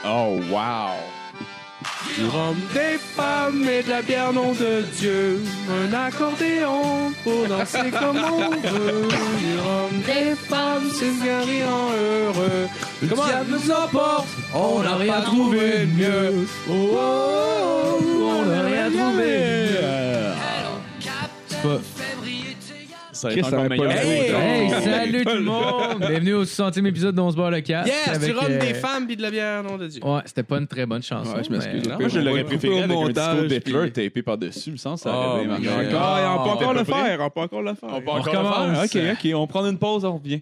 Oh, wow! Du rhum, des femmes et de la bière, nom de Dieu. Un accordéon pour danser comme on veut. Du rhum, des femmes, c'est bien rend heureux. Le diable nous emporte, on n'a rien trouvé de mieux. Oh, oh, oh, on n'a rien trouvé. C'est pas... Ça va être encore Chris, meilleur. ça va pas Hey, salut tout le monde! Bienvenue au 60e épisode d'On se barre le casque. Yes, du avec, rhum, des femmes et de la bière, nom de Dieu. Ouais, c'était pas une très bonne chanson. Ouais, je m'excuse. mais- Moi, je l'aurais On va préféré couper avec au un disco montage, d'Hitler puis- tapé par-dessus, me semble, ça Oh, aurait bien my marché. God. Encore, on peut encore à le peu près. faire. On peut encore le faire. On peut On encore le recommence. faire? OK, on prend une pause, on revient.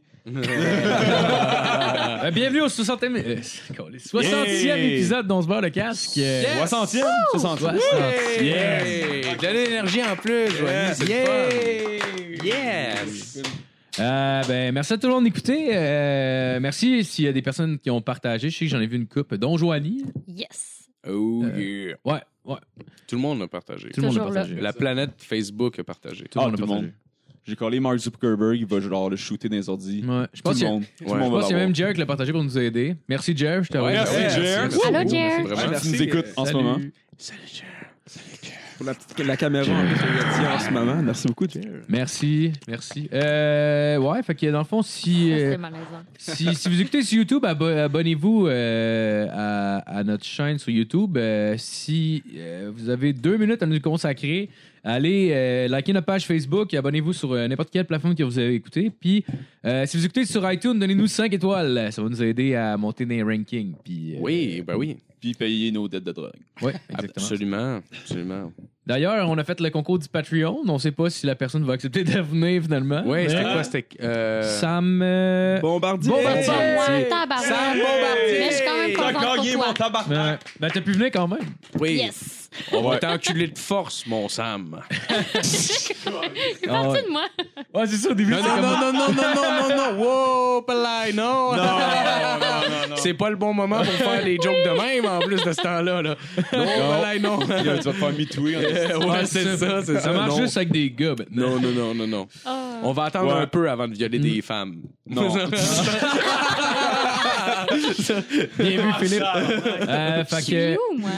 Bienvenue au 60e, 60e épisode d'On se barre le casque. 60e? 60e. Yeah! De l'énergie en plus, Joanie, c'est le fun. Yes! Ben, merci à tout le monde d'écouter. Merci s'il y a des personnes qui ont partagé. Je sais que j'en ai vu une coupe, dont Joanie. Yes. Oh yeah! Ouais. Tout le monde a partagé. Tout le monde a Toujours partagé. La planète Facebook a partagé. Tout le monde a Tout le partagé. monde. J'ai collé Mark Zuckerberg, il va genre le shooter dans les ordi. Ouais. Je Tout pense le qu'il y a- monde. Ouais. Tout le je monde pense va qu'il y a l'avoir. même Jer qui l'a partagé pour nous aider. Merci Jer, je t'avoue. Merci, Yes. Jer. Allô, Jer. Vraiment. Tu nous écoutes en ce Salut. moment. Pour la caméra en plus, on tient en ce moment. Merci beaucoup, Jer. Merci. Ouais, fait que dans le fond, si C'est malaisant. si vous écoutez sur YouTube, abonnez-vous à notre chaîne sur YouTube. Si vous avez 2 minutes à nous consacrer, allez liker notre page Facebook et abonnez-vous sur n'importe quelle plateforme que vous avez écouté. Puis, si vous écoutez sur iTunes, donnez-nous 5 étoiles. Ça va nous aider à monter dans les rankings. Puis, Oui, ben oui. Puis payer nos dettes de drogue. Ouais, exactement. Absolument. D'ailleurs, on a fait le concours du Patreon. On ne sait pas si la personne va accepter de venir finalement. Oui, Mais- c'était quoi? C'était... Sam. Bombardier. Bombardier. Ouais, tabarnak. Sam Bombardier. Mais je suis quand même contente pour toi. Ben, t'as pu venir quand même. Oui. Yes. On va t'enculer de force, mon Sam. C'est parti de moi. Ouais, c'est ça, au début. Non, c'est non, comme- non, non, non, non, non, non. Wow, palais, non. Non. C'est pas le bon moment pour faire des jokes de même, en plus de ce temps-là. Là. Non, palais, non. Tu vas te faire me-tooer. Ouais, c'est ça, c'est ça. Ça marche Non. juste avec des gars maintenant. Non. Ah. On va attendre Ouais. un peu avant de violer des femmes. Non. Bien vu, Philippe. Je Fait suis que, où, moi?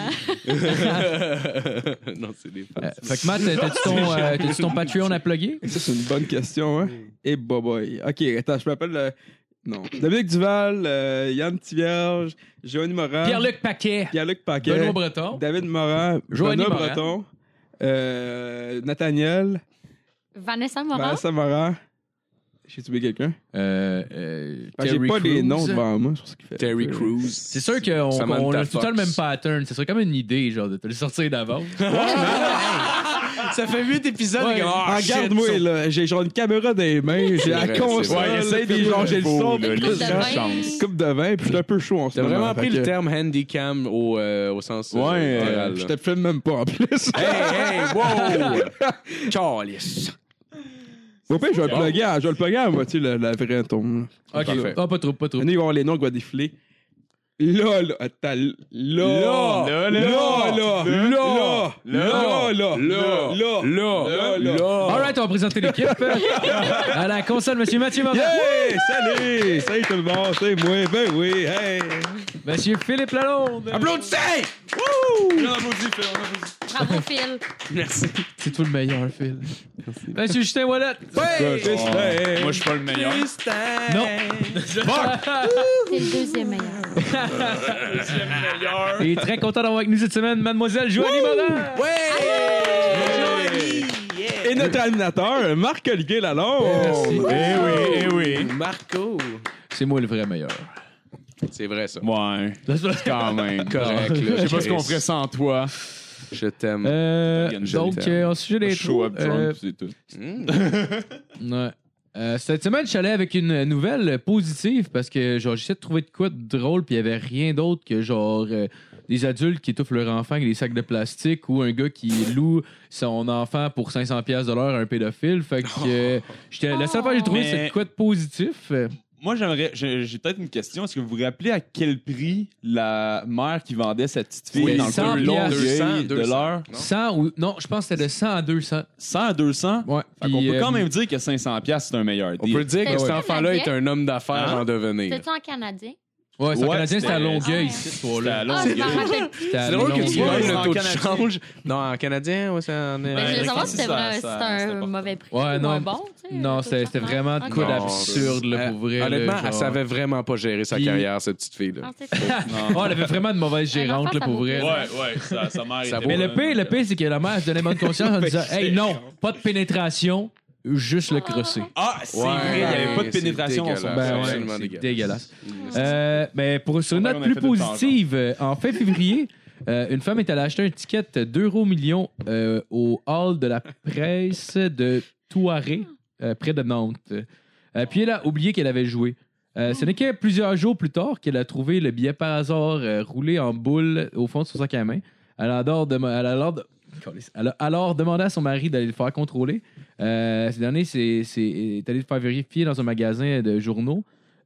Non, c'est des femmes. fait que Matt, t'as-tu ton Patreon à plugger? Ça, c'est une bonne question, hein? Et boy. OK, attends, je m'appelle... Non. Dominique Duval, Yann Tivierge, Joanie Morin. Pierre-Luc Paquet. Pierre-Luc Paquet. Benoît Breton. David Morin. Joanie Benoît Morin. Breton. Nathaniel. Vanessa Morin. Vanessa Morin. J'ai tué quelqu'un? J'ai Terry pas les Crews. noms devant moi. C'est pour ça qu'il fait. Terry Crews. C'est sûr qu'on Samantha on a tout le temps le Fox. même pattern. Ce serait comme une idée, genre, de te le sortir d'avance. Ça fait 8 épisodes. Ouais. Regarde-moi, là. J'ai genre une caméra dans les mains. J'ai la vrai, console. c'est vrai. Essaye des gens, j'ai le son. Une coupe de vin. Coupe de vin, puis je suis un peu chaud en ce T'as moment. vraiment pris fait le que- terme handicam au sens Ouais, littéral. Je là. te filme même pas en plus. Hey, wow! Charles. Au pire, je vais le plugger à moitié la vraie tombe. Ok, Parfait. pas trop. Maintenant, il va y avoir les noms qui vont défiler. Là, attends, là. Alright, on va présenter l'équipe. À la console, monsieur Mathieu Morin. Hey, salut! Salut tout le monde, c'est moi. Ben oui, hey! Monsieur Philippe Lalonde. Applaudissez! Bravo, Phil. Merci. C'est tout le meilleur, Phil. Monsieur Justin Wallet. Hey! Moi, je suis pas le meilleur. Non. C'est le deuxième meilleur. Et très content d'avoir avec nous cette semaine, mademoiselle Joanie Morin. Et notre animateur, Marc-Olivier Lalonde. Merci. Eh oui. Marco. C'est moi le vrai meilleur. C'est vrai, ça. Ouais, quand même. Correct, là. Je sais pas ce qu'on Chris. ferait sans toi. Je t'aime. Donc, au sujet des Show trous, up drunk, c'est tout. ouais. Cette semaine, je suis allé avec une nouvelle positive parce que genre j'essayais de trouver de quoi de drôle puis il y avait rien d'autre que genre des adultes qui étouffent leur enfant avec des sacs de plastique ou un gars qui loue son enfant pour 500$ à un pédophile. Fait que la seule fois que j'ai trouvé Mais- c'est de quoi de positif. Moi, j'ai peut-être une question. Est-ce que vous vous rappelez à quel prix la mère qui vendait cette petite fille Oui, dans le 100 coin de Longueuil 200, de l'heure? 100 ou non, je pense que c'était de 100 à 200. 100 à 200? Ouais. Fait qu'on peut quand même dire que 500$, c'est un meilleur On deal. peut dire que C'est cet vrai. enfant-là est un homme d'affaires en devenir. C'est-tu en canadien? Ouais, c'est en Ouais, canadien, c'était à c'était- Longueuil, Ah, cette C'était à histoire-là. Ah, je Longueuil. m'en rappelle plus. C'était à C'est drôle que tu Longueuil. vois Ouais, le en taux de canadien. change. Non, en canadien, ouais, c'est en. Mais je Ouais, voulais savoir si ça, c'était ça, c'était c'était un pas- mauvais prix Ouais, ou non. un bon. tu sais, Non, un c'était taux de vraiment de change. quoi Ok. d'absurde, là, pour vrai. Honnêtement, là, elle genre. savait vraiment pas gérer sa Puis- carrière, cette petite fille-là. Non, c'est cool. Non. Oh, elle avait vraiment de mauvaise gérante, là, ça pour vaut vrai. plus. là. Ouais, sa mère Ça était vaut- Mais le bonne. pire, c'est que la mère se donnait bonne conscience en disant hey, non, pas de pénétration, juste le crosser. Ah, c'est Ouais, vrai, il n'y avait pas de c'est pénétration dans son dégueulasse. Ben ouais, absolument c'est dégueulasse. dégueulasse. Mais sur une On note a plus fait de positive, en fin février, une femme est allée acheter un ticket d'€1 million au hall de la presse de Touareg, près de Nantes. Puis elle a oublié qu'elle avait joué. Ce n'est que plusieurs jours plus tard qu'elle a trouvé le billet par hasard roulé en boule au fond de son sac à main. Elle a alors demandé à son mari d'aller le faire contrôler. Ce dernier est allé le faire vérifier dans un magasin de journaux.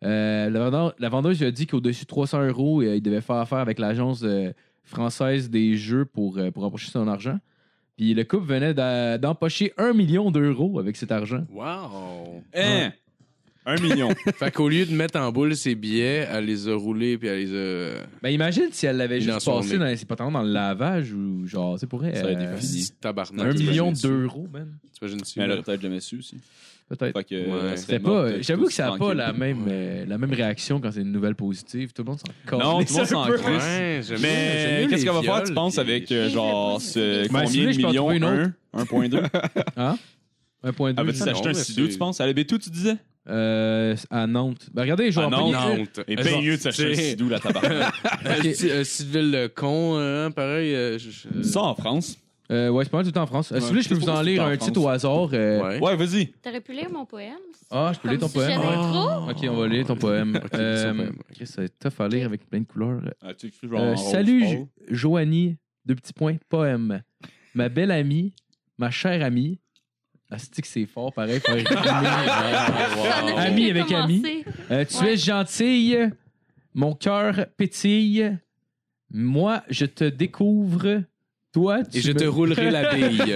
La vendeuse lui a dit qu'au-dessus de 300 €, il devait faire affaire avec l'agence française des jeux pour empocher son argent. Puis le couple venait d'empocher 1 million d'euros avec cet argent. Wow! Hein? 1 million. Fait qu'au lieu de mettre en boule ses billets, elle les a roulés puis elle les a. Ben imagine si elle l'avait Dans juste son passé nez. c'est pas tant dans le lavage ou genre, c'est pour elle. Ça aurait été fini. Tabarnak. 1 million t'imagines-tu? d'euros, man. T'imagines-tu? Mais elle aurait peut-être jamais su aussi. Peut-être. Fait que, Ouais. elle serait C'était morte, pas, peut-être j'avoue que ça n'a tranquille. pas la même réaction quand c'est une nouvelle positive. Tout le monde s'en Non, tout le monde s'en crisse. Ouais, j'aime Mais mieux qu'est-ce les qu'elle va faire, viols, tu penses, puis- avec genre Ben, si vous combien voulez, de je peux en millions? trouver une autre. 1,2? Hein? 1.2. Elle va-tu non, s'acheter un mais studio, c'est- tu penses? À la Bétou, tu disais? À Nantes. Ben, regardez, je vais À en Nantes? payer. Nantes. Et bien mieux de s'acheter un c'est- studio, la tabarnak. Civil le con, hein, pareil. Ça en France? Ouais, c'est pas mal tout le temps en France. Si vous voulez, je peux c'est vous pas en tout lire en un France. titre au hasard. Ouais. Ouais, vas-y. T'aurais pu lire mon poème? Ah, je peux lire ton Comme sujet poème. d'intro? Ok, on va lire ton poème. Ok, son poème. Chris, ça va être tough à lire avec plein de couleurs. Ah, tu écris genre en rose Salut, pâle. Joanie, 2 petits points, poème. Ma belle amie, ma chère amie. Asti que c'est fort, pareil. Faut rimer. Ami avec ami. Tu es gentille, mon cœur pétille. Moi, je te découvre. Toi, tu Et je me- te roulerai la bille.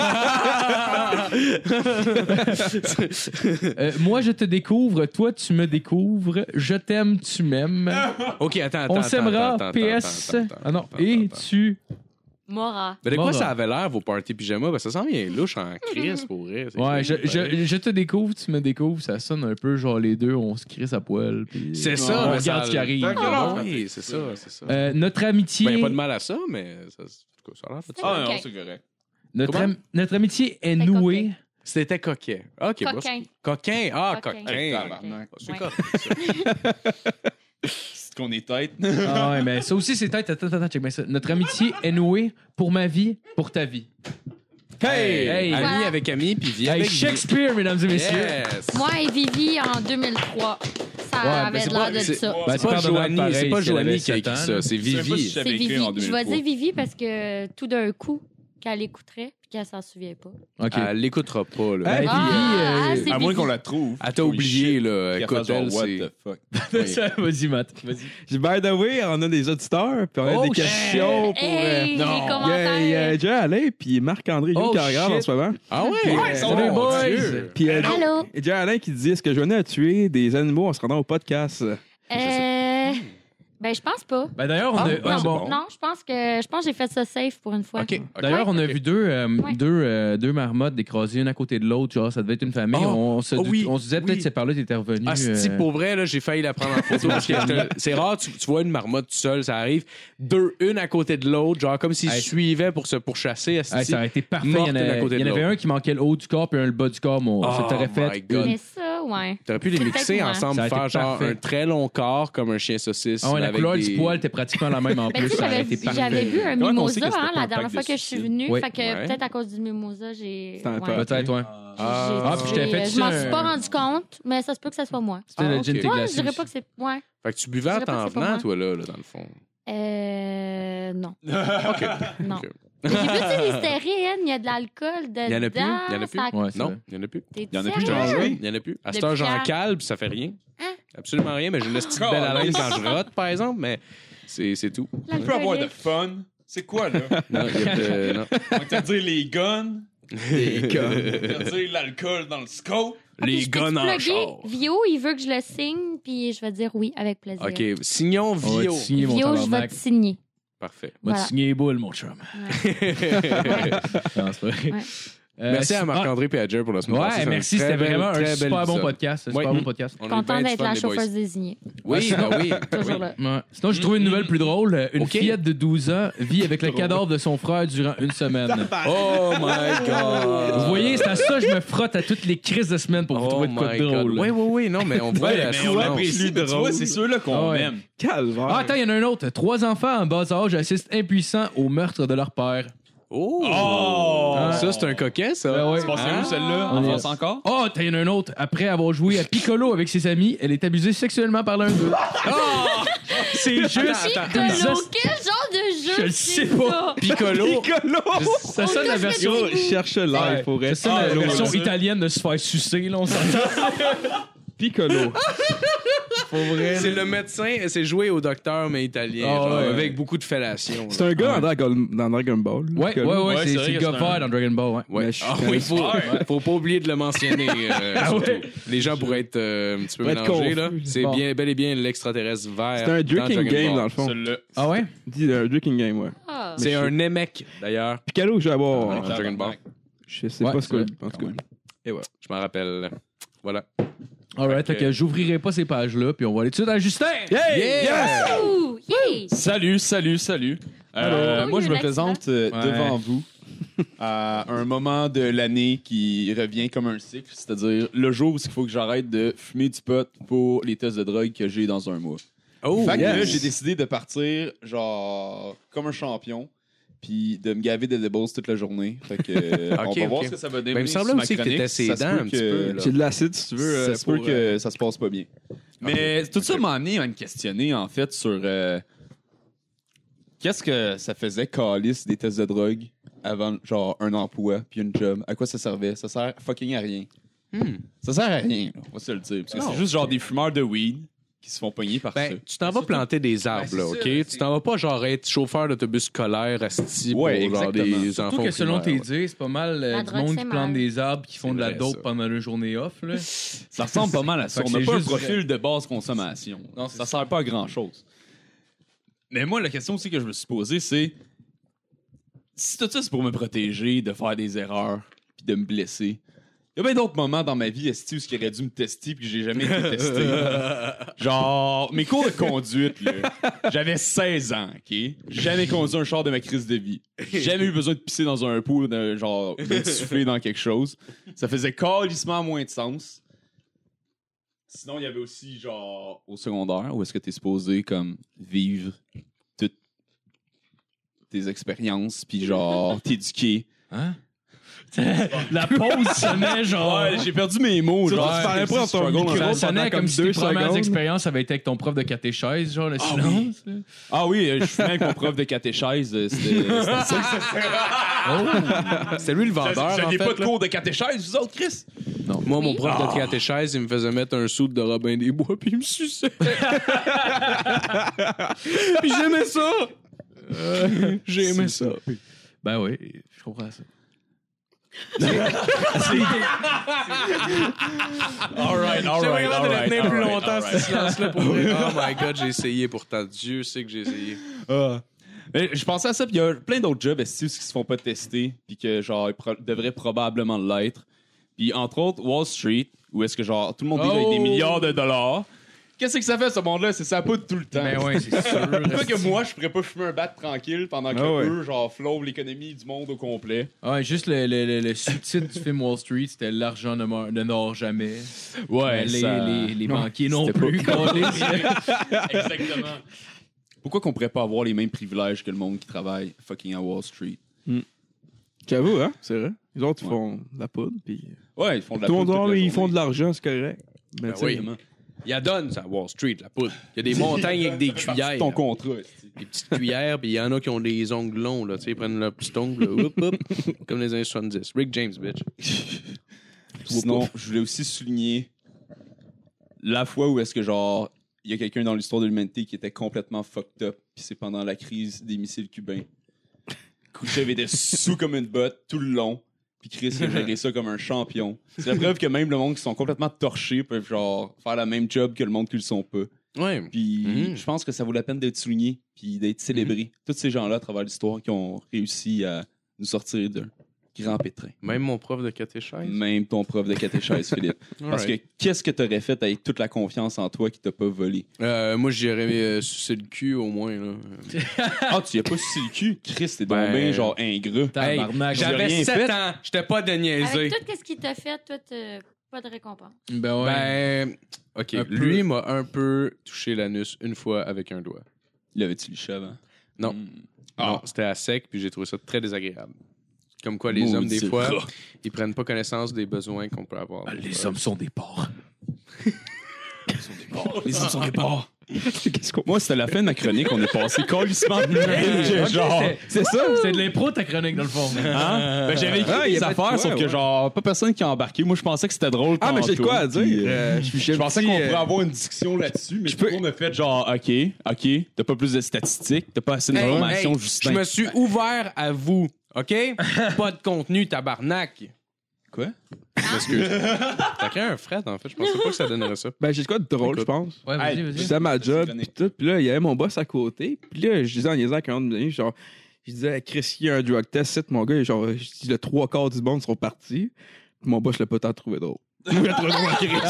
moi, je te découvre. Toi, tu me découvres. Je t'aime, tu m'aimes. Ok, attends. On s'aimera. PS. Ah non. Et tu. Mora. Mais de quoi Mora. ça avait l'air, vos party pyjama? Ben, ça sent bien louche en crise, pour vrai. C'est Ouais, cool, pareil. je te découvre, tu me découvres. Ça sonne un peu genre les deux, on se crisse à poil. puis- C'est on ça, mais regarde ça- ce qui arrive. Oui, c'est ça, c'est ça. Notre amitié. Ben, y a pas de mal à ça, mais ça, en tout cas, ça a l'air fait ça. Ah non, Ok. c'est correct. Notre, notre amitié est C'était nouée. coquin. C'était coquet. Ok, bon, Coquin. Coquin. Ah, Coquin. coquin. Tabarnak. C'est Ouais. correct. C'est qu'on est tête. Ah ouais, mais ça aussi, c'est tête. Attends, check bien ça. Notre amitié est nouée pour ma vie, pour ta vie. Hey! Hey. Ami Voilà. avec ami, puis vie Hey, avec Shakespeare, mesdames et vie. messieurs. Yes! Moi et Vivi en 2003. Ça Ouais, mais avait c'est l'air pas- de c'est- ça. Ben, C'est pas pardonnable Joanie, pareil, c'est pas si elle avait Joanie qui a 7 écrit ans, ça, là. c'est Je sais pas si Vivi. je C'est savais écrire Vivi. en Je vais 2003. dire Vivi parce que tout d'un coup, qu'elle écouterait puis qu'elle s'en souvient pas. OK. Elle l'écoutera pas, là. Hey, Ah, Vivi, c'est À moins Vivi. qu'on la trouve. Elle t'a oublié, là. Qu'elle Écoute, fasse genre, elle, what c'est... the fuck. Vas-y, Matt. Vas-y. By the way, on a des auditeurs, puis on a Oh, des questions pour. Hey, les Il y a commentaires. Jay Alain, puis Marc-André Oh, qui regarde en shit. ce moment. Ah ouais? Salut, Mon boys. Dieu. Puis Allô? Jay Alain qui dit est-ce que Joanie a tué des animaux en se rendant au podcast? Ben, je pense pas. Ben d'ailleurs, on Ah, a. ben, ah, c'est bon. bon. Non, je pense que j'ai fait ça safe pour une fois. OK. D'ailleurs, on a Ok. vu deux marmottes décrasées une à côté de l'autre. Genre, ça devait être une famille. Oh, on se oui, on se disait peut-être oui. c'est par là que t'étais revenu. Ah, si pour vrai, là, j'ai failli la prendre en photo parce que c'est rare, tu vois une marmotte tout seul, ça arrive. Une à côté de l'autre, genre comme s'ils Hey. suivaient pour se pourchasser. Hey, ça aurait été parfait. morte Il y en, une à côté il y en de avait l'autre. un qui manquait le haut du corps puis un le bas du corps. Moi, Oh ça t'aurait my fait. God. Mais ça, ouais. T'aurais pu les C'est mixer peut-être moi. ensemble, Ça a été faire genre parfait. un très long corps comme un chien saucisse. Ah ouais, la avec couleur des- du poil était pratiquement la même en Ben, plus. tu sais, Ça aurait été j'avais parfait. vu un Comment on sait mimosa que c'était pas la un dernière pack fois de que je suis suicide? venue. Oui. Fait que Ouais. peut-être à cause du mimosa, j'ai. C'est un ouais. peu- Peut-être, ouais. Ah, puis je t'avais fait Je m'en ça, suis pas rendu compte, mais ça se peut que ça soit moi. C'était le ok. gin Ouais, thé Moi, je glacé dirais aussi. pas que c'est. Ouais. Fait que tu buvais Je en dirais pas t'en que c'est pas venant, moi. toi, là, dans le fond. Non. OK. Non. Ok. Mais j'ai vu, tu sais, les stériennes, il y a de l'alcool dedans. Il y en a plus? Il y en a plus? ça- Ouais, c'est Non, vrai. il y en a plus. T'es Il y en a plus, sérieux? je t'en jure. Il y en a plus. À cette Depuis heure, j'en quand? cale, puis ça fait rien. Hein? Absolument rien, mais j'ai une petite belle haleine quand je rote, par exemple, mais c'est tout. On peut avoir de fun. C'est quoi, là? Non, il y a de- non. On va te dire les guns. Les guns. Faire dire l'alcool dans le scope. Les guns en char. Vio, il veut que je le signe, puis je vais dire oui, avec plaisir. OK, signons On va te Vio. signer, mon Vio, je vais tabarnak. te signer. Parfait. On va te Voilà. signer les boules, mon chum. Ouais. Non, c'est pas vrai. Ouais. Merci à Marc-André et à Jer pour la semaine passée. Ouais, C'est merci. très C'était belle- vraiment un très bel super bon épisode. podcast. Un Ouais. super bon podcast. On a eu Contente bien du d'être fun, la les boys. chauffeuse désignée. Oui, ben oui. Toujours là. Ouais. Sinon, j'ai trouvé une nouvelle plus drôle. Une Ok. fillette de 12 ans vit avec le cadavre de son frère durant une semaine. Oh my God. Vous voyez, c'est à ça que je me frotte à toutes les crises de semaine pour vous trouver de quoi de drôle. Oui, oui, oui. Non, mais on voit la Ouais, mais on souffrance. l'apprécie. Tu vois, c'est ceux-là qu'on Ah ouais. aime. Calvaire. Ah, attends, il y en a un autre. 3 enfants en bas âge assistent impuissants au meurtre de leur père. Oh! Oh! Ça, c'est un coquet, ça. Ben ouais. C'est passé Ah. où celle-là? En France encore? Oh, t'as un autre. Après avoir joué à Piccolo avec ses amis, elle est abusée sexuellement par l'un d'eux. C'est juste. Piccolo, quel genre de jeu Je le c'est sais pas. ça? Piccolo! Ça sonne la touche version. le Yo, cherche le live pour Ça rester. sonne la version ouais. italienne de se faire sucer, là, on s'entend. Piccolo. C'est le médecin, c'est joué au docteur, mais italien, Ah, genre, ouais. avec beaucoup de fellation. C'est un gars dans Dragon Ball. Ouais, Piccolo. ouais, Ouais, c'est c'est vrai le que gars c'est un- vert dans Dragon Ball, ouais. Ouais. Mais je Ah suis oui, très- faut pas oublier de le mentionner. Surtout. Les gens pourraient être un petit peu Pourraient être mélangés. Là. confus. C'est Bon. bien, bel et bien l'extraterrestre vert. C'est un dans drinking Dragon game Ball. dans le fond. Celle-là. Ah ouais? Dis un drinking game, ouais. Ah. C'est un Namek, d'ailleurs. Piccolo, je vais avoir. Dans Dragon Ball. Je sais Ouais, pas ce que. c'est En tout cas. Je m'en rappelle. Voilà. Alright, fait que j'ouvrirai pas ces pages-là, puis on va aller tout de suite à Justin! Yeah! Ouh, yeah. Salut. Allô? Moi, je me Relax, présente Ouais. devant vous à un moment de l'année qui revient comme un cycle, c'est-à-dire le jour où il faut que j'arrête de fumer du pot pour les tests de drogue que j'ai dans un mois. Oh, Fait que là, yes. j'ai décidé de partir, genre, comme un champion, puis de me gaver d'edibles toute la journée. Fait que, on va voir ce que ça va donner. Ben, il me semblait aussi que t'étais ses dents un petit peu, là. J'ai de l'acide si tu veux. Ça se peut pour, que ça se passe pas bien. Mais tout ça m'a amené à me questionner, en fait, sur qu'est-ce que ça faisait calice des tests de drogue avant, genre, un emploi puis une job. À quoi ça servait? Ça sert fucking à rien. Ça sert à rien, là, on va se le dire. Parce que c'est juste genre des fumeurs de weed qui se font pogner par ça. Ben, tu t'en vas planter des arbres, là, OK? Tu t'en vas pas, genre, être chauffeur d'autobus scolaire asti pour, Ouais, genre, exactement. des Surtout enfants que selon tes primaires, dires, c'est pas mal La du drogue, monde c'est qui plante mal. des arbres qui font C'est de la vrai, dope ça. pendant leur journée off, là. Ça ressemble pas mal à ça. Fait On que n'a c'est pas un juste profil de basse consommation. Non, c'est ça sert pas à grand-chose. Mais moi, la question aussi que je me suis posée, c'est si tout ça, c'est pour me protéger de faire des erreurs puis de me blesser, il y a bien d'autres moments dans ma vie, esti, où il aurait dû me tester puis que j'ai jamais été testé. Genre, mes cours de conduite, là, j'avais 16 ans, OK? J'ai jamais conduit un char de ma crise de vie. J'ai jamais eu besoin de pisser dans un pot, genre, de souffler dans quelque chose. Ça faisait calissement moins de sens. Sinon, il y avait aussi, genre, au secondaire, où est-ce que t'es supposé, comme, vivre toutes tes expériences, puis genre, t'éduquer. Hein? La pause sonnait genre. Ouais, j'ai perdu mes mots, genre. tu parlais pas dans ton struggle, micro. hein. Ça pendant sonnait comme comme si tes 2 premières secondes. expériences avaient été avec ton prof de catéchèse, genre le silence. là. Ah oui, je fumais avec mon prof de catéchèse. C'était ça. C'est lui le vendeur, en J'avais fait. pas de là. cours de catéchèse, vous autres, Chris? Moi, mon Oui. prof de catéchèse, il me faisait mettre un soude de Robin des Bois, puis il me suçait. Puis j'aimais ça. J'aimais ça. Ben oui, je comprends ça. Alright, J'aimerais vraiment de le tenir plus longtemps, ce silence-là, pour vrai. Oh my God, j'ai essayé pourtant. Dieu sait que j'ai essayé. Mais je pensais à ça, puis il y a plein d'autres jobs esti, qui se font pas tester, puis que genre ils devraient probablement l'être. Puis entre autres Wall Street, où est-ce que genre tout le monde vit avec des milliards de dollars. Qu'est-ce que ça fait ce monde-là? C'est ça poudre tout le temps. Ben ouais, c'est sûr. Pas que moi, je pourrais pas fumer un bat tranquille pendant que Ah ouais. eux, genre, flowent l'économie du monde au complet. Ouais, juste le sous-titre du film Wall Street, c'était l'argent ne dort jamais. Ouais, Les banquiers non C'était plus. câlisse. Exactement. Pourquoi qu'on pourrait pas avoir les mêmes privilèges que le monde qui travaille fucking à Wall Street? J'avoue, hein? C'est vrai. Les autres, ils Ouais. font de la poudre. Puis... Ouais, ils font de la Tout le poudre monde, toute la ils font journée. de l'argent, c'est correct. Mais Ben tu sais, oui. Il y donne, ça, Wall Street, la poudre. Il y a des montagnes avec des cuillères. Ton contrat. esti. Des petites cuillères, puis il y en a qui ont des ongles longs, là. Tu sais, ils prennent leur petit ongle, là, hop, hop, comme les années 70. Rick James, bitch. Sinon, je voulais aussi souligner la fois où est-ce que, genre, il y a quelqu'un dans l'histoire de l'humanité qui était complètement fucked up, puis c'est pendant la crise des missiles cubains. Khrouchtchev était sous comme une botte tout le long, Puis Chris a géré ça comme un champion. C'est la preuve que même le monde qui sont complètement torchés peuvent genre faire la même job que le monde qui le sont pas. Ouais. Puis je pense que ça vaut la peine d'être souligné puis d'être célébré. Tous ces gens-là à travers l'histoire qui ont réussi à nous sortir d'un grand pétrin. Même mon prof de catéchèse. Même ton prof de catéchèse, Philippe. Parce que qu'est-ce que t'aurais fait avec toute la confiance en toi qui t'a pas volé? Moi, j'irais sucer le cul au moins. Là. Ah, tu y as pas sucé le cul? Chris, t'es Ben- donc bien genre ingrat. Tabarnak. J'ai J'avais rien 7 fait. ans. J'étais pas de niaiser. Avec tout ce qu'il t'a fait, toi, pas de récompense. Ben ouais. Ben, OK. Un peu. Lui m'a un peu touché l'anus une fois avec un doigt. L'avais-tu liché avant? Non. Hmm. Non, c'était à sec, puis j'ai trouvé ça très désagréable. Comme quoi, les hommes, des Maudit fois, rat. ils prennent pas connaissance des besoins qu'on peut avoir. Les hommes sont des porcs. Les hommes sont des porcs. Moi, c'était la fin de ma chronique. On est passé colissement de même. Genre, C'est ça? C'est de l'impro, ta chronique, dans le fond. hein? Ben, j'avais écrit Ah, y des a pas de affaires, quoi, sauf que ouais. genre, pas personne qui a embarqué. Moi, je pensais que c'était drôle. Ah, mais j'ai de quoi à tantôt, puis, dire. je pensais qu'on pourrait avoir une discussion là-dessus, mais Je peux- on a fait genre, OK, t'as pas plus de statistiques, t'as pas assez Hey, d'informations, hey, Justin. je me suis ouvert à vous, OK? Pas de contenu, tabarnak. Quoi? Je m'excuse. T'as créé un fret, en fait. Je pensais pas que ça donnerait ça. Ben, j'ai de quoi de drôle, je Écoute. pense. Ouais, vas-y, Hey, vas-y. J'étais à ma job, C'est pis tout. Puis là, il y avait mon boss à côté. Puis là, je disais en niaisant avec un de mes amis, genre, je disais, Chris, il y a un drug test, c'est mon gars. Genre, je dis, le 3/4 du monde sont partis. Puis mon boss l'a pas tant trouvé drôle. Moi, je l'ai trouvé drôle, Chris.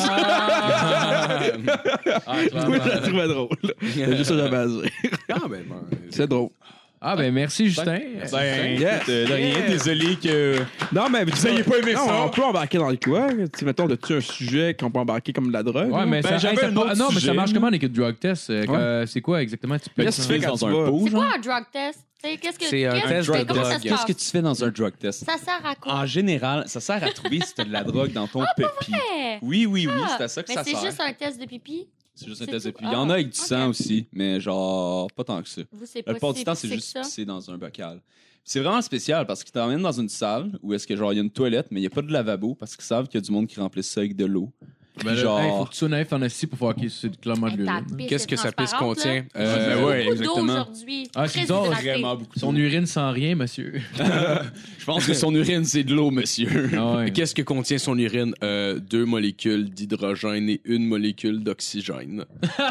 Moi, je l'ai trouvé drôle. C'est juste ça que j'avais à dire. Ah, ben, C'est drôle. Ah, ben merci, Justin. Ben, Yeah. écoute, de rien, désolé que. Non, mais Vous ayez pas aimé non, ça. on peut embarquer dans le quoi? Tu sais, mettons, as-tu un sujet qu'on peut embarquer comme de la drogue? Ouais, mais Ben, ça, j'avais ça un pas- autre non, mais ça sujet. marche comment, les drug tests? C'est quoi exactement? Tu peux Qu'est-ce que tu fais quand dans tu un vas? pot, C'est genre? quoi un drug test? T'sais, qu'est-ce que C'est un qu'est-ce- test comment de ça drogue. se Qu'est-ce passe? que tu fais dans un drug test? Ça sert à quoi? En général, ça sert à trouver si t'as de la drogue dans ton pépi. Ouais. Oui, Ah, c'est à ça que mais ça c'est sert. juste un test de pipi. C'est juste un c'est test de tout. pipi. Il y en a avec du Ah, sang ok. aussi, mais genre, pas tant que ça. Vous, c'est La pas plupart du si temps, c'est poussé juste que ça. pisser dans un bocal. C'est vraiment spécial parce qu'ils t'emmènent dans une salle où est-ce que genre il y a une toilette, mais il n'y a pas de lavabo parce qu'ils savent qu'il y a du monde qui remplit ça avec de l'eau. Ben, Puis là, hey, faut genre. que tu sois naïf en assis pour voir que c'est clairement de Hey, ta l'urine. pisse Qu'est-ce est que sa pisse transparente, contient? là. Ben J'ai ouais, beaucoup d'eau exactement. aujourd'hui. Ah, Très c'est bizarre, hydraté. Vraiment beaucoup. Son urine sans rien, monsieur. Je pense que son urine, c'est de l'eau, monsieur. Ah ouais. Qu'est-ce que contient son urine? 2 molécules d'hydrogène et 1 molécule d'oxygène.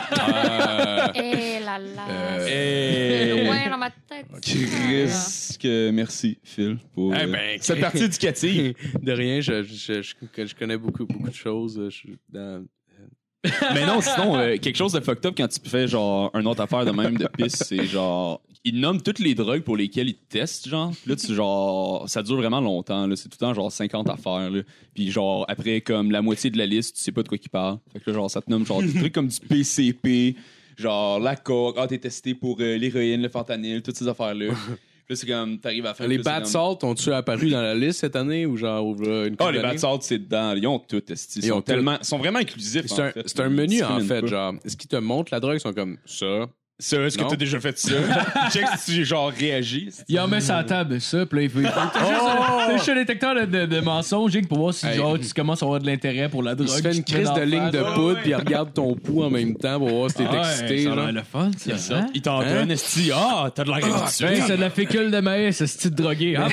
Eh là là. Eh. C'est loin dans ma tête. Chris, que merci, Phil, pour Eh ben, cette partie éducative. De rien, je connais beaucoup de choses. Je suis dans... Mais non, sinon, quelque chose de fucked up quand tu fais genre une autre affaire de même de pisse, c'est genre. Ils nomment toutes les drogues pour lesquelles ils te testent, genre. Puis là, tu genre. Ça dure vraiment longtemps, là. C'est tout le temps genre 50 affaires, là. Puis genre, après, comme la moitié de la liste, tu sais pas de quoi qu'ils parlent. Fait que là, genre, ça te nomme genre des trucs comme du PCP, genre la coke, t'es testé pour l'héroïne, le fentanyl, toutes ces affaires-là. Puis là, c'est comme, t'arrives à faire. Les bad salts ont-tu apparu dans la liste cette année ou genre ou là, une Ah, couple les d'années? bad salts, c'est dedans. Ils ont tout testé. Ils ont sont tout. tellement. Ils sont vraiment inclusifs. C'est en un, fait. c'est un Ils menu, en discriminent fait, pas. genre. Est-ce qu'ils te montrent la drogue? Ils sont comme ça. Ça, est-ce que Non. t'as déjà fait ça? Check si tu genre réagis. Il en met sur la table, ça, puis là, il faut. C'est juste un détecteur de mensonges, Jake, pour voir si Hey. genre, tu commences à avoir de l'intérêt pour la Il drogue. se fait une qui te met crise dans de la ligne face. de Ouais, poudre ouais. puis il regarde ton pouls en même temps pour voir si t'es Ah ouais, excité. ça a genre. l'air le fun, ça. Ça. Hein? Il t'en Hein? donne, esti. Ah, t'as de l'air habitué. Hey, c'est de la fécule de maïs, ce style drogué. Ah,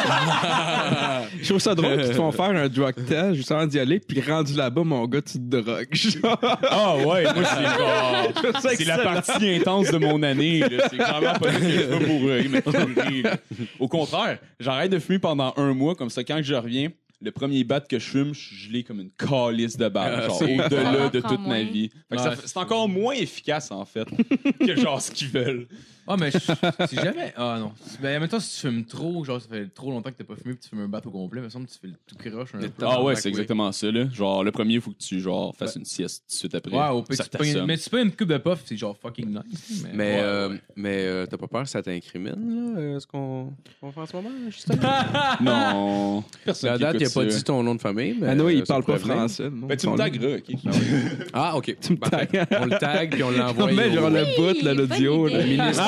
Je trouve ça drôle qu'ils te font faire un drug test juste avant d'y aller, puis rendu là-bas, mon gars, tu te drogues. Genre, Ah ouais, moi c'est genre. je trouve ça C'est la excellent. partie intense de mon année. là. C'est clairement pas ça que je fais pour m'explorer, là. Au contraire, j'arrête de fumer pendant 1 mois, comme ça, quand je reviens, le premier bat que je fume, je suis gelé comme une calice de balle, genre c'est au-delà de bon. toute ma vie. Fait que ça Ouais. fait- c'est encore moins efficace, en fait, que genre ce qu'ils veulent. Ah, mais si jamais. Ah, non. Ben, mettons, si tu fumes trop, genre, ça fait trop longtemps que t'as pas fumé, puis tu fumes un bat au complet, il me semble que tu fais le tout croche un peu. Ah ouais, c'est exactement ça, là. Genre, le premier, il faut que tu genre fasses une sieste tout de suite après. Ouais, au Ça petit pain. t'assomme. Mais c'est pas une coupe de puff, c'est genre fucking nice. Mais t'as pas peur que ça t'incrimine, là? Ce qu'on fait en ce moment, Justin? Non. Personne La qui date, il a écoute pas ça. dit ton nom de famille. Mais Ah non, il ça parle pas pourrait venir. français. non. Ben, tu me tagueras, OK? Ah, OK. Tu me Parfait. tagues. On le tag puis on l'envoie. On met genre au le Oui, bout, là, l'audio. bonne là. idée. ministre.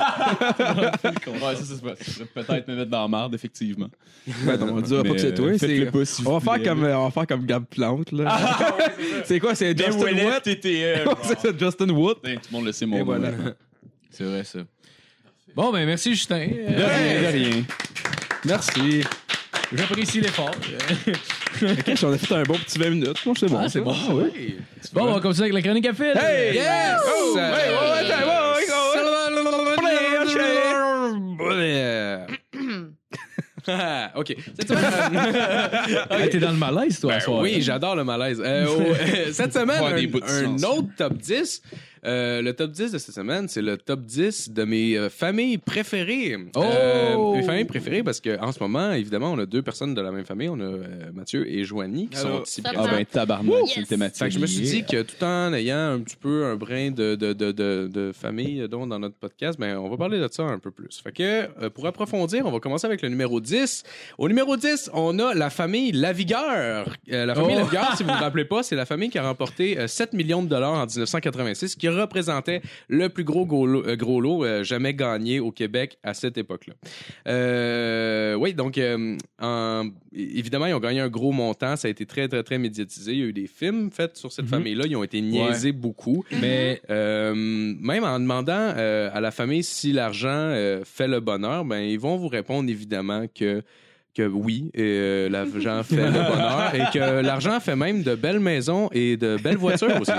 Ouais, ça c'est peut-être me mettre dans la merde, effectivement. Ben non, on dira pas que c'est toi. faites-le c'est- pas, s'il On vous va plaît. faire comme Gab Plante, là. C'est quoi, c'est Justin Wood? TTL. C'est ça, Justin Wood. Tout le monde le sait, mon Et nom. voilà. C'est vrai, ça. Bon, ben, merci, Justin. De rien, de rien. Merci. J'apprécie l'effort. Ok, on a fait un bon petit 20 minutes. Moi, c'est bon. Ah, c'est bon. Ah oui. Bon, on va continuer avec la chronique à fil. Hey! Yes! Oh! Hey, OK. Cette semaine... Hey, t'es dans le malaise, toi, Ben ce soir. oui, j'adore le malaise. Cette semaine, Voir des bouts de un silence. autre top 10. Le top 10 de cette semaine, c'est le top 10 de mes familles préférées. Oh! Mes familles préférées parce qu'en ce moment, évidemment, on a deux personnes de la même famille. On a Mathieu et Joanie qui sont ici. Ça Ah ben tabarnak, Yes. c'est le thématique. Fait que je me suis dit que tout en ayant un petit peu un brin de famille dans notre podcast, ben, on va parler de ça un peu plus. Fait que pour approfondir, on va commencer avec le numéro 10. Au numéro 10, on a la famille Lavigueur. La famille Lavigueur, si vous ne vous rappelez pas, c'est la famille qui a remporté 7 millions de dollars en 1986, qui représentait le plus gros gros lot jamais gagné au Québec à cette époque-là. Oui, donc évidemment, ils ont gagné un gros montant. Ça a été très, très, très médiatisé. Il y a eu des films faits sur cette famille-là. Ils ont été niaisés beaucoup. Mais Même en demandant à la famille si l'argent fait le bonheur, ben ils vont vous répondre évidemment que oui, l'argent fait le bonheur et que l'argent fait même de belles maisons et de belles voitures aussi.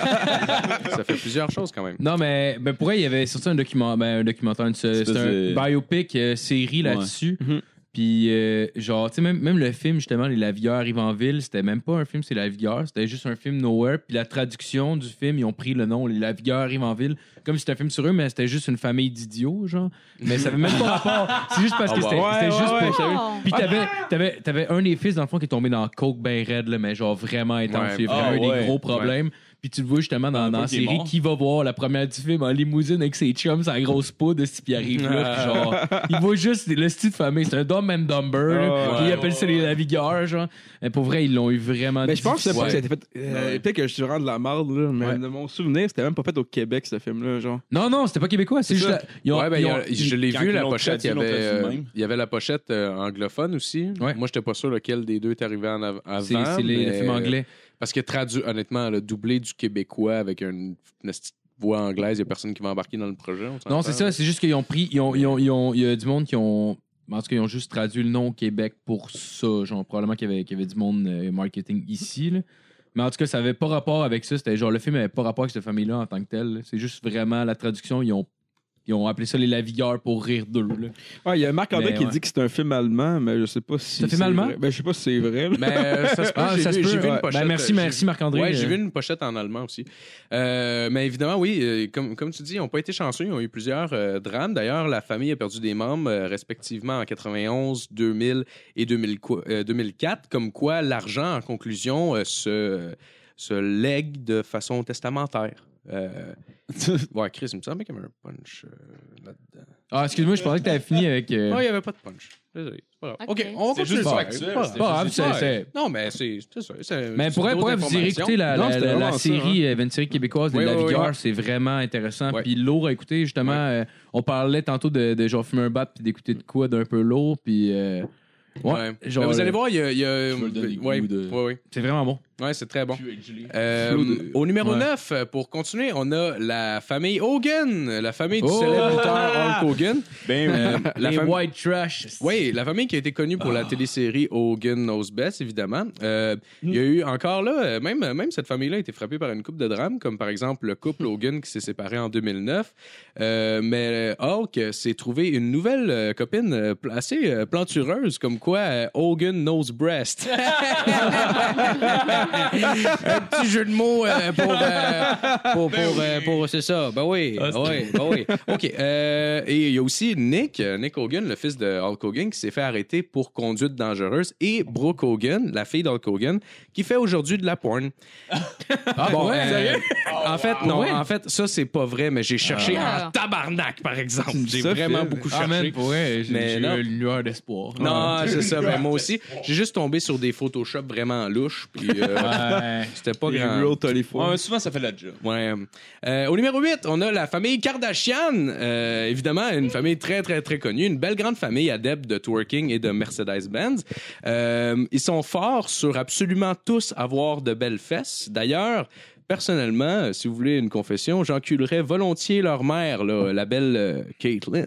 Ça fait plusieurs choses quand même. non, mais pour elle, il y avait sorti un documentaire, c'est un biopic série là-dessus. Puis, genre, tu sais, même le film, justement, Les Lavigueurs arrivent en ville, c'était même pas un film, c'est Les Lavigueurs, c'était juste un film nowhere. Puis la traduction du film, ils ont pris le nom Les Lavigueurs arrivent en ville, comme si c'était un film sur eux, mais c'était juste une famille d'idiots, genre. Mais ça avait même pas rapport. C'est juste parce que c'était juste pour. Puis t'avais un des fils, dans le fond, qui est tombé dans le coke ben raide, là, mais genre vraiment intense. Il y a vraiment eu des gros problèmes. Puis tu le vois justement dans la série qui va voir la première du film en limousine avec ses chums, sa grosse poudre, puis il arrive là, puis genre, il voit juste le style de famille. C'est un Dumb and Dumber, là, puis il appelle ça les Lavigueurs, genre. Mais pour vrai, ils l'ont eu vraiment. Mais je pense que c'est pas que ça a difficile. été fait. Peut-être que je suis vraiment de la marde, là, mais de mon souvenir, c'était même pas fait au Québec, ce film-là, genre. Non, c'était pas québécois, c'est juste. Je l'ai quand vu, ils la l'ont pochette. traduit, ils l'ont traduit de même. Il y avait la pochette anglophone aussi. Ouais. Moi, j'étais pas sûr lequel des deux est arrivé avant. C'est le film anglais. Parce que traduit, honnêtement, le doublé du québécois avec une petite voix anglaise, il n'y a personne qui va embarquer dans le projet. Non, c'est ça, c'est juste qu'ils ont pris. Il y a du monde qui ont. En tout cas, ils ont juste traduit le nom au Québec pour ça. Genre, probablement qu'il y avait du monde marketing ici, là. Mais en tout cas, ça avait pas rapport avec ça. C'était genre, le film avait pas rapport avec cette famille-là en tant que telle, là. C'est juste vraiment la traduction. Ils ont appelé ça Les Lavigueurs pour rire d'eux, là. Ouais, il y a Marc-André qui dit que c'est un film allemand, mais je sais pas si. C'est un film allemand? Vrai. Ben, je sais pas si c'est vrai, là. Mais ça se peut. J'ai vu une pochette. Merci Marc-André. Ouais, j'ai vu une pochette en allemand aussi. Mais évidemment, oui, comme tu dis, ils n'ont pas été chanceux. Ils ont eu plusieurs drames. D'ailleurs, la famille a perdu des membres respectivement en 91, 2000 et 2004. Comme quoi, l'argent, en conclusion, se lègue de façon testamentaire. Ouais, Chris, il me semblait qu'il y avait un punch là-dedans. Ah, excuse-moi, je pensais que t'avais fini avec. Non, il n'y avait pas de punch. Désolé. C'est pas grave. Ok. OK, on C'est continue. juste Ouais, factuel, pas c'était grave. c'est. Non, mais c'est ça. Mais pourrait vous écouter Non, c'était la vraiment série, il y avait une série québécoise, Oui, Les oui, Lavigueurs, oui. c'est vraiment intéressant. Ouais. Puis lourd à écouter, justement. On parlait tantôt de genre fumer un bat puis d'écouter de quoi d'un peu lourd, puis. Ouais. genre, Mais vous allez voir, il y a Je me le donne des ouais, goûts de- ouais. c'est vraiment bon. Ouais, c'est très bon. de- Au numéro Ouais. 9, pour continuer, on a la famille Hogan, la famille du célèbre lutteur Hulk Hogan. La Les famille- white trash. Oui, la famille qui a été connue pour la télésérie Hogan Knows Best, évidemment. Il y a eu encore là, même cette famille-là a été frappée par une couple de drames, comme par exemple le couple Hogan qui s'est séparé en 2009. Mais Hulk s'est trouvé une nouvelle copine assez plantureuse, comme quoi Hogan Knows Breast. Un petit jeu de mots pour c'est ça. Ben oui. OK. Et il y a aussi Nick Hogan, le fils de Hulk Hogan, qui s'est fait arrêter pour conduite dangereuse, et Brooke Hogan, la fille d'Hulk Hogan, qui fait aujourd'hui de la porn. Sérieux? En fait, non. En fait, ça, c'est pas vrai, mais j'ai cherché Ah. en tabarnak, par exemple. J'ai Ça vraiment fait- beaucoup Ah, man, cherché. pour vrai, Mais j'ai non. eu une lueur d'espoir. Non, c'est ça. Ben, moi aussi. J'ai juste tombé sur des Photoshop vraiment louches. Puis Ouais. c'était pas Les grand. Real 34. Ouais, souvent, ça fait la job. Ouais. Au numéro 8, on a la famille Kardashian. Évidemment, une famille très, très, très connue. Une belle grande famille adepte de twerking et de Mercedes-Benz. Ils sont forts sur absolument tous avoir de belles fesses. D'ailleurs, personnellement, si vous voulez une confession, j'enculerais volontiers leur mère, là, la belle Caitlyn.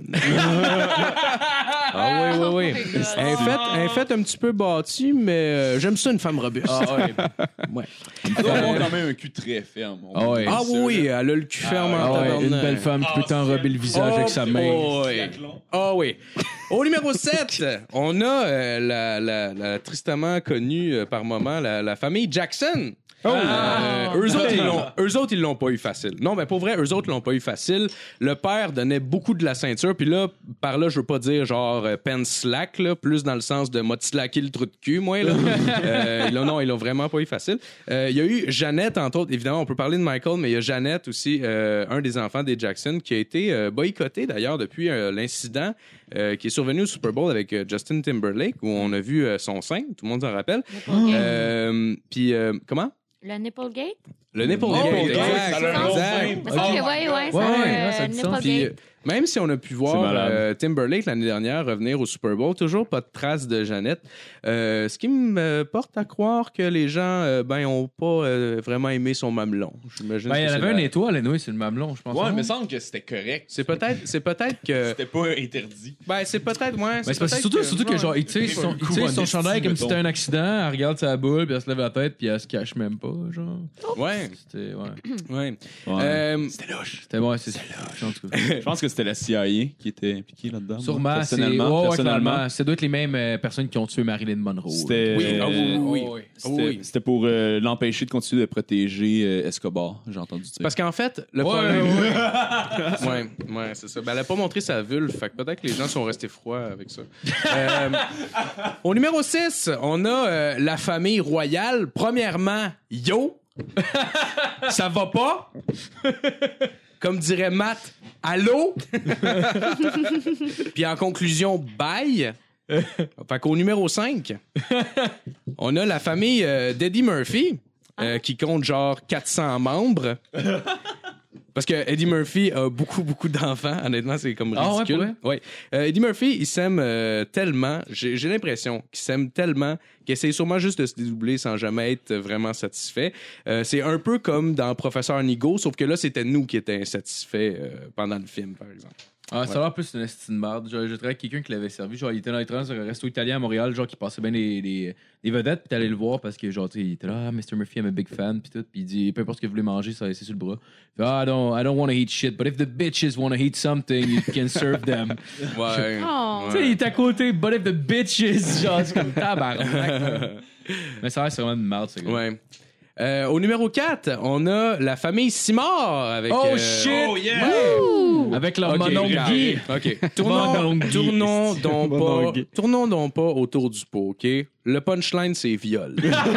Ah oui, oui, oui. Elle est faite un petit peu bâtie, mais j'aime ça, une femme robuste. Ah ouais. Ouais. Elle doit avoir quand même un cul très ferme. Ah ouais. Ah oui, elle a le cul ferme en Ah ouais, une tabarnak. belle femme qui peut t'enrober le visage avec sa main. Ah oui. Au numéro 7, on a la tristement connue par moment, la famille Jackson. Eux autres, ils l'ont pas eu facile. Non, mais pour vrai, eux autres, ils l'ont pas eu facile. Le père donnait beaucoup de la ceinture, puis là, par là, je veux pas dire genre pen slack, là, plus dans le sens de m'a slacké le trou de cul, moi, là. Non, ils l'ont vraiment pas eu facile. Il y a eu Jeannette, entre autres. Évidemment, on peut parler de Michael, mais il y a Jeannette aussi, un des enfants des Jackson, qui a été boycotté, d'ailleurs, depuis l'incident qui est survenu au Super Bowl avec Justin Timberlake, où on a vu son sein, tout le monde s'en rappelle. Puis, comment? Le Nipplegate? Le Nipplegate, exact. Parce que, ouais, ça a du sens. Puis, Nipplegate. même si on a pu voir malade. Timberlake l'année dernière revenir au Super Bowl, toujours pas de traces de Jeannette. Ce qui me porte à croire que les gens ont pas vraiment aimé son mamelon. J'imagine Ben, il y que en c'est avait une étoile, anyway, c'est le mamelon, je pense. Ouais, non? mais il semble que c'était correct. C'est peut-être que C'était pas interdit. c'est peut-être ouais. Ben, c'est parce que surtout que genre, il tisse son chandail comme si c'était un accident, elle regarde sa boule, puis elle se lève la tête, puis elle se cache même pas, genre. Ouais. C'était, ouais. Ouais. C'était louche. C'était, ouais, c'est louche. En tout cas. Je pense que c'était la CIA qui était impliquée là-dedans. Sûrement, c'est. Personnellement. Clairement. Ça doit être les mêmes personnes qui ont tué Marilyn Monroe. C'était. Oui. C'était pour l'empêcher de continuer de protéger Escobar, j'ai entendu dire. Parce qu'en fait, le problème. Ouais, c'est ça. Ben, elle a pas montré sa vulve, fait que peut-être que les gens sont restés froids avec ça. Au numéro 6, on a la famille royale. Premièrement, yo! Ça va pas? Comme dirait Matt, allô? Puis en conclusion, bye! Fait qu'au numéro 5, on a la famille d'Eddie Murphy, qui compte genre 400 membres. Parce que Eddie Murphy a beaucoup d'enfants. Honnêtement, c'est comme ridicule. Ouais. Eddie Murphy, il s'aime tellement, j'ai l'impression qu'il s'aime tellement qu'il essaie sûrement juste de se dédoubler sans jamais être vraiment satisfait. C'est un peu comme dans Professeur Nigo, sauf que là, c'était nous qui étions insatisfaits pendant le film, par exemple. Ah, ça a l'air plus une estime marde. Genre, je travaillais avec quelqu'un qui l'avait servi. Genre, il était dans les trains sur un resto italien à Montréal, genre, qui passait bien des vedettes, puis t'allais le voir parce que, genre, tu sais, il était là, Mr. Murphy, I'm a big fan, puis tout. Puis il dit, peu importe ce que vous voulez manger, ça c'est sur le bras. Il fait, I don't want to eat shit, but if the bitches want to eat something, you can serve them. Ouais. Oh. Tu sais, il est à côté, but if the bitches, genre, c'est comme tabarnak. Mais ça reste vraiment une merde, ce gars. Ouais. Au numéro 4, on a la famille Simard avec... Oh shit! Oh yeah! Avec leur Ok, mononcle Guy. OK. Mononcle. Tournons donc pas autour du pot, OK? Le punchline, c'est viol.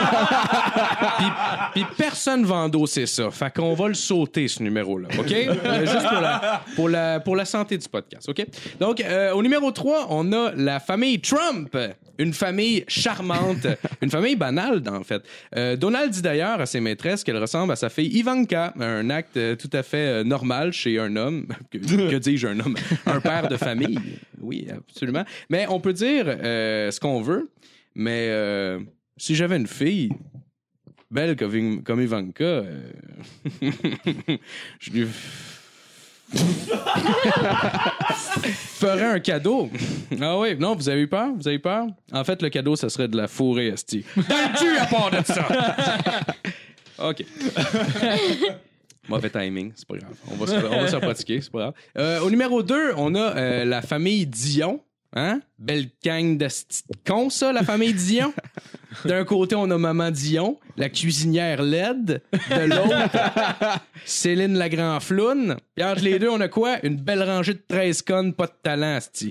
puis personne va endosser ça. Fait qu'on va le sauter, ce numéro-là, OK? Juste pour la santé du podcast, OK? Donc, au numéro 3, on a la famille Trump. Une famille charmante. Une famille banale, en fait. Donald dit d'ailleurs à ses maîtresses qu'elle ressemble à sa fille Ivanka. Un acte tout à fait normal chez un homme. Que dis-je, un homme? Un père de famille. Oui, absolument. Mais on peut dire ce qu'on veut. Mais si j'avais une fille belle comme Ivanka, je lui ferais un cadeau. Ah oui, non, vous avez eu peur? Vous avez eu peur? En fait, le cadeau, ça serait de la fourrée, esti. Dans le cul, à part de ça! OK. Mauvais timing, c'est pas grave. On va se pratiquer, c'est pas grave. Au numéro 2, on a la famille Dion. Hein? Belle gang de cons, ça, la famille Dion. D'un côté, on a Maman Dion, la cuisinière laide. De l'autre, Céline la grand-floune. Puis entre les deux, on a quoi? Une belle rangée de 13 connes, pas de talent, c'ti.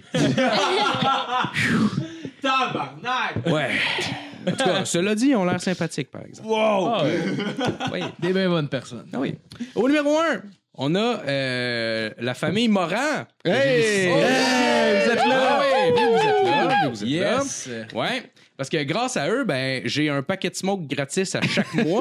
Tabarnak! Ouais. En tout cas, cela dit, on a l'air sympathique, par exemple. Wow! Oui. Des bien bonnes personnes. Ah oui. Au numéro 1, on a la famille Morin. Hey! Vous êtes là! Oui, vous êtes là. Yes! Ouais. Parce que grâce à eux, ben, j'ai un paquet de smoke gratis à chaque mois.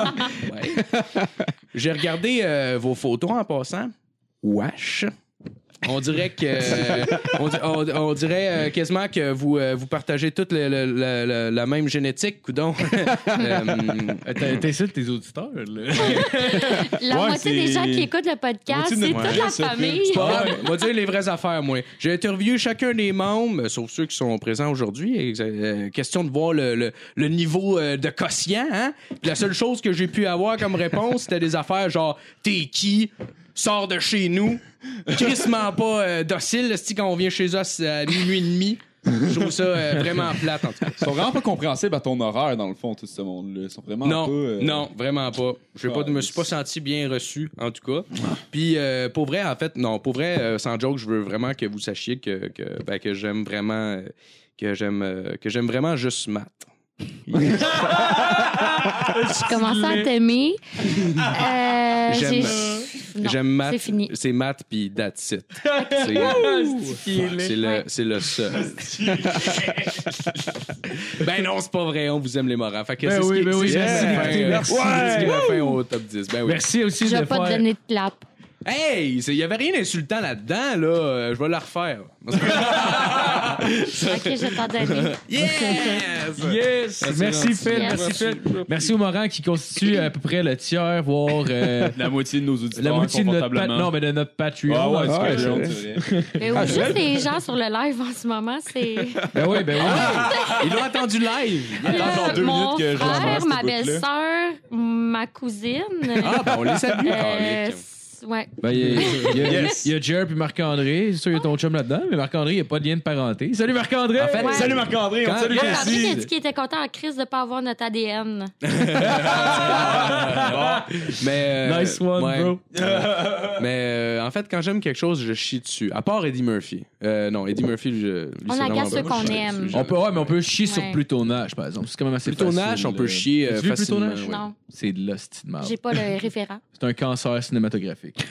Ouais. J'ai regardé vos photos en passant. Wesh. On dirait que on dirait quasiment que vous partagez toute la même génétique, coudon. T'insultes tes auditeurs, là. La moitié des gens qui écoutent le podcast, c'est toute la famille. On va dire les vraies affaires, moi. J'ai interviewé chacun des membres, sauf ceux qui sont présents aujourd'hui. Question de voir le niveau de quotient. Hein? Puis la seule chose que j'ai pu avoir comme réponse, c'était des affaires genre « T'es qui? Sors de chez nous. » Crissement pas docile, quand on vient chez eux à minuit et demi. Je trouve ça vraiment plate, en tout cas. Ils sont vraiment pas compréhensibles à ton horaire, dans le fond, tout ce monde-là. Ils sont vraiment Non, pas... non, vraiment pas. Je me suis pas senti bien reçu, en tout cas. Puis, pour vrai, en fait, non, pour vrai, sans joke, je veux vraiment que vous sachiez que j'aime vraiment... que j'aime vraiment juste Matt. J'ai commencé à t'aimer. J'aime Matt. C'est fini. C'est Matt puis that's it. C'est le seul. Ben non, c'est pas vrai, on vous aime les morats. Fait que c'est ce qui m'a fait au top 10. Ben oui. Merci aussi Je de vais pas te faire... donner de clap. Hey, il y avait rien d'insultant là-dedans, là. Je vais la refaire. Ok, je t'en donne. Yes! Merci, Phil. Yes. Merci, Phil. Merci aux Morans qui constituent à peu près le tiers, voire La moitié de nos auditeurs, la moitié de notre confortablement. non, mais de notre Patreon. Ah ouais, ouais, c'est ouais. vrai. Mais oui, juste les gens sur le live en ce moment, c'est. Ben oui. Ils l'ont attendu live. Attends genre 2 Mon minutes que je frère, lance ma cette boucle-là. belle-sœur, ma cousine. Ah, ben on les salue, Euh, Carlick. Ouais. Ben, il Yes. y a Jer puis Marc-André. C'est sûr, il y a ton chum là-dedans, mais Marc-André, il n'y a pas de lien de parenté. Salut Marc-André! En fait, Ouais. Salut Marc-André, on te salue Quand- Marc-André Jessie. qui a dit qu'il était content en crise de ne pas avoir notre ADN. Mais, Nice one, bro. Mais en fait, quand j'aime quelque chose, je chie dessus. À part Eddie Murphy. Non, Eddie Murphy, lui, On c'est agace vraiment ceux bon. qu'on aime. Mais on peut chier sur Ouais. Pluto Nash, par exemple. C'est quand même assez Pluto facile. Nash, on peut là. chier As-tu vu Pluto facilement. Nash? ouais. Non, C'est de l'hostie de merde. j'ai pas le référent. C'est un cancer cinématographique.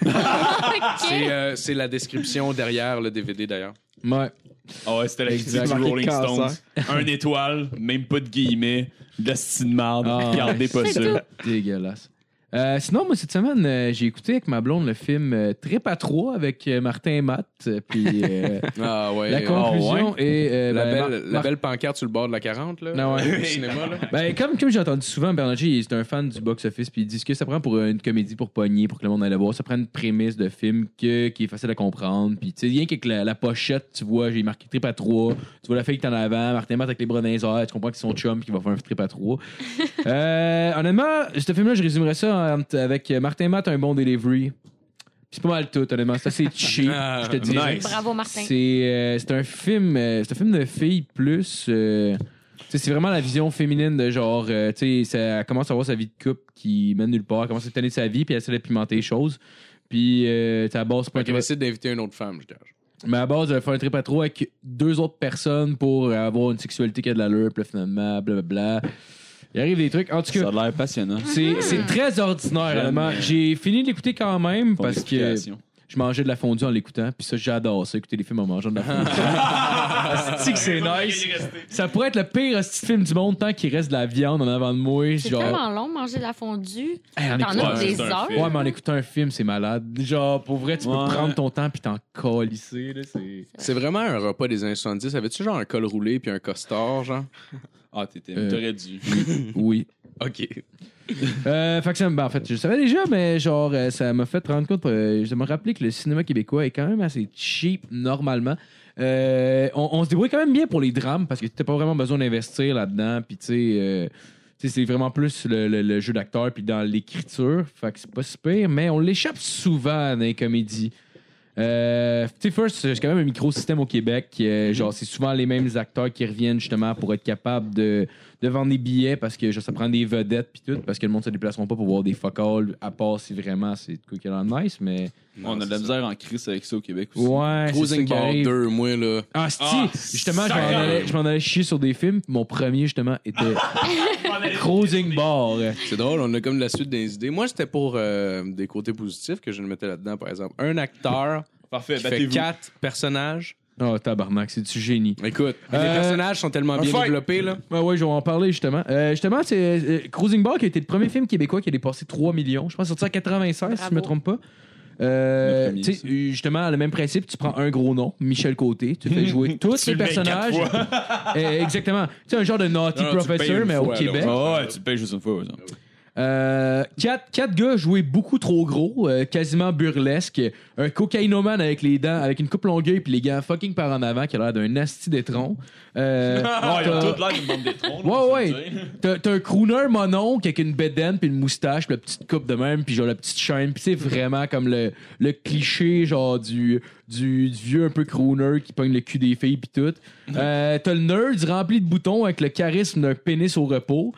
C'est la description derrière le DVD, d'ailleurs. Ouais. Ah ouais, c'était la critique Exact. du Rolling Marqué Stones. cancer. 1 étoile, même pas de guillemets, de la style de marde. Ah, Regardez pas c'est ça. tout. Dégueulasse. Sinon, moi, cette semaine, j'ai écouté avec ma blonde le film Trip à 3 avec Martin et Matt. Puis Ah ouais. la conclusion est... La belle pancarte sur le bord de la 40, là. Non, ouais. Au cinéma, là. Ben, comme j'ai entendu souvent, Bernard-G, c'est un fan du box-office, puis il dit ce que ça prend pour une comédie pour pogner, pour que le monde aille la voir. Ça prend une prémisse de film qui est facile à comprendre. Puis, tu sais, rien qu'avec la pochette, tu vois, j'ai marqué Trip à 3. Tu vois la fille qui est en avant, Martin Matt avec les bras dans les airs, tu comprends qu'ils sont chum qui va faire un Trip à 3. Honnêtement, ce film-là, je résumerais ça avec Martin Matt, un bon delivery. C'est pas mal tout, honnêtement. C'est assez cheap, je te dis. nice. Bravo, Martin. C'est un film de filles plus. C'est vraiment la vision féminine de genre, tu sais, elle commence à avoir sa vie de couple qui mène nulle part, elle commence à tenir sa vie, puis elle essaie de pimenter les choses. Puis, à la base, c'est pas un On décide d'inviter une autre femme, je dirais. mais à la base, elle fait un trip à 3 avec 2 autres personnes pour avoir une sexualité qui a de l'allure, puis là, finalement, blablabla. Il arrive des trucs. En tout Ça cas, a l'air passionnant. c'est très ordinaire, vraiment. J'ai fini de l'écouter quand même Ton parce que explication. je mangeais de la fondue en l'écoutant, puis ça, j'adore ça, écouter des films en mangeant de la fondue. C'est que c'est nice. Ça pourrait être le pire petit film du monde tant qu'il reste de la viande en avant de moi. C'est Genre, tellement long, manger de la fondue. Hey, en T'en écoutant- as des c'est un heures. film. Ouais, mais en écoutant un film, c'est malade. Genre, pour vrai, tu peux Ouais. prendre ton temps puis t'en calisser. Là, c'est... C'est vraiment un repas des années 70. Avais-tu genre un col roulé puis un costard, genre? Ah, t'aurais dû. Oui. OK. Fait que ça, en fait, je savais déjà, mais genre, ça m'a fait rendre compte, ça m'a rappelé que le cinéma québécois est quand même assez cheap normalement. On se débrouille quand même bien pour les drames parce que t'as pas vraiment besoin d'investir là-dedans. Puis tu sais, c'est vraiment plus le jeu d'acteur puis dans l'écriture. Fait que c'est pas si pire, mais on l'échappe souvent dans les comédies. Tu sais, First, c'est quand même un micro-système au Québec. Genre, c'est souvent les mêmes acteurs qui reviennent justement pour être capables de vendre des billets parce que genre, ça prend des vedettes puis tout, parce que le monde se déplaceront pas pour voir des fuck all, à part si vraiment c'est de quoi qu'il y a de nice, mais. On a de la misère en crise avec ça au Québec aussi. Ouais, c'est ça Cruising qui Bar arrive. 2, moi, là. Ah, justement, je m'en allais chier sur des films. Mon premier, justement, était Cruising Bar. C'est drôle, on a comme la suite des idées. Moi, c'était pour des côtés positifs que je le mettais là-dedans, par exemple. Un acteur Parfait, qui fait battez-vous. 4 personnages. Oh, tabarnak, c'est du génie. Écoute, les personnages sont tellement bien fight. développés, là. Ouais, je vais en parler justement. Justement, c'est Cruising Bar qui a été le premier film québécois qui a dépassé 3 millions. Je pense sorti en 96, si je me Bravo. trompe pas. premier, tu sais, justement, le même principe, tu prends un gros nom, Michel Côté, tu fais jouer tous les personnages. Exactement. Tu sais, un genre de Naughty Professor, mais au Québec. Ouais, tu le payes juste une fois. Quatre gars jouaient beaucoup trop gros, quasiment burlesque. Un cocaïnomane avec les dents, avec une coupe longueuil puis les gants fucking par en avant qui a l'air d'un asti d'étron. Il a tout l'air d'une bande d'étrons. Ouais. T'as un crooner mononcle avec une bedaine puis une moustache puis la petite coupe de même puis genre la petite chaîne. Puis c'est vraiment comme le cliché genre du vieux un peu crooner qui pogne le cul des filles puis tout. T'as le nerd rempli de boutons avec le charisme d'un pénis au repos.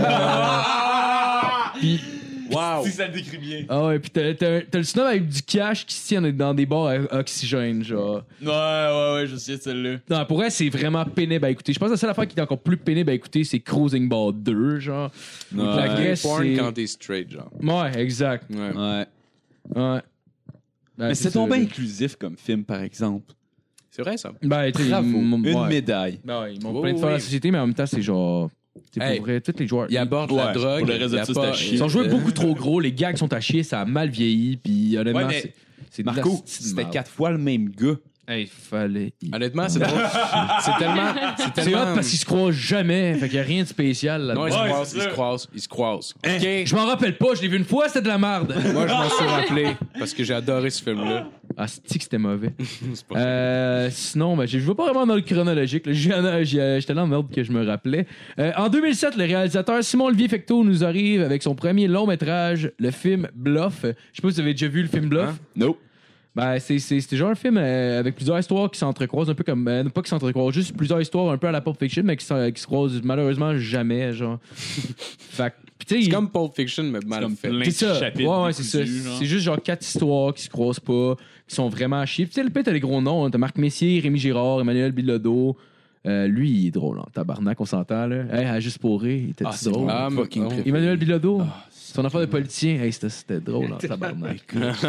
Puis, Wow! Si ça le décrit bien. ah ouais, pis t'as le snob avec du cash qui se tient dans des bars à oxygène, genre. Ouais, je sais celle-là. Non, pour elle, c'est vraiment pénible à écouter. Je pense que la seule affaire qui est encore plus pénible à écouter, c'est Cruising Ball 2, genre. Non, La Grèce, porn c'est... quand t'es straight, genre. Ouais, exact. Ouais. Ouais. Ben, Mais c'est ça, tombé là. inclusif comme film, par exemple. C'est vrai, ça. Ben, tu sais, Bravo. Une ouais. médaille. Ben ouais, ils m'ont Oui, plein de faire oui. la société, mais en même temps, c'est genre. C'est Hey, pour vrai, tous les joueurs. Il aborde la Ouais, drogue. pour le reste de il a ça, pas- c'est à chier. Ils ont joué beaucoup trop gros, les gags sont à chier, ça a mal vieilli, puis honnêtement, Ouais, mais c'est de la Marco, petite c'était merde. 4 fois le même gars. Hey, fallait. Honnêtement, c'est drôle. C'est tellement. C'est hot parce qu'ils se croisent jamais, fait qu'il y a rien de spécial là-dedans. Non, ils se Ouais, croisent, c'est ils se ça. croisent, ils se croisent. Je m'en rappelle pas, je l'ai vu une fois, c'était de la merde. Moi, je m'en suis rappelé parce que j'ai adoré ce film-là. Ah, c'est que c'était mauvais. C'est pas Sinon, ben, je vais pas vraiment dans le chronologique. là. J'étais dans le merde que je me rappelais. En 2007, le réalisateur Simon Olivier Fecteau nous arrive avec son premier long métrage, le film Bluff. Je sais pas si vous avez déjà vu le film Bluff. Hein? Nope. Ben, c'était genre un film avec plusieurs histoires qui s'entrecroisent un peu comme. Pas qui s'entrecroisent, juste plusieurs histoires un peu à la Pulp Fiction, mais qui se croisent malheureusement jamais, genre. Fait que, pis tu sais. C'est comme Pulp Fiction, mais mal comme fait. plein C'est ça. chapitres Ouais, c'est ça. décousus, genre. C'est juste genre 4 histoires qui se croisent pas, qui sont vraiment à chier. Puis tu sais, le pire, t'as les gros noms. Hein. T'as Marc Messier, Rémi Girard, Emmanuel Bilodeau. Lui, il est drôle, hein. Tabarnak, on s'entend, là. Hey, à Juste pour rire, il était c'est drôle. Ah, fucking mais- préféré. Emmanuel Bilodeau, son affaire de politicien, hey, c'était drôle, hein, tabarnak.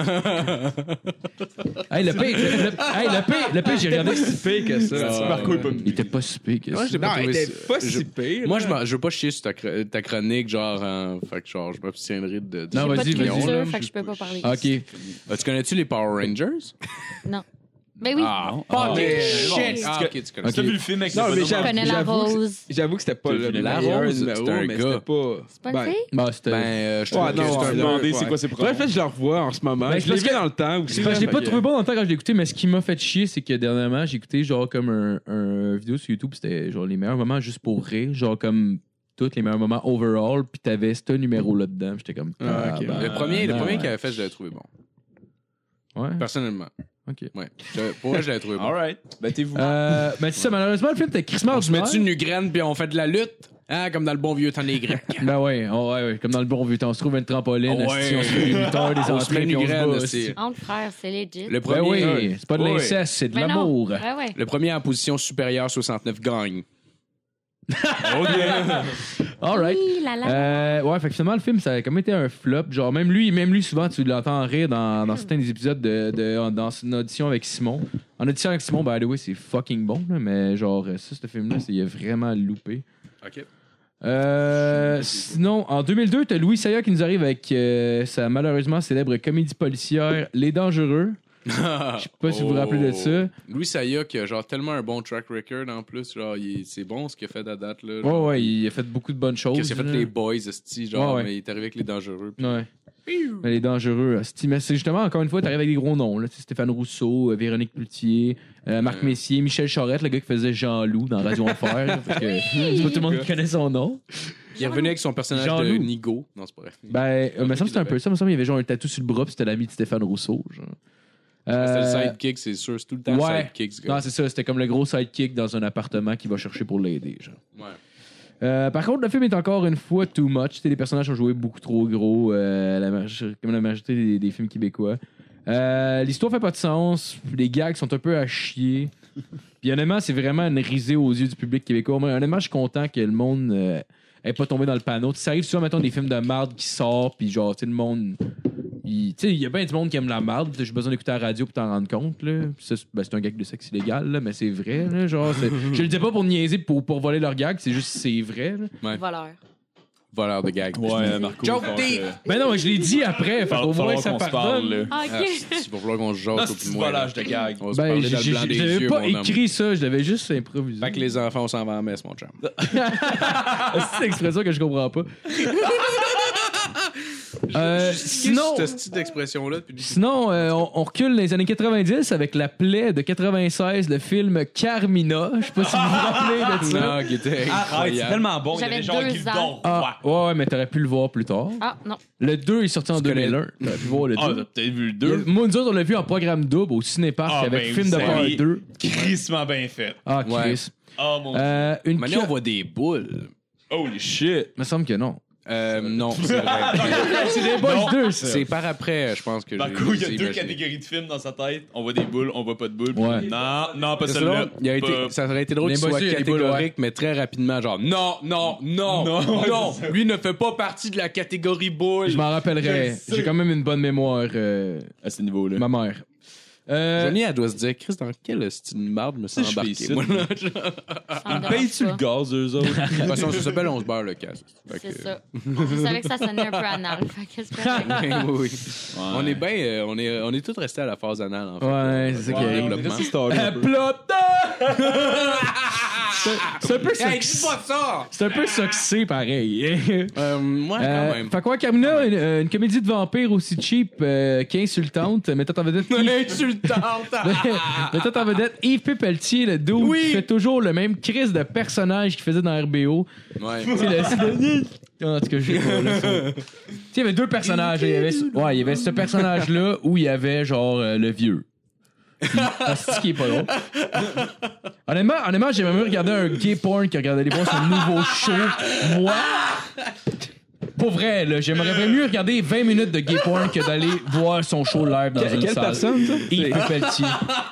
Hey, le pire, j'ai regardé. si pire que ça. Marco est pas Il était pas si pire que Moi, ça. j'ai pas Non, elle trouvé était ça- pas je- si pire. Moi, là. je veux pas chier sur ta chronique, genre, fait que genre, je m'abstiendrai de. Non, J'ai pas vas-y, de vas-y. culture, là. fait que je peux pas parler. Ok. Tu connais-tu les Power Rangers? Non. Ben oui. Fucking shit. Ah, ok, tu connais Ok. T'as vu le film avec Non, le mais Je connais la rose. J'avoue que c'était pas T'as le vu la meilleur rose, numéro, c'était un mais gars. c'était pas... C'est pas une fille? Bah, c'était. Je trouve Ouais, que non, c'est un ouais, demandé c'est ouais. quoi ses Bref, là, je le revois en ce moment. Ben, Je l'ai parce vu que- dans le temps aussi. Je l'ai là, pas fait trouvé que- bon dans le temps quand je l'ai écouté, mais ce qui m'a fait chier, c'est que dernièrement, j'ai écouté genre comme un vidéo sur YouTube, c'était genre les meilleurs moments juste pour rire, genre comme tous les meilleurs moments overall, puis t'avais ce numéro-là dedans, j'étais comme. Ah, ok. Le premier qu'il avait fait, je l'avais trouvé bon. Ouais. Personnellement. Ok. Ouais. Pour moi, je l'avais trouvé bon. Alright. Battez-vous. Mais c'est ça, malheureusement, le film était crissement On se ordinaire. met-tu une graine puis on fait de la lutte? Hein, comme dans le bon vieux temps des Grecs. Ben ouais, comme dans le bon vieux temps, on se trouve une trampoline, Ouais. asti, on se fait des lutteurs, des On se met entrées, une puis on se graine, bat, c'est- asti. Entre frères, c'est legit. Le Ben premier, oui, c'est pas de Ouais. l'inceste, c'est de Mais non. l'amour. Ouais, ouais. le premier en position supérieure 69 gagne. Alright. Oui, la la. Ouais, fait que finalement, le film, ça a comme été un flop. Genre, même lui, souvent, tu l'entends rire dans certains des épisodes dans une audition avec Simon. En audition avec Simon, by the way, c'est fucking bon, là, mais genre, ça, ce film-là, il a vraiment loupé. OK. Sinon, en 2002, t'as Louis Saya qui nous arrive avec sa malheureusement célèbre comédie policière Les Dangereux. Je sais pas si vous vous rappelez de ça. Louis Saya qui a genre tellement un bon track record en plus, genre c'est bon ce qu'il a fait à date là. Ouais, ouais, il a fait beaucoup de bonnes choses. Qu'est-ce qu'il a fait là. les boys, esti, genre, Ouais. mais il est arrivé avec les dangereux. puis- Ouais. Mais les dangereux. Mais c'est justement, encore une fois, t'arrives avec des gros noms. Là. Tu sais, Stéphane Rousseau, Véronique Cloutier, Marc Messier, Michel Charette, le gars qui faisait Jean-Loup dans Radio Enfer. Là, parce que c'est pas tout le monde qui connaît son nom. Il est revenu avec son personnage de Jean-Loup. Nigo. Non, c'est pas vrai. Ben, me semble que c'était un peu ça. Me semble qu'il y avait genre un tatou sur le bras, puis c'était l'ami de Stéphane Rousseau. Genre. C'était le sidekick, c'est sûr. C'est tout le temps ouais. le sidekick, ce gars. Non, c'est ça. C'était comme le gros sidekick dans un appartement qui va chercher pour l'aider. Genre. Ouais. Par contre, le film est encore une fois too much. Tu sais, les personnages ont joué beaucoup trop gros, comme la majorité des films québécois. L'histoire fait pas de sens. Les gags sont un peu à chier. Puis honnêtement, c'est vraiment une risée aux yeux du public québécois. Moi, honnêtement, je suis content que le monde ait pas tombé dans le panneau. Tu sais, ça arrive souvent, mettons, des films de marde qui sortent, puis genre, tu sais, le monde... Tu sais, il y a bien du monde qui aime la marde. J'ai besoin d'écouter la radio pour t'en rendre compte. Là. Puis ça, c'est un gag de sexe illégal, là, mais c'est vrai. Là, genre, je le dis pas pour niaiser, pour voler leur gag, c'est juste c'est vrai. Là. Ouais. Voleur. voleur de gag. Ouais, Marco. Joke faut deep. que- Ben non, mais je l'ai dit après, fait qu'au moins falloir ça qu'on se parle, pardonne. là. Ah, Ah, OK. il va falloir qu'on se jase Non, au c'est plus du moins. volage de gag. On va se Ben, parler dans le blanc des j'avais yeux, pas mon homme. écrit ça, je l'avais juste improvisé. Fait que les enfants, on s'en va en messe, mon chum. C'est une expression que je comprends pas. Sinon, ce style d'expression-là. Depuis... sinon on recule dans les années 90 avec La Plaie de 96, le film Carmina. Je sais pas si vous vous rappelez de ça. Non, qui était Arrête, c'est incroyable. tellement bon. Il y J'avais avait genre 2 Gildor. ans. Ah, ouais, mais t'aurais pu le voir plus tard. Ah, non. Le 2 est sorti en Tu connais- 2001. T'aurais pu voir le 2. Ah, t'as peut-être vu le 2. Moi, nous autres, on l'a vu en programme double au Cinépark Ah, avec ben, film de vous part savez. 2. Crissement bien fait. Ah, Ouais. Chris. Oh mon dieu. Une Maintenant, on ca- voit des boules. Holy shit. me semble que non. Non, c'est vrai. C'est des Boys 2, ça. C'est par après, je pense que Marco, il y a j'ai 2 imaginé. catégories de films dans sa tête. On voit des boules, on voit pas de boules. Ouais. Non, pas C'est celle-là. ça, il a été, ça aurait été drôle Les qu'il soit boys, il y a des boules, catégorique, mais très rapidement, genre non, Non, c'est ça. lui ne fait pas partie de la catégorie boule. Je m'en rappellerai. Je sais. J'ai quand même une bonne mémoire, À ce niveau-là. ma mère. Johnny, elle doit se dire, Chris, dans quel style de marde me sens Si je fais embarqué, ici, moi, là. Ça me Paye-tu le dérange gaz, eux autres? De toute façon, ça s'appelle On se beurre le casse. pas. C'est ça. Je savais que ça sonnait un peu anal. Fait que c'est correct. Oui. On est bien, on est tous restés à la phase anale, en fait. Ouais, c'est ça qui Ouais, arrive. développement. C'est un peu Hey, dis soxy. pas ça! C'est un peu soxy, pareil. Ouais, quand même. Fait quoi, Carmina, une comédie de vampire aussi cheap qu'insultante, mettant en vedette Insultante! mettant en vedette Yves Pépeltier, le dude qui fait toujours le même crise de personnage qu'il faisait dans RBO. Ouais. Tu sais, en tout cas, je sais pas. Là, ça. Tu sais, il y avait 2 personnages. Il y avait ce personnage-là où il y avait genre le vieux. C'est qui est pas drôle. Honnêtement, j'aimerais mieux regarder un gay porn que regarder aller voir son nouveau show. Moi, pour vrai, là, j'aimerais mieux regarder 20 minutes de gay porn que d'aller voir son show live dans une Quelle salle. personne, ça? Yves Pépeltier.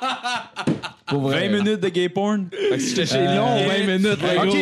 Pour vrai. 20 minutes de gay porn? Fait que si j'étais chez long, 20 minutes.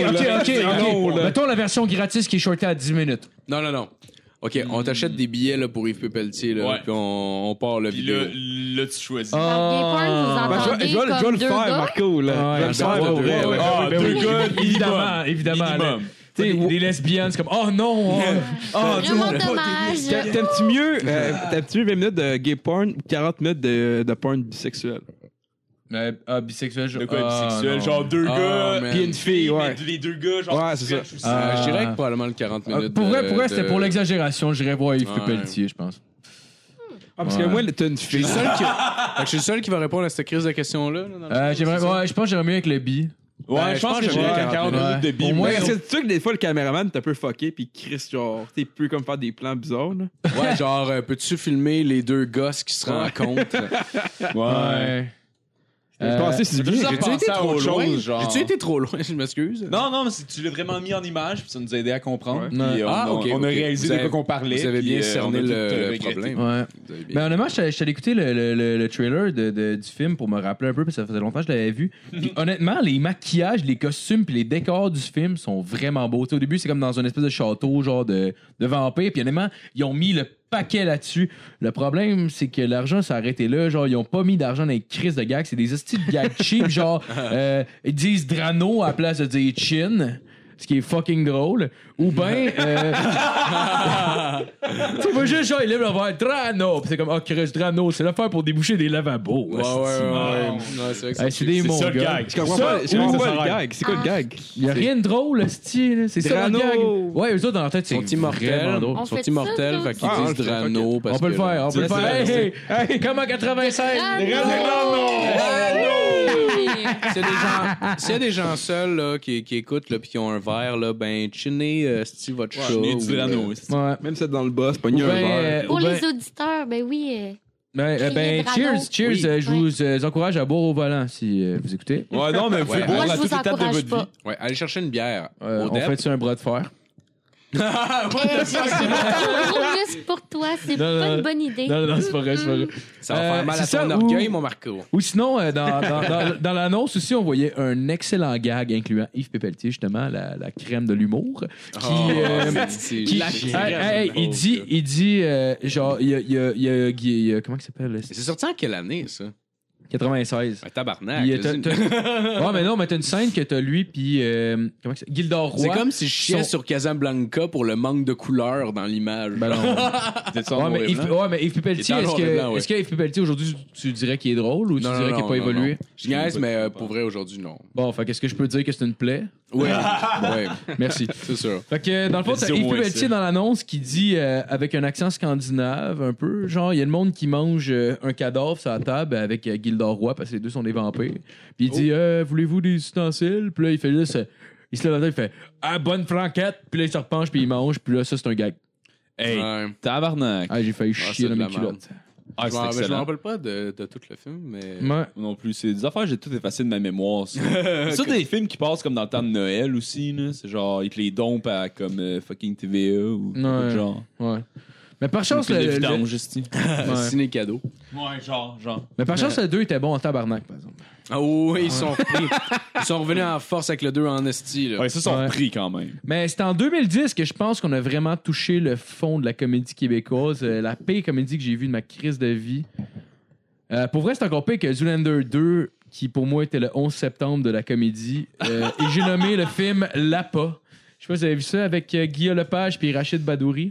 OK. Mettons la version gratis qui est shortée à 10 minutes. Non. OK, on t'achète des billets là, pour Yves Pépeltier, là, Ouais. puis on part le Puis vidéo. là, tu choisis. Dans le gay porn, vous Ben, entendez je vais comme le deux faire, gars. Marco. Là. Ouais, Je vais le faire de ouais, vrai. ouais, là. Ah, ben 2 oui. gars, Évidemment. minimum. Tu sais, des lesbiennes, c'est comme, oh non! Vraiment dommage. T'aimes-tu mieux 20 minutes de gay porn ou 40 minutes de porn bisexuel? Bisexuel, De quoi, bisexuel? non. Genre 2 Ah, gars, man. Puis une fille, ouais. mais les 2 gars, genre. Ouais, c'est ça. aussi. Je dirais que probablement le 40 minutes. Pour vrai, de- c'était pour l'exagération. J'irais voir Yves Ouais. Pépeltier, je pense. Ah, parce que Ouais. moi, t'as une Je suis fille. le seul qui... Fait que je suis le seul qui va répondre à cette crise de questions-là. là, dans le fond, J'aimerais, c'est ça? ouais, je pense que j'aimerais mieux avec le bi. Ouais, je pense que j'aimerais j'aimerais 40 ouais. minutes de bille. Au moins, mais- Parce que tu sais que des fois, le caméraman t'es un peu fucké, puis Chris, genre, t'es plus comme faire des plans bizarres, là. Ouais, genre, peux-tu filmer les 2 gosses qui se rencontrent? Ouais. Je pensais que c'est bien. J'ai-tu J'ai-tu été trop loin? genre? J'ai-tu été trop loin? Je m'excuse. Non, mais c'est que tu l'as vraiment mis en image, puis ça nous a aidé à comprendre. Ouais. Puis on a réalisé de quoi qu'on parlait. Vous avez puis, bien on cerné a tout, le regretté. problème. Ouais. Vous avez bien- Mais honnêtement, j'étais allé écouter le trailer du film pour me rappeler un peu, parce que ça faisait longtemps que je l'avais vu. Puis honnêtement, les maquillages, les costumes, puis les décors du film sont vraiment beaux. Tu sais, au début, c'est comme dans une espèce de château, genre de vampire. Puis honnêtement, ils ont mis le paquet là-dessus. Le problème, c'est que l'argent s'est arrêté là. Genre, ils ont pas mis d'argent dans les crises de gags. C'est des hosties de gags cheap. Genre, ils disent Drano à la place de dire Chin. Ce qui est fucking drôle. Ou ben. Tu vois juste, genre, il lève le verre, Drano. Puis c'est comme, oh, Chris, Drano, c'est l'affaire pour déboucher des lavabos. Ouais, c'est vrai que C'est des C'est monts ça le gars. gag. Je comprends Ça, pas, je comprends ou- pas le gag. C'est quoi le gag? Il y a rien de drôle, le style. C'est ça le Drano. gag. Ouais, eux autres, dans leur tête, c'est Ils sont immortels. vraiment drôle. On Ils sont fait ça, immortels, nous fait autres. qu'ils Ah, disent on le fait, Drano. parce On peut le que- faire, on peut le Ça, faire. c'est- Hey, comme en 96. S'il y a des gens, s'il y a des gens seuls là, qui écoutent là, puis qui ont un verre, là, ben, chinez Steve votre chat. Chinez ou- du Drano, c'est- Ouais. Même si c'est dans le boss, pogner un Ou ben, verre. Pour ou ben- les auditeurs, ben oui. Ben, Drano. cheers. Oui. Je vous encourage à boire au volant si vous écoutez. Ouais, non, mais vous pouvez Ouais. boire Moi, à je toutes vous les étapes de encourage votre pas. vie. Ouais, allez chercher une bière. On Au fait-tu un bras de fer? C'est trop muscle pour toi, c'est Non, pas non. une bonne idée. Non, c'est pas vrai, c'est pas vrai. Ça va faire mal à c'est ton ça, orgueil, ou- mon Marco. Ou sinon, dans l'annonce aussi, on voyait un excellent gag incluant Yves Pépeltier, justement, la crème de l'humour. Qui- il dit, genre, il y a comment il s'appelle? C'est sorti en quelle année, ça? 96. Un tabarnak. Puis, ouais, mais non, mais t'as une scène que t'as lui, puis Gildor Roy. C'est comme si je chiais sur Casablanca pour le manque de couleur dans l'image. Ben non. mais Yves Pelletier, est-ce que Yves Pelletier, aujourd'hui, tu dirais qu'il est drôle ou tu dirais qu'il n'a pas évolué? Non. Je niaise, mais pour vrai, aujourd'hui, non. Bon, fait qu'est-ce que je peux dire que c'est une plaie? Oui, ouais. Merci. C'est sûr. Fait que dans le fond, t'as Yves Pelletier dans l'annonce qui dit avec un accent scandinave un peu, genre il y a le monde qui mange un cadavre sur la table avec Gildor Roy parce que les deux sont des vampires. Puis il dit voulez-vous des ustensiles? Puis là il fait juste il se lève la tête, il fait bonne flanquette, puis là il se repenche puis il mange, puis là ça c'est un gag. Hey, Ouais. tabarnak. Ah, j'ai failli chier dans mes culottes. Ah, c'est Je me excellent. rappelle pas de tout le film, mais. Ouais. Non plus, c'est des affaires, j'ai tout effacé de ma mémoire. Ça. C'est des films qui passent comme dans le temps de Noël aussi. Là. C'est genre, ils te les dompent à comme fucking TVA ou Ouais. genre. Ouais. Mais par chance, le le- vidange, juste. Ouais. Ciné cadeau. Ouais, genre. Mais par chance, le 2 était bon en tabarnak, par exemple. Ah oui, ils sont repris. Ils sont revenus en force avec le 2 en esti. Là. Ouais, ça, sont Ouais. pris quand même. Mais c'est en 2010 que je pense qu'on a vraiment touché le fond de la comédie québécoise. La pire comédie que j'ai vue de ma crise de vie. Pour vrai, c'est encore pire que Zoolander 2, qui pour moi était le 11 septembre de la comédie. Et j'ai nommé le film L'Appât. Je sais pas si vous avez vu ça avec Guillaume Lepage puis Rachid Badouri.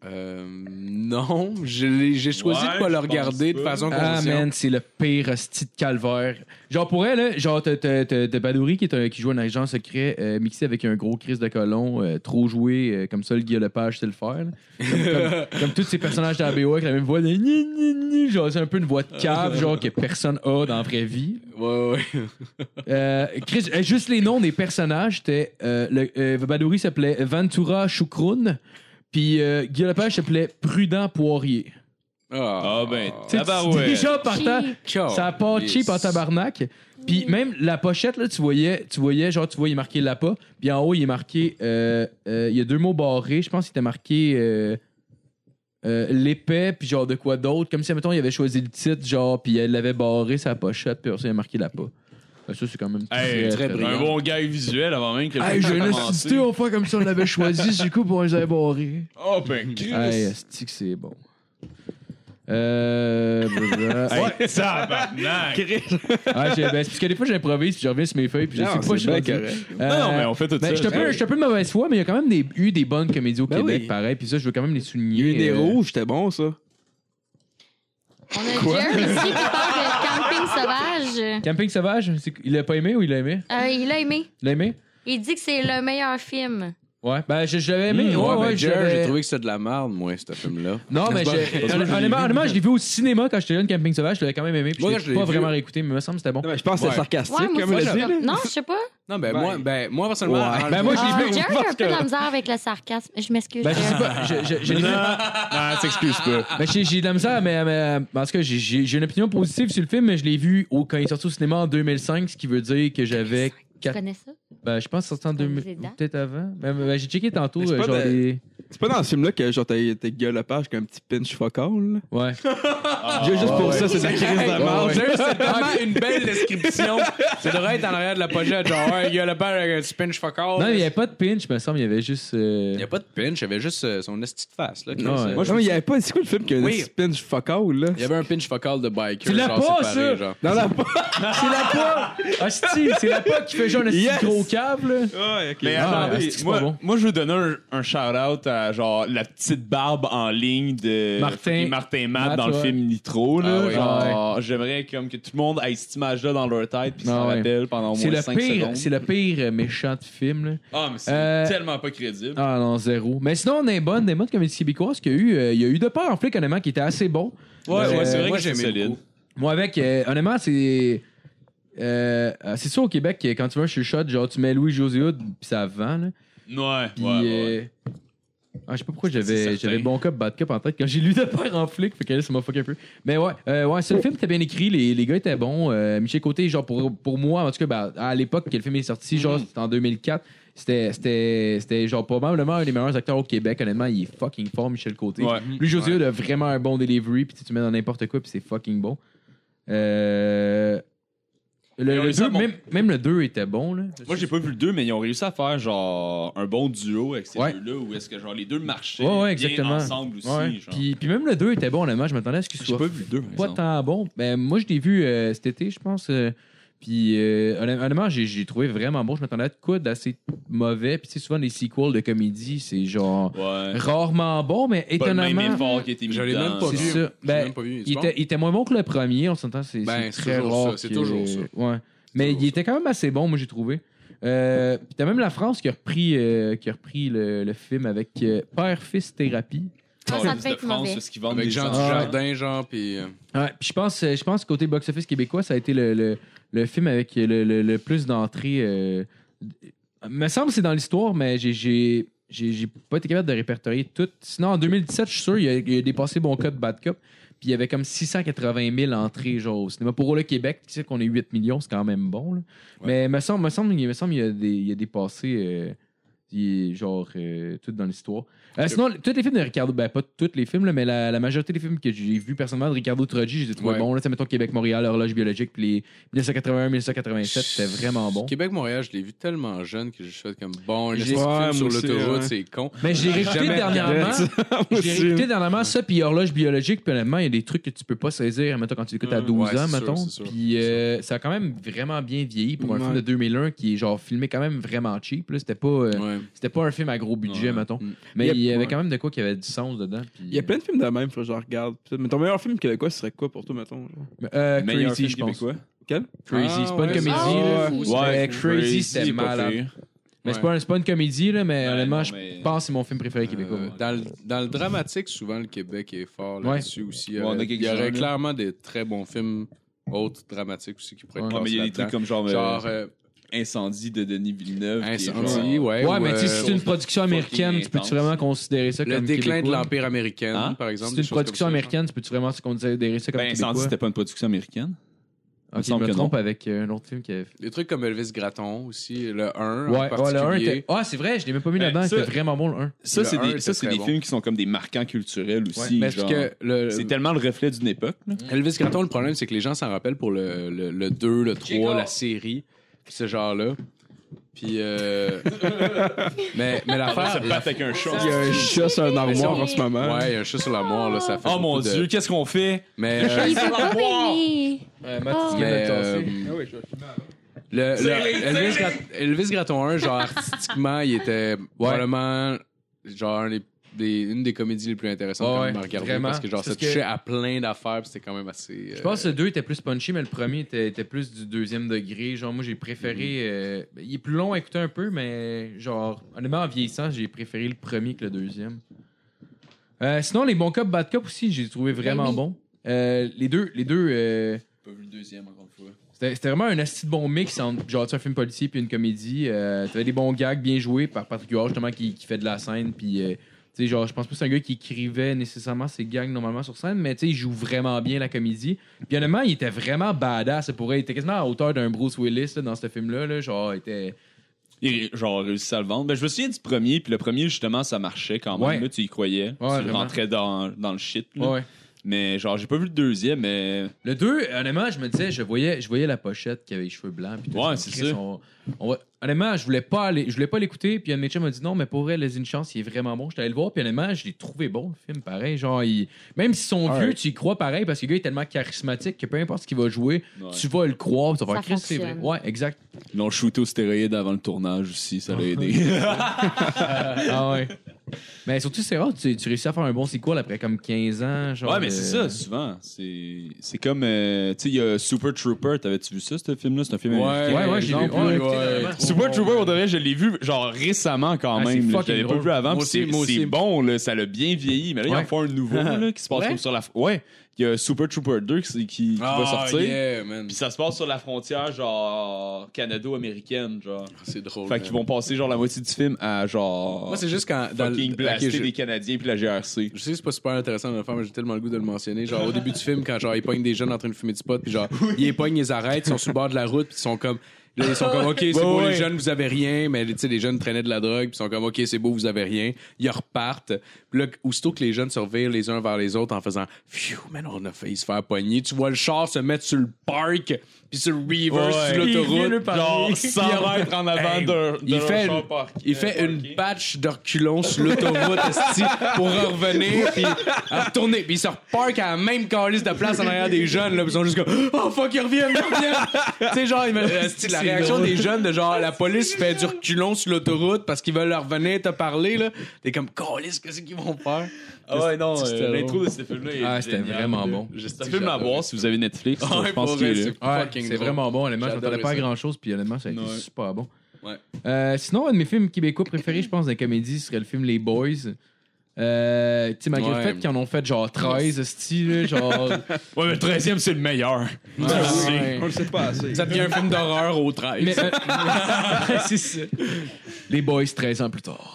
Non, j'ai choisi Ouais, de pas le je regarder de pense pas. façon Ah consciente. man, c'est le pire hostie de calvaire. Genre pour elle, là, genre t'as Badouri qui joue un agent secret mixé avec un gros Chris de colon, trop joué comme ça le Guillaume Lepage sait le faire. Là. Comme tous ces personnages de la BO avec la même voix de ni, ni, ni, genre c'est un peu une voix de cave genre que personne a dans la vraie vie. Ouais. Chris, juste les noms des personnages, c'était Badouri s'appelait Ventura Choucroune, puis Guillaume Lepage s'appelait Prudent Poirier. Ah, ben, Tu sais, tabarouette. déjà partant, Cheap. ça a pas cheap en tabarnak. Puis même la pochette, là, tu voyais, genre, il est marqué Lapa. Puis en haut, il est marqué, il y a deux mots barrés. Je pense qu'il était marqué l'épais, puis genre de quoi d'autre. Comme si, mettons, il avait choisi le titre, genre, puis elle l'avait barré sa pochette, puis après ça, il a marqué Lapa. Ça, c'est quand même Hey, très brillant. un bon gag visuel avant même que le Hey, film j'ai une commence. acidité, on fait comme ça, on l'avait choisi, du coup, pour les avoir barrés. Oh, ben, Chris. Hey, asti que c'est bon. Hey, tabarnak. C'est parce que des fois j'improvise puis je reviens sur mes feuilles puis je sais pas je suis rendu. Non, mais on fait tout ça. Je suis un peu de mauvaise foi, mais il y a quand même eu des bonnes comédies au Ben Québec, oui. pareil. Puis ça, je veux quand même les souligner. Il y a eu des rouges, c'était bon, ça. On a Jerry aussi qui parle de Camping Sauvage. Camping Sauvage, il l'a pas aimé ou il l'a aimé? Il l'a aimé. Il l'a aimé? Il dit que c'est le meilleur film. Ouais. Ben, je l'avais aimé. Ouais, je Jer, l'avais- j'ai trouvé que c'était de la merde, moi, ce film-là. Non, mais honnêtement, je l'ai vu au cinéma quand j'étais jeune, Camping Sauvage. Je l'avais quand même aimé. Puis Moi, je je l'ai l'ai pas vu. vraiment réécouté, mais il me semble que c'était bon. Non, mais je pense que Ouais. c'est sarcastique, Ouais, moi comme aussi, il a dit. je- là. Non, je sais pas. Non, moi, personnellement. Ouais. Ben, moi, je l'ai vu. Jerry a un peu de la misère avec le sarcasme. Je m'excuse. Ben, je sais pas. Je l'ai vu. Non, s'excuse pas. Ben, j'ai de la misère, mais en tout cas, j'ai une opinion positive sur le film, mais je l'ai vu quand il est sorti au cinéma en 2005, ce qui veut dire que j'avais. Tu connais ça? Ben, je pense que c'est sorti en Ça 2000. faisait dents. Peut-être avant. Ben, j'ai checké tantôt, Mais c'est pas genre de- des. C'est pas dans ce film-là que genre t'as Guillaume Lepage qui a un petit pinch focal, là. Ouais. Juste pour ça, c'est de la crise de merde. C'est tellement une belle description. Ça devrait être en arrière de la pochette, genre, ouais, il y a le père avec un petit pinch focal. Non, il n'y avait pas de pinch, me semble. Il y avait juste. Il n'y a pas de pinch, il y avait juste son esti de face. Là, Ouais. Moi, je il y avait pas. C'est quoi le film qui a un Oui. petit pinch focal, là? Il y avait un pinch focal de biker. Tu l'as genre, pas, séparé, ça? genre. Dans la C'est la pas! Hostie, c'est la pas qui fait genre un esti Yes! de gros câble, là. Ouais, ok. Mais Ah, attendez, c'est pas bon. moi, je veux donner un shout-out à genre la petite barbe en ligne de Martin Matt dans ouais. le film Nitro. Là, Ah ouais. genre, j'aimerais comme que tout le monde ait cette image-là dans leur tête puis s'en Ah ouais. rappelle pendant au C'est moins le 5 pire, secondes. c'est le pire méchant de film, là. Ah, mais c'est Euh, tellement pas crédible. Ah non, zéro. Mais sinon, on a des bonnes comédies québécoises qu'il y a eu. Il y a eu De Peur en flic, honnêtement, qui était assez bon. Ouais, c'est vrai moi, que c'est j'aimais solide. beaucoup. Moi, avec, honnêtement, c'est sûr au Québec, que quand tu vas chez le shot, genre, tu mets Louis-José Hood, puis ça vend, là. Ouais, Puis, ouais. je sais pas pourquoi C'est j'avais certain. bon cop, bad cop en tête quand j'ai lu De Peur en flic, fait que là, ça m'a fucké un peu. Mais ouais, c'est le film était bien écrit, les gars étaient bons. Michel Côté, genre, pour moi, en tout cas, ben, à l'époque que le film est sorti, genre, c'était en 2004. C'était genre probablement un des meilleurs acteurs au Québec. Honnêtement, il est fucking fort, Michel Côté. Ouais. Lui, José a vraiment un bon delivery, puis tu mets dans n'importe quoi, puis c'est fucking bon. Le réussi 2, à mon- même le 2 était bon. Là. Moi, j'ai pas vu le 2, mais ils ont réussi à faire genre un bon duo avec ces Ouais. deux-là où est-ce que genre les deux marchaient Ouais, bien exactement. ensemble aussi. Ouais. Genre. Puis même le 2 était bon, honnêtement. Je m'attendais à ce qu'il J'ai soit pas vu le 2, pas tant bon. Ben, moi, je l'ai vu cet été, je pense. Puis honnêtement, j'ai trouvé vraiment bon. Je m'attendais à de quoi d'assez mauvais. Puis tu sais, souvent, les sequels de comédie, c'est genre Ouais. rarement bon, mais Pas le même étonnamment. effort qui a été mis Je l'ai dedans. même pas C'est vu. ça. Je l'ai Ben, même pas vu. il était moins bon que le premier, on s'entend, c'est Ben, c'est c'est très toujours rare. ça, c'est que- toujours ça. Ouais. Mais toujours il ça. était quand même assez bon, moi j'ai trouvé. Puis t'as même la France qui a repris le film avec Père-Fils Thérapie. Ah, ça devait être mauvais. parce qu'ils vendent Avec des Jean enfants. Dujardin, genre, puis... Ouais, puis je pense qu'au côté box-office québécois, ça a été le film avec le plus d'entrées. Me semble que c'est dans l'histoire, mais j'ai pas été capable de répertorier tout. Sinon, en 2017, je suis sûr, il y a dépassé Bon Cop, Bad Cop. Puis il y avait comme 680 000 entrées genre, au cinéma. Pour le Québec, tu sais qu'on est 8 millions, c'est quand même bon. Là. Mais me semble il a dépassé tout dans l'histoire. Sinon, tous les films de Ricardo, ben pas tous les films, là, mais la majorité des films que j'ai vus personnellement de Ricardo Troggi, je les ai trouvés Ouais. bons. Là, mettons Québec-Montréal, Horloge biologique, puis les 1981-1987, c'était vraiment bon. Québec-Montréal, je l'ai vu tellement jeune que j'ai fait comme bon, J'ai- le film Ouais, sur moi aussi, l'autoroute, ouais. c'est con. Mais je l'ai réécouté Jamais dernièrement. Moi J'ai aussi. réécouté dernièrement ça, puis Horloge biologique, puis honnêtement, il y a des trucs que tu peux pas saisir, mettons, quand tu l'écoutes à 12 Ouais, ans, c'est sûr, mettons. c'est sûr. Puis ça a quand même vraiment bien vieilli pour un Ouais. film de 2001 qui est genre filmé quand même vraiment cheap. Là. C'était pas un film à gros budget, Ouais. mettons. Mm. Mais il y avait ouais. quand même de quoi qui avait du sens dedans. Puis, Il y a plein de films de même, faut que je regarde. Mais ton meilleur film québécois, ce serait quoi pour toi, mettons? Genre? Meilleur Crazy, film je pense. québécois. Quel? Crazy, c'est pas une ouais, comédie. Ah, là. ouais. C'était Crazy, c'était c'est pas malade. pire. Mais c'est pas une comédie, là, mais Ouais, honnêtement, non, je mais- pense que c'est mon film préféré québécois. Dans le dramatique, souvent, le Québec est fort là-dessus aussi. Ouais, on a Il y quelques-uns, aurait là. clairement des très bons films autres dramatiques aussi qui pourraient Ouais. être Ouais, mais il y a des là-dedans. trucs comme genre, Genre Incendie de Denis Villeneuve. qui est Incendie, genre- ouais. Ouais, mais tu sais, ou, si c'est une production américaine, tu peux-tu vraiment considérer ça le comme déclin de québécois? l'Empire américain, Hein? par Si exemple. c'est des une choses comme production ça, américaine, tu peux-tu vraiment considérer ça comme Ben, québécois? Incendie, c'était pas une production américaine. Ok, me je semble me que trompe non. avec un autre film qui avait fait. Des trucs comme Elvis Gratton aussi, le 1 en Ouais, le 1 particulier. était. Ah, c'est vrai, je l'ai même pas mis Ben, là-dedans. ça- C'était vraiment bon, le 1. Ça, Le c'est un des, était ça, c'est très des bon. films qui sont comme des marquants culturels aussi. Mais genre. est-ce que C'est tellement le reflet d'une époque. là. Elvis Gratton, le problème, c'est que les gens s'en rappellent pour le 2, le 3, la série, ce genre-là. Puis, mais l'affaire... avec un chat. Il y a un chat sur un Mais armoire ça- en ce moment. Ouais, il y a un chat sur l'armoire, là, ça fait Oh mon beaucoup de- Dieu, qu'est-ce qu'on fait? Mais, Il peut pas baigner. Mathis, mais, Ah Elvis Gratton 1, genre, artistiquement, il était probablement, genre, une des comédies les plus intéressantes Ouais, quand ouais, même à regarder. vraiment. Parce que, genre, Parce ça que- touchait à plein d'affaires, puis c'était quand même assez... Je pense que le 2 était plus punchy, mais le premier était plus du deuxième degré. Genre, moi, j'ai préféré. Il est plus long à écouter un peu, mais genre, honnêtement, en vieillissant, j'ai préféré le premier que le deuxième. Sinon, les bons cop, bad cop aussi, j'ai trouvé vraiment oui. bons. Les deux. Pas vu le deuxième, encore une fois. C'était vraiment un asti de bon mix entre genre, tu sais, un film policier puis une comédie. T'avais des bons gags bien joués par Patrick Huard, justement, qui fait de la scène. Puis, tu sais, genre, je pense pas que c'est un gars qui écrivait nécessairement ses gags normalement sur scène, mais tu sais, il joue vraiment bien la comédie. Puis, honnêtement, il était vraiment badass. Il était quasiment à la hauteur d'un Bruce Willis là, dans ce film-là. Là, genre, il était. Genre, réussi à le vendre. Ben, je me souviens du premier, puis le premier, justement, ça marchait quand même. Ouais. Là, tu y croyais. Ouais, tu vraiment. rentrais dans le shit. là. Ouais. Mais genre, j'ai pas vu le deuxième, mais. Le 2, honnêtement, je me disais, je voyais la pochette qui avait les cheveux blancs. Puis tout, Ouais, je me c'est disais, ça. honnêtement, je voulais pas l'écouter. Puis un de mes chums m'a dit non, mais pour vrai, laisse une chance, il est vraiment bon. J'étais allé le voir. Puis honnêtement, je l'ai trouvé bon, le film, pareil. Genre, même s'ils sont vieux, tu y crois pareil parce que le gars est tellement charismatique que peu importe ce qu'il va jouer, Ouais. tu vas le croire. Tu vas faire Ça Chris, c'est vrai. fonctionne. Ouais, exact. Ils l'ont shooté aux stéroïdes avant le tournage aussi, ça l'a aidé. Ah ouais. Mais surtout, c'est rare, tu réussis à faire un bon sequel après comme 15 ans. Genre, Ouais, mais c'est ça, souvent. C'est comme. Tu sais, il y a Super Trooper. T'avais-tu vu ça, ce film-là? C'est un film américain. Ouais, je l'ai vu. exemple, Ouais, ouais, écoutez, ouais. vraiment. Super Trooper, on dirait, je l'ai vu genre récemment quand Ah, c'est même. là. Je fucking l'avais pas drôle. vu avant. Moi puis aussi, moi c'est aussi. bon, là, ça l'a bien vieilli. Mais là, il y en Ouais. fait un nouveau là, qui se passe Ouais? comme sur la. Ouais, il y a Super Trooper 2 qui va sortir. Yeah, man. Puis ça se passe sur la frontière, genre, canado-américaine, genre. C'est drôle. Fait qu'ils vont passer, genre, la moitié du film à, genre. Moi, c'est juste quand. fucking blaster ok, les Canadiens puis la GRC. Je sais que c'est pas super intéressant de le faire, mais j'ai tellement le goût de le mentionner. Genre, au début du film, quand genre, ils pognent des jeunes en train de fumer du pot, puis genre, ils les pognent, ils les arrêtent, ils sont sur le bord de la route, puis ils sont comme. Là, ils sont comme, OK, c'est beau, ouais. les jeunes, vous avez rien. Mais, tu sais, les jeunes traînaient de la drogue. Puis ils sont comme, OK, c'est beau, vous avez rien. Ils repartent. Puis là, aussitôt que les jeunes se revirent les uns vers les autres en faisant, phew, man, on a failli se faire pogner. Tu vois le char se mettre sur le parc, puis sur le reverse, Ouais. sur Il vient l'autoroute. de Genre 100 mètres en avant Hey, d'un il fait char une- parqué. Il fait une patch de reculons sur l'autoroute esti, pour revenir puis retourner. Puis il se reparque à la même calice de place en arrière des jeunes. Là, puis ils sont juste comme « Oh fuck, ils reviennent, ils reviennent! » Tu sais, genre, esti, la réaction des jeunes de genre la police fait du reculon sur l'autoroute parce qu'ils veulent leur revenir te parler. Là. T'es comme « Calice, qu'est-ce qu'ils vont faire? » Ah ouais, non, C'était l'intro de ce film-là est Ah, c'était génial, vraiment là. bon. C'est un film à voir si vous avez Netflix. Ah ouais, je pense pour qu'il est vrai, là. Ouais, fucking c'est drôle. vraiment bon, honnêtement. Je m'attendais J'adorais pas à ça. grand-chose, puis honnêtement, ça a été Ouais. super bon. Ouais. Sinon, un de mes films québécois préférés, je pense, des comédies, serait le film Les Boys. Tu sais, malgré le Ouais. fait qu'ils en ont fait genre 13, style, genre. Ouais, mais le 13e, c'est le meilleur. Ouais. On le sait pas assez. Ça devient un film d'horreur au 13. Mais, c'est ça. Les Boys, 13 ans plus tard.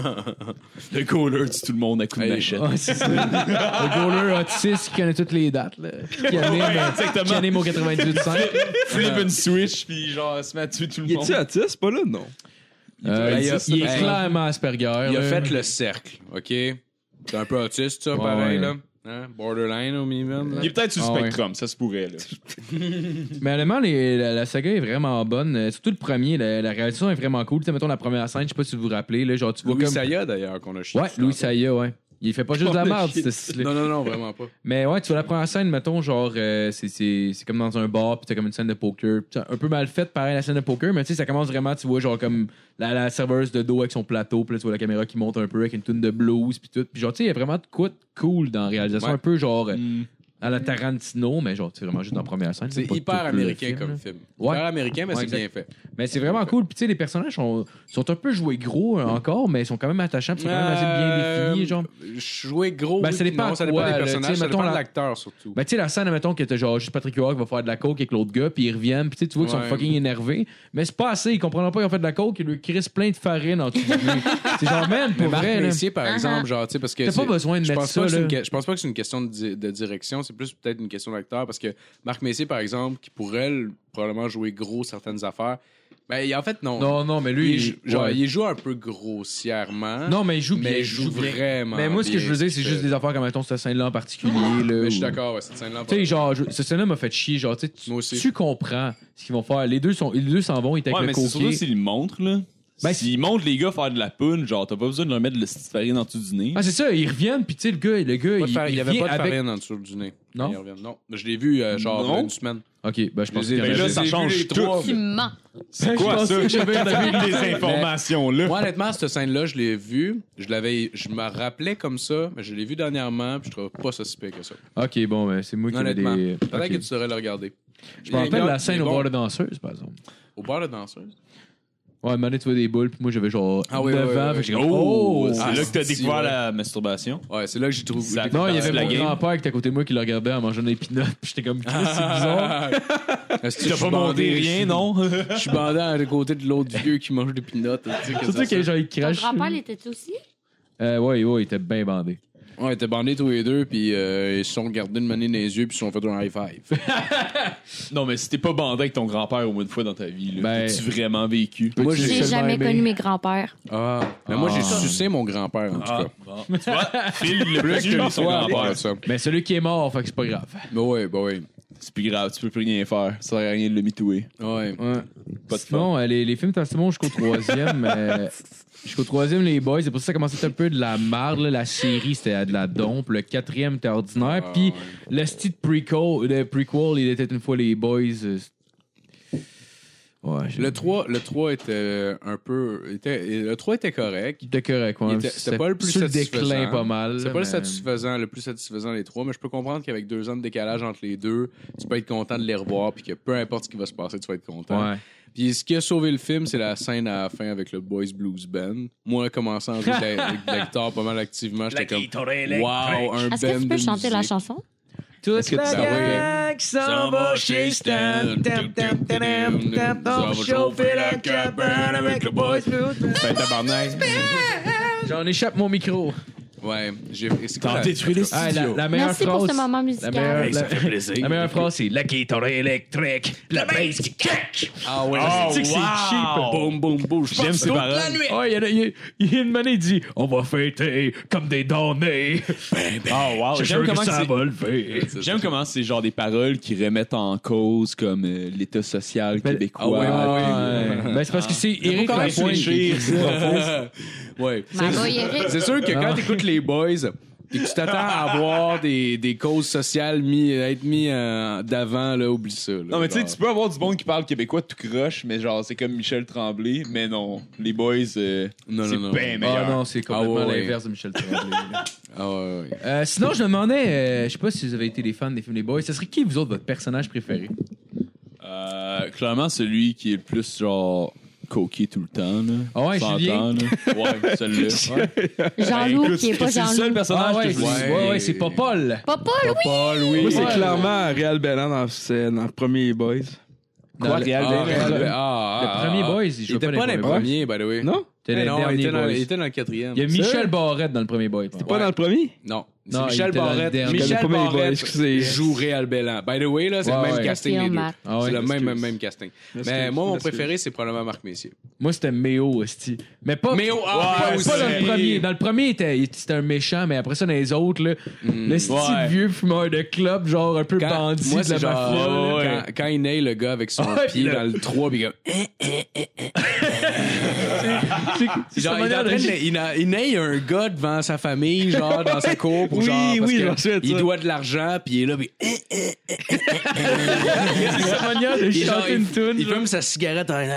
Le goaler tue tout le monde à coups de Hey, machette. Ouais, c'est ça. Le goaler autiste qui connaît toutes les dates, là. Qui anime, exactement. qui anime au 98.5. Flip une switch, puis genre, se met à tuer tout le Il monde. est-tu autiste? Pas là, non. Il est Hey. clairement Asperger. Il a là. fait le cercle, OK? C'est un peu autiste, ça, Ouais, pareil, ouais. là. Hein? Borderline au minimum. là. Il est peut-être sur le Ah ouais. spectrum, ça se pourrait. Là. Mais honnêtement, la saga est vraiment bonne. Surtout le premier, la réalisation est vraiment cool. Tu sais, mettons la première scène, je sais pas si vous vous rappelez, là, genre tu vois Louis comme. Saya, d'ailleurs, qu'on a chié. Ouais, Louis Saya, ouais. Il fait pas juste de la merde, ce style. Non, vraiment pas. Mais ouais, tu vois la première scène, mettons, genre, c'est comme dans un bar, puis t'as comme une scène de poker. Puis c'est un peu mal faite, pareil, la scène de poker, mais tu sais, ça commence vraiment, tu vois, genre, comme la serveuse de dos avec son plateau, puis là, tu vois la caméra qui monte un peu avec une tune de blues, puis tout. Puis genre, tu sais, il y a vraiment de quoi de cool dans la réalisation, Ouais. un peu genre à la Tarantino, mais genre, tu sais, vraiment juste dans la première scène. C'est pas hyper tout le américain film, comme là. film. Ouais. Hyper américain, mais Ouais, c'est bien exact. fait. Mais c'est vraiment cool. Puis tu sais, les personnages sont un peu joués gros encore, mais ils sont quand même attachants, puis ils sont quand même assez bien définis, genre. Jouer gros, Ben, oui, ça puis dépend non, ça quoi, dépend là, des tu sais, personnages, ça mettons dépend de la- l'acteur, surtout. Ben, tu sais, la scène, mettons, que t'as genre juste Patrick Huard qui va faire de la coke avec l'autre gars, puis ils reviennent, puis tu sais, tu vois qu'ils sont Ouais. fucking énervés. Mais c'est pas assez, ils comprennent pas qu'ils ont fait de la coke, ils lui crissent plein de farine en dessous du nez. C'est genre, man, Mais pour Marc vrai, là. Messier, par exemple, genre, tu sais, parce que. T'as pas c'est- besoin de je mettre pense ça, pas que c'est là. je pense pas que c'est une question de direction, c'est plus peut-être une question d'acteur, parce que Marc Messier, par exemple, qui pourrait probablement jouer gros certaines affaires, ben, en fait, non. Non, mais lui, il joue un peu grossièrement. Non, mais il joue bien. mais il joue bien. vraiment. Mais moi, ce que bien, je veux dire, c'est ce juste qu'il des affaires comme, mettons, cette scène-là en particulier, là. fait. Mais je suis où- d'accord, ouais, cette scène-là. Tu sais, genre, cette scène-là m'a fait chier. Genre, tu sais, Moi aussi. tu comprends ce qu'ils vont faire. Les deux s'en vont, ils étaient Ouais, avec mais le c'est surtout coquet. s'ils le montrent, là. Ben, S'ils montrent les gars faire de la poune, genre, t'as pas besoin de leur mettre de la petite farine en dessous du nez. Ah, c'est ça, ils reviennent, puis tu sais, le gars, Il n'y il avait vient pas de avec... farine en dessous du nez. Non? Quand ils reviennent. Non. Je l'ai vu, genre, Non? une semaine. Ok, ben je pense Je les ai- qu'il y en Ben a- là, je ça les ai change vus les tout. trois. Tu mens. C'est quoi pensais ça? que j'avais des informations-là. Moi, honnêtement, cette scène-là, je l'ai vue. Je me rappelais comme ça, mais je l'ai vue dernièrement, puis je trouve pas ça si pire que ça. Ok, bon, ben c'est moi qui ai Honnêtement. des... Peut-être Ok. que tu saurais le regarder. Je me rappelle la scène au bar de danseuse, par exemple. Au bar de danseuse? Ouais, demander tu vois des boules, puis moi j'avais genre Ah oui, 9 oui, ans, oui, fait que j'ai oui. comme, Oh! C'est Ah, là que t'as si, découvert ouais. la masturbation. Ouais, c'est là que j'ai trouvé. Ça- Non, il y avait la mon game. grand-père qui était à côté de moi qui le regardait en mangeant des peanuts, puis j'étais comme, Chris, c'est bizarre. Est-ce que Tu je t'as suis pas monté bandé? rien, non? Je suis bandé à côté de l'autre vieux qui mange des peanuts. Surtout que genre, il Ton crache. grand-père l'était aussi? Ouais, il était bien bandé. Ouais, ils étaient bandés tous les deux, puis ils se sont regardés de manière dans les yeux, puis ils se sont fait un high five. Non, mais si t'es pas bandé avec ton grand-père au moins une fois dans ta vie, là, Ben- t'as-tu vraiment vécu? Moi, Peux-tu J'ai seulement jamais aimer? connu mes grands-pères. Ah. Mais moi, j'ai Ah. sucé mon grand-père, en tout cas. bon. Tu vois, Phil, le plus Une que son fois, grand-père. ouais, ça. Mais celui qui est mort, fait que c'est pas grave. Bah ouais. C'est plus grave, tu peux plus rien faire. Ça sert à rien de le mitouer. Ouais. Ouais. Pas de Sinon, les films étaient assez bons jusqu'au troisième. Jusqu'au troisième, les boys, c'est pour ça que ça commençait à être un peu de la marde. Là. La série, c'était de la dompe. Le quatrième était ordinaire. Ah, Puis ouais. le style prequel, il était une fois les boys. Ouais, Le 3 était un peu. Le 3 était correct. C'était correct. Ouais. C'était pas le plus sur le satisfaisant. déclin pas mal. C'est là, pas mais- le plus satisfaisant les trois, mais je peux comprendre qu'avec 2 ans de décalage entre les deux, tu peux être content de les revoir, puis que peu importe ce qui va se passer, tu vas être content. Ouais. Puis ce qui a sauvé le film, c'est la scène à la fin avec le Boys Blues Band. Moi, commençant à jouer de la guitare pas mal activement, j'étais comme wow, un Est-ce band que tu de peux chanter la musique. chanson? Toute la gang s'en va chez Stan. va chauffer la cabane avec le Boys Ben, tabarnak. J'en échappe mon micro. Ouais. C'est quoi T'en la- détruis les Ah, studios. la meilleure Merci phrase. pour ce moment musical. La meilleure phrase, c'est la guitare électrique, la bass qui claque. Ah ouais. Oh, c'est que c'est cheap. wow. Boum, boum, boum. Je J'aime pense ces toute paroles. la nuit. Oh, il y a une manée, il dit on va fêter comme des damnés. Oh, wow. C'est J'aime sûr que comment ça c'est... va le faire. J'aime comment c'est genre des paroles qui remettent en cause comme l'état social québécois. Ouais. Ben, c'est parce que c'est Éric Faut Lapointe qui écrit ça. Ouais. Ma boy Eric. C'est sûr que quand t'écoutes les boys et que tu t'attends à avoir des causes sociales être mis d'avant, là, oublie ça. Là, Non, mais tu sais, genre. tu peux avoir du monde qui parle québécois tout croche, mais genre, c'est comme Michel Tremblay, mais non. Les boys, Non, c'est non. bien meilleur. Ah non, c'est complètement Ah ouais. l'inverse de Michel Tremblay. Ah ouais, ouais. Sinon, je me demandais, je sais pas si vous avez été des fans des films Les Boys, ce serait qui, vous autres, votre personnage préféré? Clairement, celui qui est le plus, genre, coqué tout le temps, là. Ah ouais, S'entend, Julien? là. Ouais, celui-là. Ouais. Jean-Loup, Écoute, qui est pas c'est le seul Jean-Loup. personnage Ah ouais, que je c'est, ouais, c'est pas Paul. Papa, Louis! Paul, oui. Moi, c'est Ouais. clairement Réal Bellan dans le premier Boys. Dans le- Réal Ah, Bellan? Le premier Boys, il Il jouait était pas dans les premiers, by the way. Non? C'était Eh le non, dernier il était Boys. il était dans le quatrième. Il y a Michel Sérieux? Barrette dans le premier Boys. Pas dans le premier? Non. C'est Non, il Michel était dans le Barrette. dernier. Je Michel connais pas mes boys, Barrette excusez. joue Réal Bellan. By the way, là, c'est Ouais, le même ouais. casting les deux. Matt. Ah ouais, C'est le excuse. même casting. Mais Excuse, moi, mon excuse. préféré, c'est probablement Marc Messier. Moi, c'était Méo, esti. Mais pas. Méo, pas, ah, pas aussi. dans le premier. Dans le premier, c'était un méchant, mais après ça, dans les autres, là, le style Ouais. vieux fumeur de club, genre un peu bandit moi, de la c'est genre, mafia. là. ouais. quand il naît le gars avec son Ouais, pied puis là- dans le 3, puis il C'est genre, sa il est en manière train de- il naît un gars devant sa famille, genre, dans sa cour, pour Oui, genre, parce oui, que je m'en souviens de il ça. doit de l'argent, puis il est là, puis C'est sa manière de puis genre, chanter une tune. il genre. fume sa cigarette en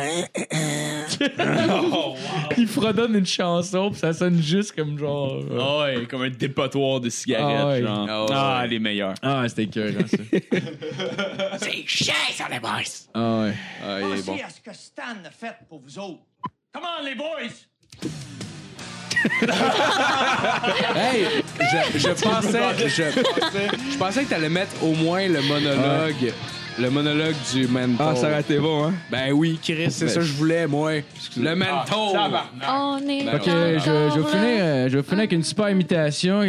Il fredonne une chanson, puis ça sonne juste comme genre. Ah ouais, comme un dépotoir de cigarettes, Ah ouais. genre. Ah ouais. Ah, les meilleurs. Ah, c'était écœurant, ça. C'est cher, ça, les boys! Ah, ouais. Ah, il est Pensez bon. à ce que Stan a fait pour vous autres. Comment les boys? Hey, je pensais que t'allais mettre au moins le monologue du menthol. Ah, ça aurait été bon, hein? Ben oui, Chris, c'est ça que je voulais, moi. Le menthol. On est Ok, je vais finir avec une super imitation.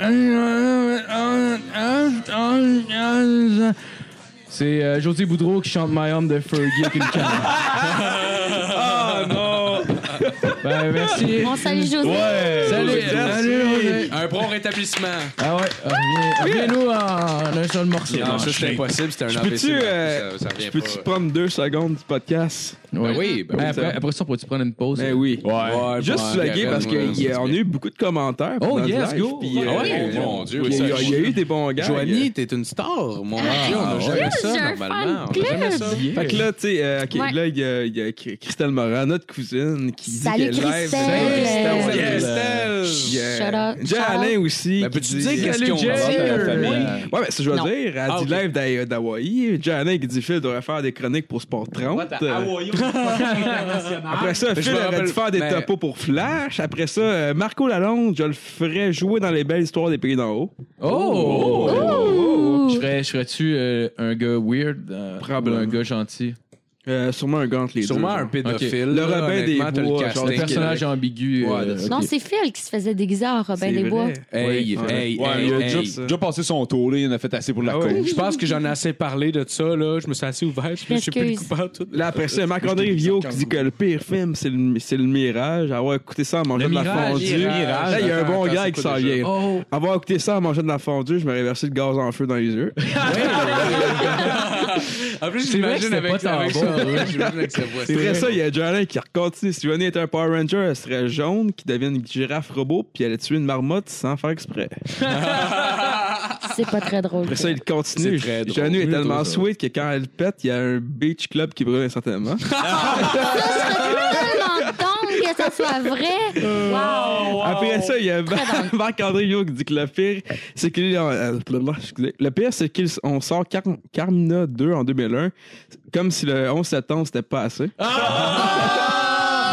C'est José Boudreau qui chante My Home de Fergie avec une canne. Ah, non! Ben, merci. On salue José. Salut, salut, José. Un bon rétablissement. Ah ouais, reviens-nous en un seul morceau. Non, ça, c'est impossible, c'était un AVC. Ça revient Peux-tu pas. prendre 2 secondes du podcast? Ouais. oui, ben oui, après ça, pourrais-tu prendre une pause? Ben oui. Ouais, Juste bon, flaguer Garen, parce ouais, qu'on a eu beaucoup de commentaires. Oh, pendant le yes, live, go. puis, Ah ouais, mon Dieu. il y a eu des bons gars. Joanie, t'es une star, mon Dieu. On n'a ouais. jamais ça, J'ai un normalement. fan On n'a jamais ça. club. Fait que là, tu sais, OK, Ouais. là, il y a Christelle Morin, notre cousine, qui dit Salut, qu'elle live. Christelle. Salut, Yes, Christelle. Steph. Il y a Shut up. Jay Shout Alain aussi. Ben, qui peux-tu dit- dire qu'est-ce Salut, qu'on Jay. va ta famille. Ouais, mais ça, je veux Non. dire. Elle Ah, dit ok. live d'Hawaï. Jay Alain qui dit Phil devrait faire des chroniques pour Sport 30. Après ça, Mais je Phil me aurait rappelle- dû faire des mais- topos pour Flash. Après ça, Marco Lalonde, je le ferais jouer dans les belles histoires des pays d'en haut. Oh! Je ferais-tu un gars weird ou Probablement. un gars gentil? Sûrement un gars entre les Sûrement deux. un pédophile. Le là, Robin des honnêtement, t'as le Bois, casting. genre Un personnage ambigu. Ouais, ok. Non, c'est Phil qui se faisait déguiser en Robin C'est des Bois. vrai. Hey, Ouais. hey, Ouais, hey, il a hey. déjà passé son tour, là. Il en a fait assez pour la Ah ouais. cause. Je pense que j'en ai assez parlé de ça, là. Je me suis assez ouvert. Je sais plus le m'excuse. coupable. Tout. Là, après ça, Marc-André Vio qui dit que le pire film, c'est le Mirage. Avoir écouté ça en mangeant de la Mirage, fondue. Mirage. Là, il y a un bon Attends, gars c'est qui quoi s'en déjà? vient. Oh! Avoir écouté ça en mangeant de la fondue, je me versé le gaz en feu dans les yeux. En plus, C'est vrai que j'imagine c'était avec pas tant avec bon, ça. hein. J'imagine avec sa voix. Après ça, il y a Joanne qui continue. Si Joanne était un Power Ranger, elle serait jaune, qui devient une girafe robot, puis elle a tué une marmotte sans faire exprès. C'est pas très drôle. Après ça, il continue. C'est très drôle. Joanne est Oui, tellement toi, ça. sweet que quand elle pète, il y a un beach club qui brûle instantanément. Tellement dingue que ça soit vrai. Wow. Après ça, il y a Marc-André Vio qui dit que le pire, c'est qu'il excusez. Le pire, c'est qu'on sort Carmina 2 en 2001, comme si le 11 septembre, c'était pas assez. Il y a vraiment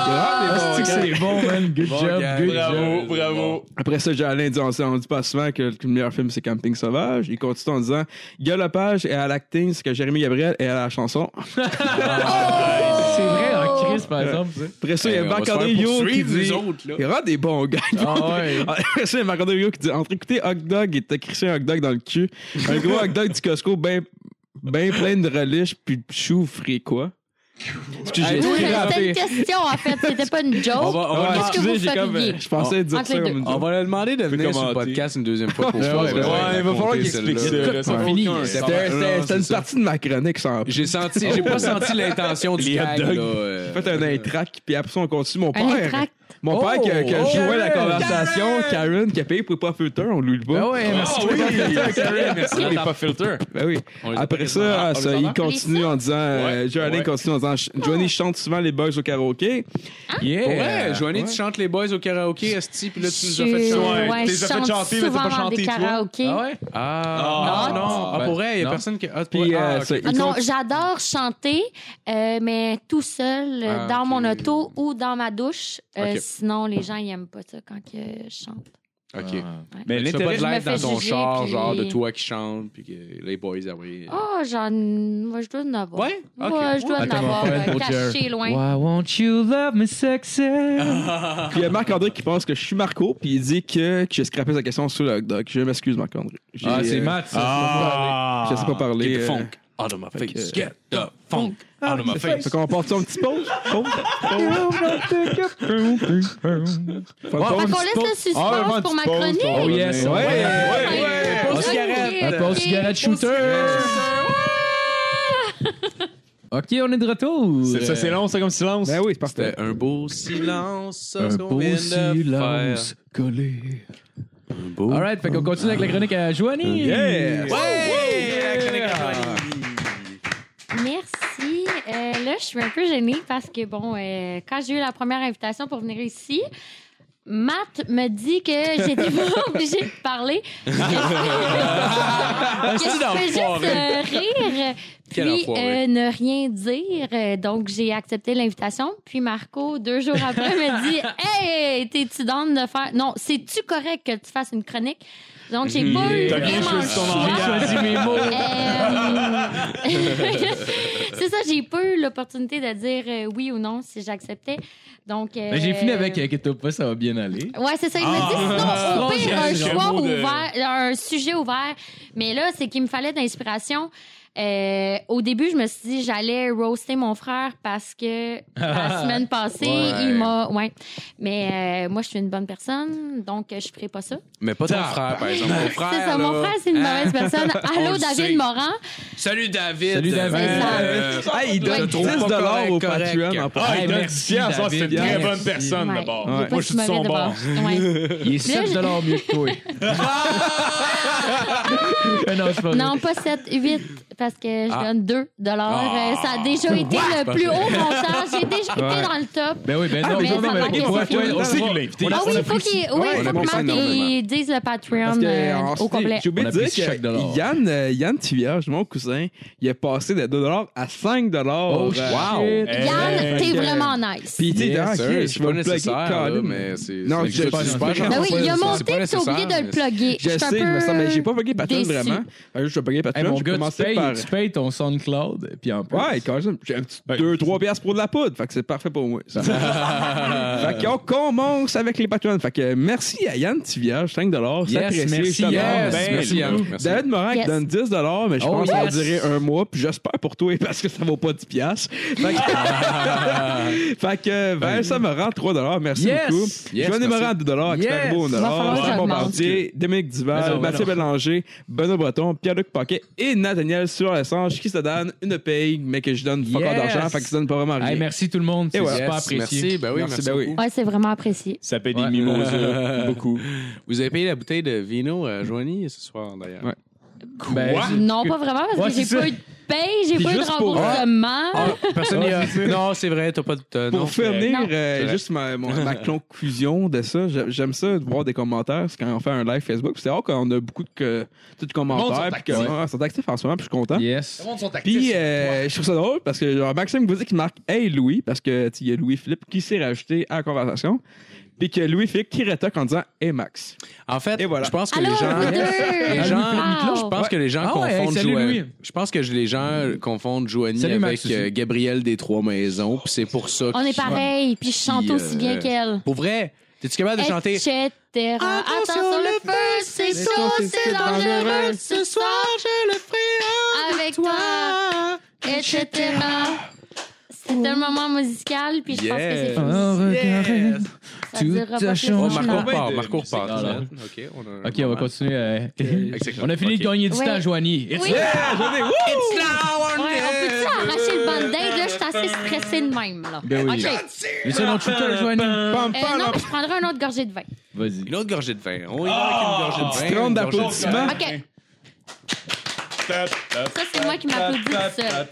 C'est bon, man. Good Bon, job, gars. good Bravo, job. bravo. Après ça, j'ai Alain dit, on dit pas souvent que le meilleur film, c'est Camping Sauvage. Il continue en disant, Guy Lepage est à l'acting, c'est que Jérémy Gabriel est à la chanson. C'est vrai, en crise, par exemple. ça. Après ça, il y a On va se Marc-André faire Rio qui poursuivre, dit, nous autres, là. il y aura des bons gars. Ah ouais. Après ça, il y a Marc-André Rio qui dit, entre écouter Hot Dog et te crisser un hot dog dans le cul, un gros hot dog du Costco ben plein de relish puis de chou frit quoi? Hey, toi, C'était une question, en fait. C'était pas une joke. On va Ouais, Qu'est-ce que vous excusez, j'ai comme, feriez? je pensais dire Entre ça les comme deux. une On joke. va lui demander de venir sur le commenter. podcast une deuxième fois pour Ouais, pouvoir ouais, Ouais, il va falloir qu'il explique ça. là. Ça Pas va fini. aucun C'est sens. C'était une partie de ma chronique sans J'ai pas senti l'intention du Les hot gag, dogs. là. J'ai fait un intrac, puis après ça, on continue. Mon Un père, intract. mon père qui a Oh, joué la Karen! conversation, Karen, qui a payé pour pas filter, on lui le Ben bat. ouais, merci. Ah oui, merci les pas filter. Ben oui. On les Après a ça, pas il continue en disant, Ouais, Joanny ouais. continue en disant, Joanny chante souvent les bugs au karaoké. Yeah. Ouais, Joanie, tu chantes les boys au karaoké, esti, puis là, tu nous as fait chanter. Ouais, Ouais, t'es je as fait chante chanter, mais t'as souvent pas dans chanté, des toi. karaokés. Ah ouais? Ah, Non. non. Ah, pour vrai, il y a Non. personne qui. Ah, Puis, ah, ça, ok. il Non, continue- j'adore chanter, mais tout seul, Ah, dans ok. mon auto ou dans ma douche. Ok. Sinon, les gens, ils aiment pas ça quand que je chante. OK. Mais Tu fais pas de Je me live fais dans ton juger, char, puis- genre de toi qui chante, puis que les boys après. Oh, moi, je dois en avoir. Ouais? Ok. Ouais, je dois en Attends, on va avoir faire un beau caché loin. Why won't you love me sexy? Puis il y a Marc-André qui pense que je suis Marco, puis il dit que j'ai scrappé sa question sur le hot dog. Je m'excuse, Marc-André. J'ai, Ah, c'est Matt, ça. Je sais pas parler. Get the funk out of my fait face. que- Get the funk out of my face. Fait qu'on va partir un petit pause. Fait qu'on laisse le suspense pour ma chronique. Oh yes. Ouais, ouais. Pause Ok, cigarette. Un pause ok. cigarette shooter. OK, on est de retour. Ça, c'est long, ça, comme silence. Ben oui, c'est parfait. C'était un beau silence, ça, Un ce qu'on beau vient de faire. silence collé. Un beau. All right, fait qu'on continue avec la chronique à Joanie. Yes! Ouais! La chronique à Joanie. Merci. Là, je suis un peu gênée parce que, bon, quand j'ai eu la première invitation pour venir ici, Matt me dit que j'étais pas obligée de parler. Que je peux juste rire, Quel puis enfoiré. ne rien dire. Donc, j'ai accepté l'invitation. Puis Marco, 2 jours après, me dit « Hey, t'es-tu down de faire... Non, c'est-tu correct que tu fasses une chronique? » Donc, j'ai pas eu T'as bien vraiment choisi ton le choix. langage. Choisis mes mots. C'est ça, j'ai pas eu l'opportunité de dire oui ou non si j'acceptais. Donc, Ben, j'ai fini avec inquiète-toi pas, ça va bien aller. Ouais, c'est ça. Il m'a dit sinon, au pire, un quel choix mot de- ouvert, un sujet ouvert. Mais là, c'est qu'il me fallait d'inspiration. Au début, je me suis dit j'allais roaster mon frère parce que la semaine passée, Ouais. il m'a. Ouais. Mais moi, je suis une bonne personne, donc je ferai pas ça. Mais pas ton frère, par exemple. Ton frère. C'est ça, mon là, frère, c'est une mauvaise personne. On Allô, le David sait. Morin. Salut David. Salut, David. Hey, il donne Ouais. 10 $ au Patreon en Ah, il Hey, donne merci, 10 piastres. Ça, c'est une David. très bonne Merci. personne, Ouais. d'abord. Il est Moi, pas je si suis de son mauvais bord. Ouais. Il est 7 $ mieux que toi. Non, c'est pas vrai. Non, pas 7, 8, parce que je donne 2 $. Ça a déjà été le plus haut montant. J'ai déjà été dans le top. Ben oui, ben non, mais non, ça mais manquait, pour c'est toi, fini. on C'est va- qu'il l'a invité. Ah oui, il faut apprécie. qu'il Ouais, on faut apprécie que Marc énormément. il dise le Patreon Parce que, au complet. j'ai oublié On de dire apprécie chaque dollar. que Yann Tivierge, mon cousin, il est passé de 2 $ à 5 $. Oh, shit. Yann, t'es vraiment nice. Puis, tu sais, Yes, ah, sir, Chris, c'est je vais pas le plugger, nécessaire, là, Colin. mais c'est. Non, c'est je- super je- super je- gentil. Ben oui, il a C'est monté, pas puis t'as oublié de le nécessaire, plugger. Je suis un sais, peu mais j'ai pas bugué Patreon déçu. vraiment. Je vais bugger Hey, Patreon. mon je gars, commençais tu payes ton SoundCloud, puis en plus. Ouais, quand même, j'ai un petit 2-3 piastres pour de la poudre. Fait que c'est parfait pour moi. Ça. Fait qu'on commence avec les Patreons. Fait que merci à Yann Tivierge, 5 $. C'est Yes, apprécié. merci, je t'adore. yes. Ben, Merci, Yann. Merci. David Morin qui Yes. donne 10 $, mais je Oh, pense que ça va yes. durer un mois. Puis j'espère pour toi parce que ça vaut pas 10 piastres. Fait que, fait que Vincent Morin, 3 $. Merci Yes. beaucoup. Yes, Joanny merci. Morin, 2 $. Expert Yes. Beau, 1 Va falloir que $. j'augmente. Bombardier, Dominique Duval, Mais non, Mathieu mais non. Bélanger, Benoît Breton, Pierre-Luc Paquet et Nathaniel Sur-Lessange qui se donnent une paye, mais que je donne pas encore Yes. d'argent. Fait que ça donne pas vraiment rien. Hey, merci tout le monde, c'est Et ouais. super Yes, apprécié. Merci, ben oui, Merci, merci ben oui. beaucoup. Ouais, c'est vraiment apprécié. Ça paye des Ouais. mimosas, beaucoup. Vous avez payé la bouteille de vino à Joanie ce soir, d'ailleurs. Ouais. Ben, Quoi? Non, pas vraiment, parce Ouais, que j'ai c'est pas ça. eu paye, j'ai Puis pas eu de juste pour- remboursement. Personne n'y a. Non, c'est vrai, t'as pas de. Pour non. finir, Non. juste ma conclusion de ça, j'aime ça de voir des commentaires. C'est quand on fait un live Facebook. Puis c'est rare qu'on a beaucoup de commentaires. Puis qu'ils sont actifs en ce moment, puis je suis content. Yes. Le monde sont actifs. Puis je trouve ça drôle parce que genre, Maxime vous dit qu'il marque Hey Louis, parce que il y a Louis-Philippe qui s'est rajouté à la conversation. Puis que Louis-Philippe qui rétoque en disant Hey Max. En fait, Et voilà. je pense que Allô, les gens. vous deux! Les gens, Wow. je pense que les gens Ah ouais, confondent salut, Louis. Je pense que les gens confondent Joanie Salut, avec Max aussi. Gabrielle des Trois Maisons, puis c'est pour ça On est pareil, puis je chante Puis, aussi bien qu'elle. Pour vrai, t'es-tu capable de chanter Etc. Attention, le feu, c'est chaud, c'est dangereux. Ce soir, je le ferai avec toi. Etc. C'est un moment musical, puis je pense que c'est fini. regarde. Ça durera tout pas a plus changé. longtemps. Marco repart, de Marco musique, repart. alors. OK, Ok, on va continuer. Exactement. On a fini de gagner du Oui. temps, Joanie. Oui. Ouais, on peut-tu arracher le band-aid? Là, je suis assez stressée de même. Là. Ben oui. OK. Et ça, non, shooter, Joanie? Non, mais je prendrai une autre gorgée de vin. Vas-y. Une autre gorgée de vin. On y va avec une gorgée de vin. Petite ronde une gorgée de d'applaudissements. vin. OK. Ça, c'est moi qui m'applaudis tout seul.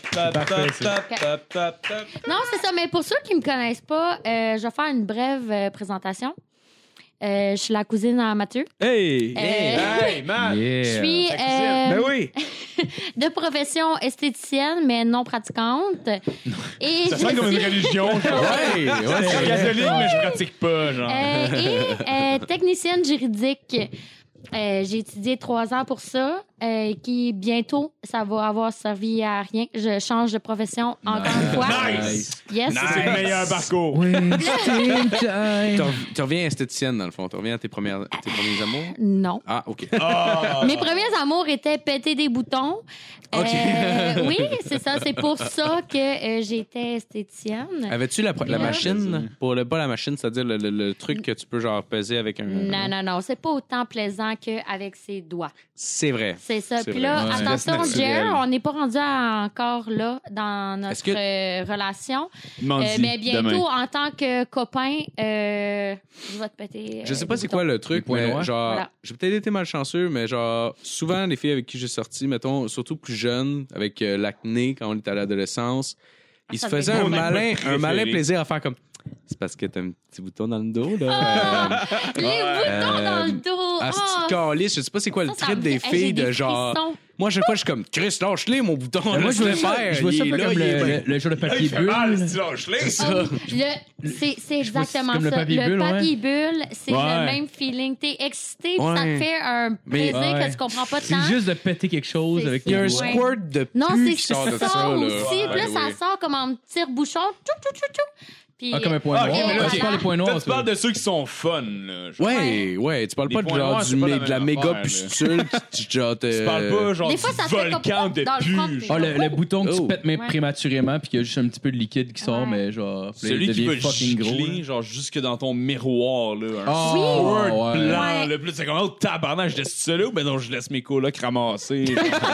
Non, c'est ça. Mais pour ceux qui me connaissent pas, je vais faire une brève présentation. Je suis la cousine à Mathieu. Hey! Hey, man! Je suis Ben oui! de profession esthéticienne, mais non pratiquante. Et Ça sent comme une religion. Genre. Ouais, Je suis catholique, mais je pratique pas. Genre. technicienne juridique. J'ai étudié 3 ans pour ça, qui bientôt, ça va avoir servi à rien. Je change de profession encore une fois. Nice! Yes. C'est le meilleur parcours. Tu reviens esthéticienne, dans le fond. Tu reviens à tes premiers amours? Non. Ah, OK. Mes premiers amours étaient péter des boutons. OK. Oui, c'est ça. C'est pour ça que j'étais esthéticienne. Avais-tu la machine? Pas la machine, c'est-à-dire le truc que tu peux genre peser avec un... Non. C'est pas autant plaisant qu'avec ses doigts. C'est vrai. C'est ça. C'est Puis vrai. là, Ouais. attention, Reste Jer, naturel. on n'est pas rendu encore là dans notre Est-ce que- relation. M'en dis Mais bientôt, demain. en tant que copain, je vais te péter. Je sais pas des c'est quoi boutons. le truc, points mais noirs. genre, Voilà. j'ai peut-être été malchanceux, mais genre, souvent, les filles avec qui j'ai sorti, mettons, surtout plus jeunes, avec l'acné quand on était à l'adolescence, ils se ça faisaient devient un mon malin, préféré. un malin plaisir à faire comme. C'est parce que t'as un petit bouton dans le dos, là. Les boutons dans le dos. Ah, Oh, c'est calice, je sais pas c'est quoi le ça trip me- des Hey, j'ai filles des de genre. frissons. Moi, chaque fois, je suis comme, Chris, lâche-les, mon bouton. Moi, je laisse-le vois ça, faire. je vois ça un Il peu est là, comme il est bien. le jeu de papier Il fait mal, bulle. c'est lâche-les. C'est exactement comme le ça. papier bulle, papier bulle, c'est Ouais. le même feeling. T'es excité, puis ça Ouais. te fait un Mais- plaisir Ouais. que tu comprends pas C'est tant. juste de péter quelque chose C'est- avec Il y a un tes doigts. Ouais. squirt de Non, pu c'est qui sort de ça ça, là. aussi. Puis là, Ouais, ça ouais. sort comme en tire-bouchon. Tchou, tchou, tchou, tchou. Puis, Ah, comme un point Ah, noir. ok, mais là, Ah, ok. tu parles des points noirs, Toi, tu toi. parles de ceux qui sont fun. Là, genre. Ouais, tu parles Les pas de points genre noirs, c'est pas la de la même méga affaire, là. pustule qui genre te... Tu parles pas genre Des fois, du ça se fait volcan comme de dans le front, pu. puis- Ah, le bouton que Oh. tu pètes mais Ouais. prématurément puis qu'il y a juste un petit peu de liquide qui sort, Ouais. mais genre, Celui il qui devient va fucking gros. gicler, genre jusque dans ton miroir, là. Un Ah, squirt ouais. blanc, Ouais. là. Puis là, c'est comme, oh, tabarnak, je laisse ça là ou ben non, je laisse mes colocs ramasser.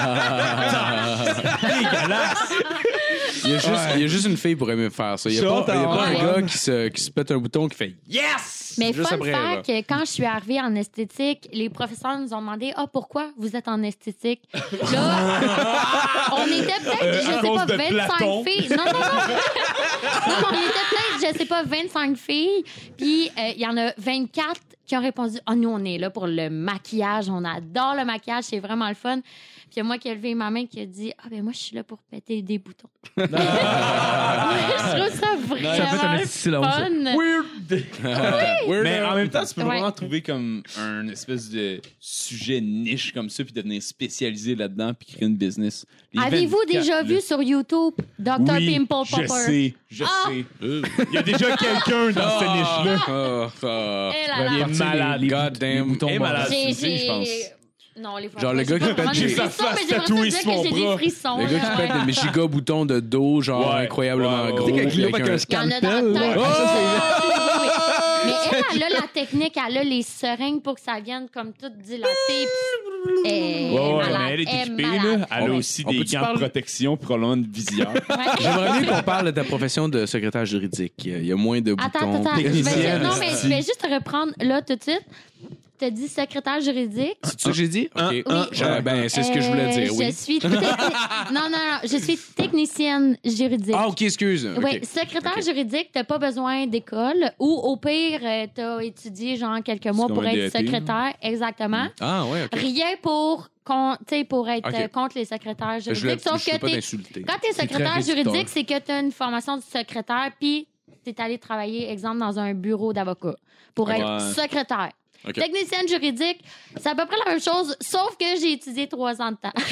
Dégueulasse! Il y a juste une fille pour aimer faire ça. Il y a Short pas en un ouais. gars qui se pète un bouton qui fait Yes! Mais Juste fun après, là. fact, quand je suis arrivée en esthétique, les professeurs nous ont demandé « Ah, pourquoi vous êtes en esthétique? » Là, on était peut-être, je sais cause pas, de 25 Platon. filles. Non. Non, on était peut-être, je sais pas, 25 filles. Puis, il y en a 24 qui ont répondu « Ah, nous, on est là pour le maquillage. On adore le maquillage. C'est vraiment le fun. » Puis, il y a moi qui ai levé ma main qui a dit « Ah, ben moi, je suis là pour péter des boutons. » Je trouve ça Ça fait un vraiment petit silence. fun. Weird. Mais en même temps, tu peux Ouais. vraiment trouver comme un espèce de sujet niche comme ça, puis devenir spécialisé là-dedans, puis créer une business. Les Avez-vous 24, déjà là. vu sur YouTube Dr. Oui, Pimple je Popper? sais. Il y a déjà quelqu'un dans cette niche-là. Eh là là. Il est malade. God damn. boutons Et malade. J'ai- c'est une fille, je pense. Non, les Genre le gars qui pète des des- frissons, sa face mais j'aimerais tatouée ça sur dire son que j'ai des bras. frissons. Le gars là, qui pète ouais. des giga boutons de dos, genre Ouais. incroyablement Ouais, gros. ouais. Tu sais, puis avec avec Il y en a dans scalpel, le là. tête. Ah, ça, Oui, oui. Mais elle a la technique, elle a les seringues pour que ça vienne comme tout dilaté. puis elle est Ouais, malade, mais elle est équipée, malade. là. Elle a Ouais. aussi On des peut-tu gants de parler- protection, probablement de visière. Ouais. J'aimerais mieux qu'on parle de ta profession de secrétaire juridique. Il y a moins de boutons. Attends. Je vais, Technicienne, non, mais je vais juste reprendre là tout de suite. te dis secrétaire juridique. C'est ça que j'ai dit? OK. Oui. Ben, c'est ce que je voulais dire, oui. Je suis non, je suis technicienne juridique. Ah, OK, excuse. OK. Oui, secrétaire OK. juridique, t'as pas besoin d'école ou au pire, t'as étudié genre quelques mois comme pour un être DEP. secrétaire. Exactement. Ah, ouais, OK. Rien pour être OK. contre les secrétaires Je juridiques. Sauf veux que pas t'es t'insulter. quand t'es très secrétaire réducteur. juridique, c'est que t'as une formation de secrétaire puis t'es allé travailler, exemple, dans un bureau d'avocat pour être Ouais. secrétaire. OK. Technicienne juridique, c'est à peu près la même chose, sauf que j'ai étudié 3 ans de temps.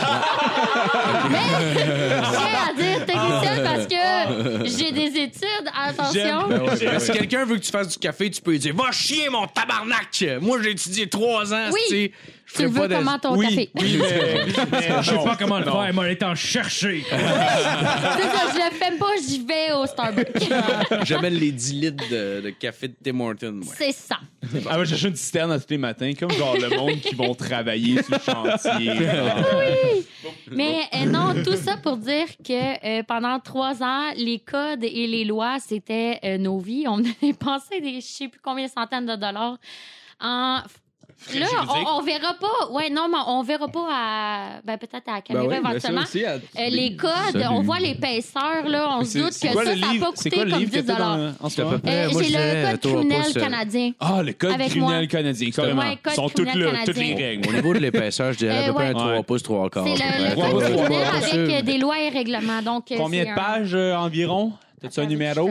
Mais je tiens à dire technicienne parce que j'ai des études, attention. Ben, si quelqu'un veut que tu fasses du café, tu peux lui dire « Va chier, mon tabarnak! Moi, j'ai étudié 3 ans, Oui. tu sais. Je Tu ferais veux pas de- comment ton Oui, café? oui, mais Je sais pas comment le faire, mais on est en chercher. C'est ça, je le fais pas, j'y vais au Starbucks. J'amène les 10 litres de café de Tim Hortons, moi. C'est ça. Ah, moi, j'achète une citerne à tous les matins, comme genre le monde qui vont travailler sur le chantier. genre. Mais non, tout ça pour dire que pendant 3 ans, les codes et les lois, c'était nos vies. On a dépensé des je sais plus combien de centaines de dollars en... Là, on verra pas. Ouais, non, mais on verra pas à. Ben, peut-être à la caméra éventuellement. Les codes, Salut. on voit l'épaisseur, là. On se doute que ça n'a pas C'est coûté quoi le comme livre 10 que t'as en ce moment? Moi, je J'ai dirais, le code toi, criminel pouce, canadien. Ah, le code Avec criminel moi. canadien, carrément. Ouais, code Ils sont toutes criminel là, toutes les canadien. règles. Au niveau de l'épaisseur, je dirais à peu près un 3 Ouais. pouces, 3 quarts. C'est le Trois code pouces, criminel pas sûr. avec des lois et règlements. Donc, Combien c'est de pages environ? T'as-tu un numéro?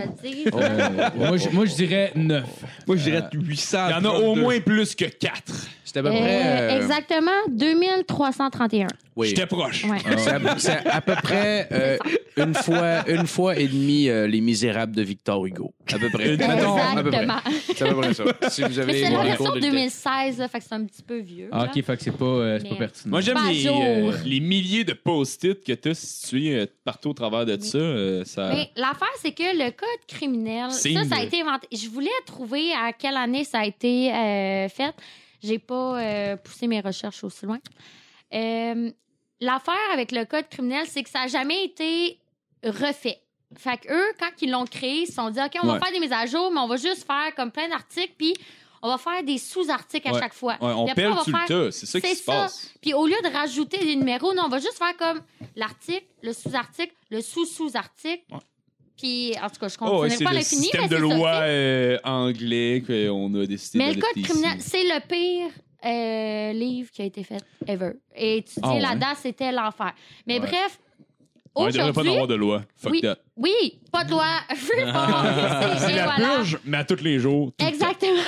Moi, je dirais 9. Moi, je dirais 800. Il y en a au moins plus que 4. C'est à peu près... Exactement, 2331. Oui. J'étais proche. Ouais. C'est à peu près une fois et demie Les Misérables de Victor Hugo. À peu près. Mettons, à peu près. Exactement. C'est à peu près ça. Si vous Mais avez c'est la un version cours de vitesse. 2016, là, fait que c'est un petit peu vieux. Ah, là. OK, fait que c'est pas Mais- pertinent. Moi, j'aime Pas à jour. les milliers de post-it que tu as situés partout au travers de ça. Ça... Mais l'affaire, c'est que le code criminel, C'est ça a mieux. été inventé. Je voulais trouver à quelle année ça a été fait. J'ai pas poussé mes recherches aussi loin. L'affaire avec le code criminel, c'est que ça n'a jamais été refait. Fait que eux, quand ils l'ont créé, ils se sont dit, OK, on va Ouais. faire des mises à jour, mais on va juste faire comme plein d'articles, puis on va faire des sous-articles à Ouais. chaque fois. Ouais, on Puis après, pèle va sur le faire- tas. C'est ça qui C'est se ça. passe. Puis au lieu de rajouter des numéros, non, on va juste faire comme l'article, le sous-article, le sous-sous-article. Ouais. Puis, en tout cas, je Oh, continuerai ouais, c'est pas à le l'infini, système mais de c'est ça. loi anglais qu'on a décidé Mais de le code noter criminel, ici. c'est le pire livre qui a été fait ever. Et étudier Ah ouais? là-dedans, c'était l'enfer. Mais Ouais. bref, Ouais, il devrait pas aujourd'hui... avoir de loi. Fuck oui, that. oui, pas de loi. Free fall. C'est Et la voilà. purge, mais à tous les jours. tout le temps. Exactement.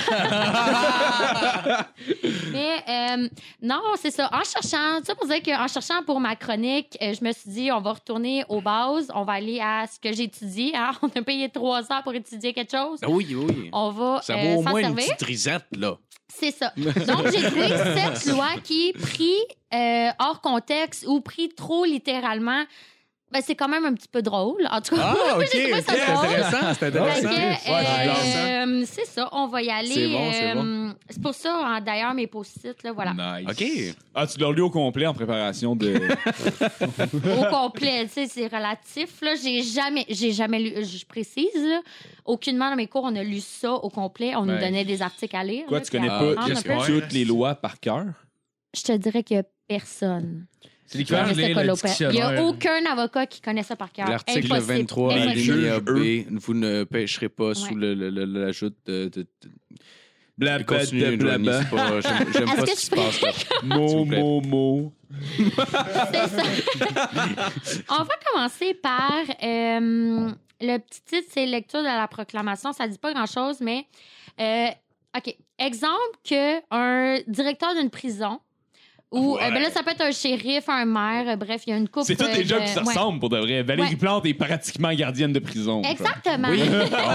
Mais non, c'est ça. En cherchant, ça pour dire qu'en cherchant pour ma chronique, je me suis dit, on va retourner aux bases, on va aller à ce que j'étudie. Hein? On a payé 3 ans pour étudier quelque chose. Ah oui, oui. On va Ça vaut au s'en moins une servir. petite risette, là. C'est ça. Donc, j'ai trouvé 7 lois qui, pris hors contexte ou pris trop littéralement, ben, c'est quand même un petit peu drôle. En tout cas, Ah, OK, j'ai trouvé ça OK, drôle. intéressant, c'est Fait intéressant. que, c'est ça, on va y aller. C'est bon, c'est bon. C'est pour ça, hein, d'ailleurs, mes post-it, là, voilà. Nice. OK. Ah, tu l'as lu au complet en préparation de. Au complet, tu sais, c'est relatif. Là, j'ai jamais lu, je précise, là, aucunement dans mes cours, on a lu ça au complet. On nous Ouais. donnait des articles à lire. Quoi, là, tu puis connais à pas apprendre un peu. toutes les lois par cœur? Je te dirais qu'il y a personne. C'est l'équivalent de Connaît lire ce le code-là. Il n'y a dictionnaire. aucun avocat qui connaît ça par cœur. L'article Impossible. 23, Impossible. alinéa Juge, B, vous ne pêcherez pas sous Ouais. l'ajout de... Blabla, Continuez, Johnny, blabla. c'est pas... J'aime Est-ce pas que ce qui se passe, là. Mot, S'il vous plaît. mot. C'est ça. On va commencer par le petit titre, c'est lecture de la proclamation. Ça dit pas grand-chose, mais OK. Exemple que un directeur d'une prison ou Ouais. ben là, ça peut être un shérif, un maire, bref, il y a une couple. C'est tous des gens qui se ouais. ressemblent pour de vrai. Valérie Ouais. Plante est pratiquement gardienne de prison. genre. Exactement. Oui.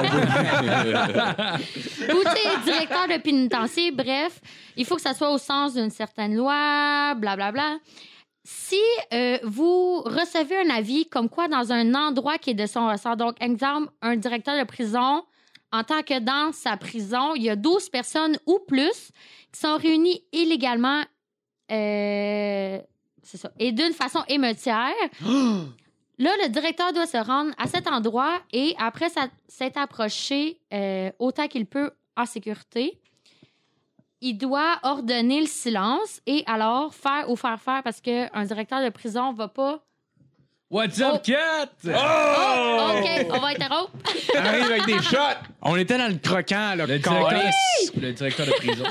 Ou tu sais, directeur de pénitencier, bref, il faut que ça soit au sens d'une certaine loi, blablabla. Si vous recevez un avis comme quoi dans un endroit qui est de son ressort, donc exemple, un directeur de prison, en tant que dans sa prison, il y a 12 personnes ou plus qui sont réunies illégalement, c'est ça, et d'une façon émeutière. Là, le directeur doit se rendre à cet endroit et après s'être approché autant qu'il peut en sécurité, il doit ordonner le silence et alors faire ou faire faire parce qu'un directeur de prison va pas... What's up, Oh. cat? Oh, OK, on va interrompre. Arrive avec des shots. On était dans le croquant, là. Le directeur de prison.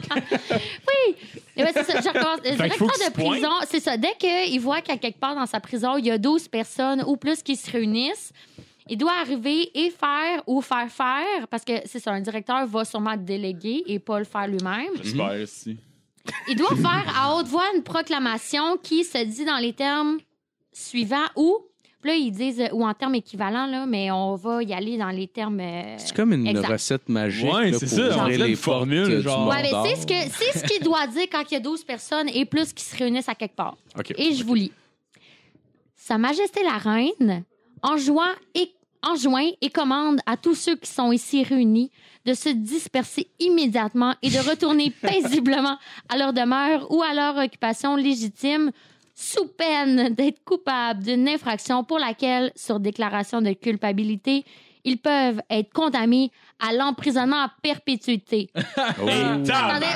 Eh ben, c'est ça, je recommence. Le Fait qu'il faut directeur qu'il de se pointe. prison, c'est ça. Dès qu'il voit qu'à quelque part dans sa prison, il y a 12 personnes ou plus qui se réunissent, il doit arriver et faire ou faire faire, parce que c'est ça, un directeur va sûrement déléguer et pas le faire lui-même. J'espère, si. Il doit faire à haute voix une proclamation qui se dit dans les termes suivants ou, puis là, ils disent, ou en termes équivalents, là, mais on va y aller dans les termes. C'est comme une exact. recette magique. Ouais, là, c'est pour ça, ouvrir on dirait les une portes formule, du genre. monde Ouais, mais d'or. c'est ce qu'il doit dire quand il y a 12 personnes et plus qui se réunissent à quelque part. OK. Et je vous lis. Sa Majesté la Reine enjoint et commande à tous ceux qui sont ici réunis de se disperser immédiatement et de retourner paisiblement à leur demeure ou à leur occupation légitime sous peine d'être coupables d'une infraction pour laquelle, sur déclaration de culpabilité, ils peuvent être condamnés à l'emprisonnement à perpétuité. Attendez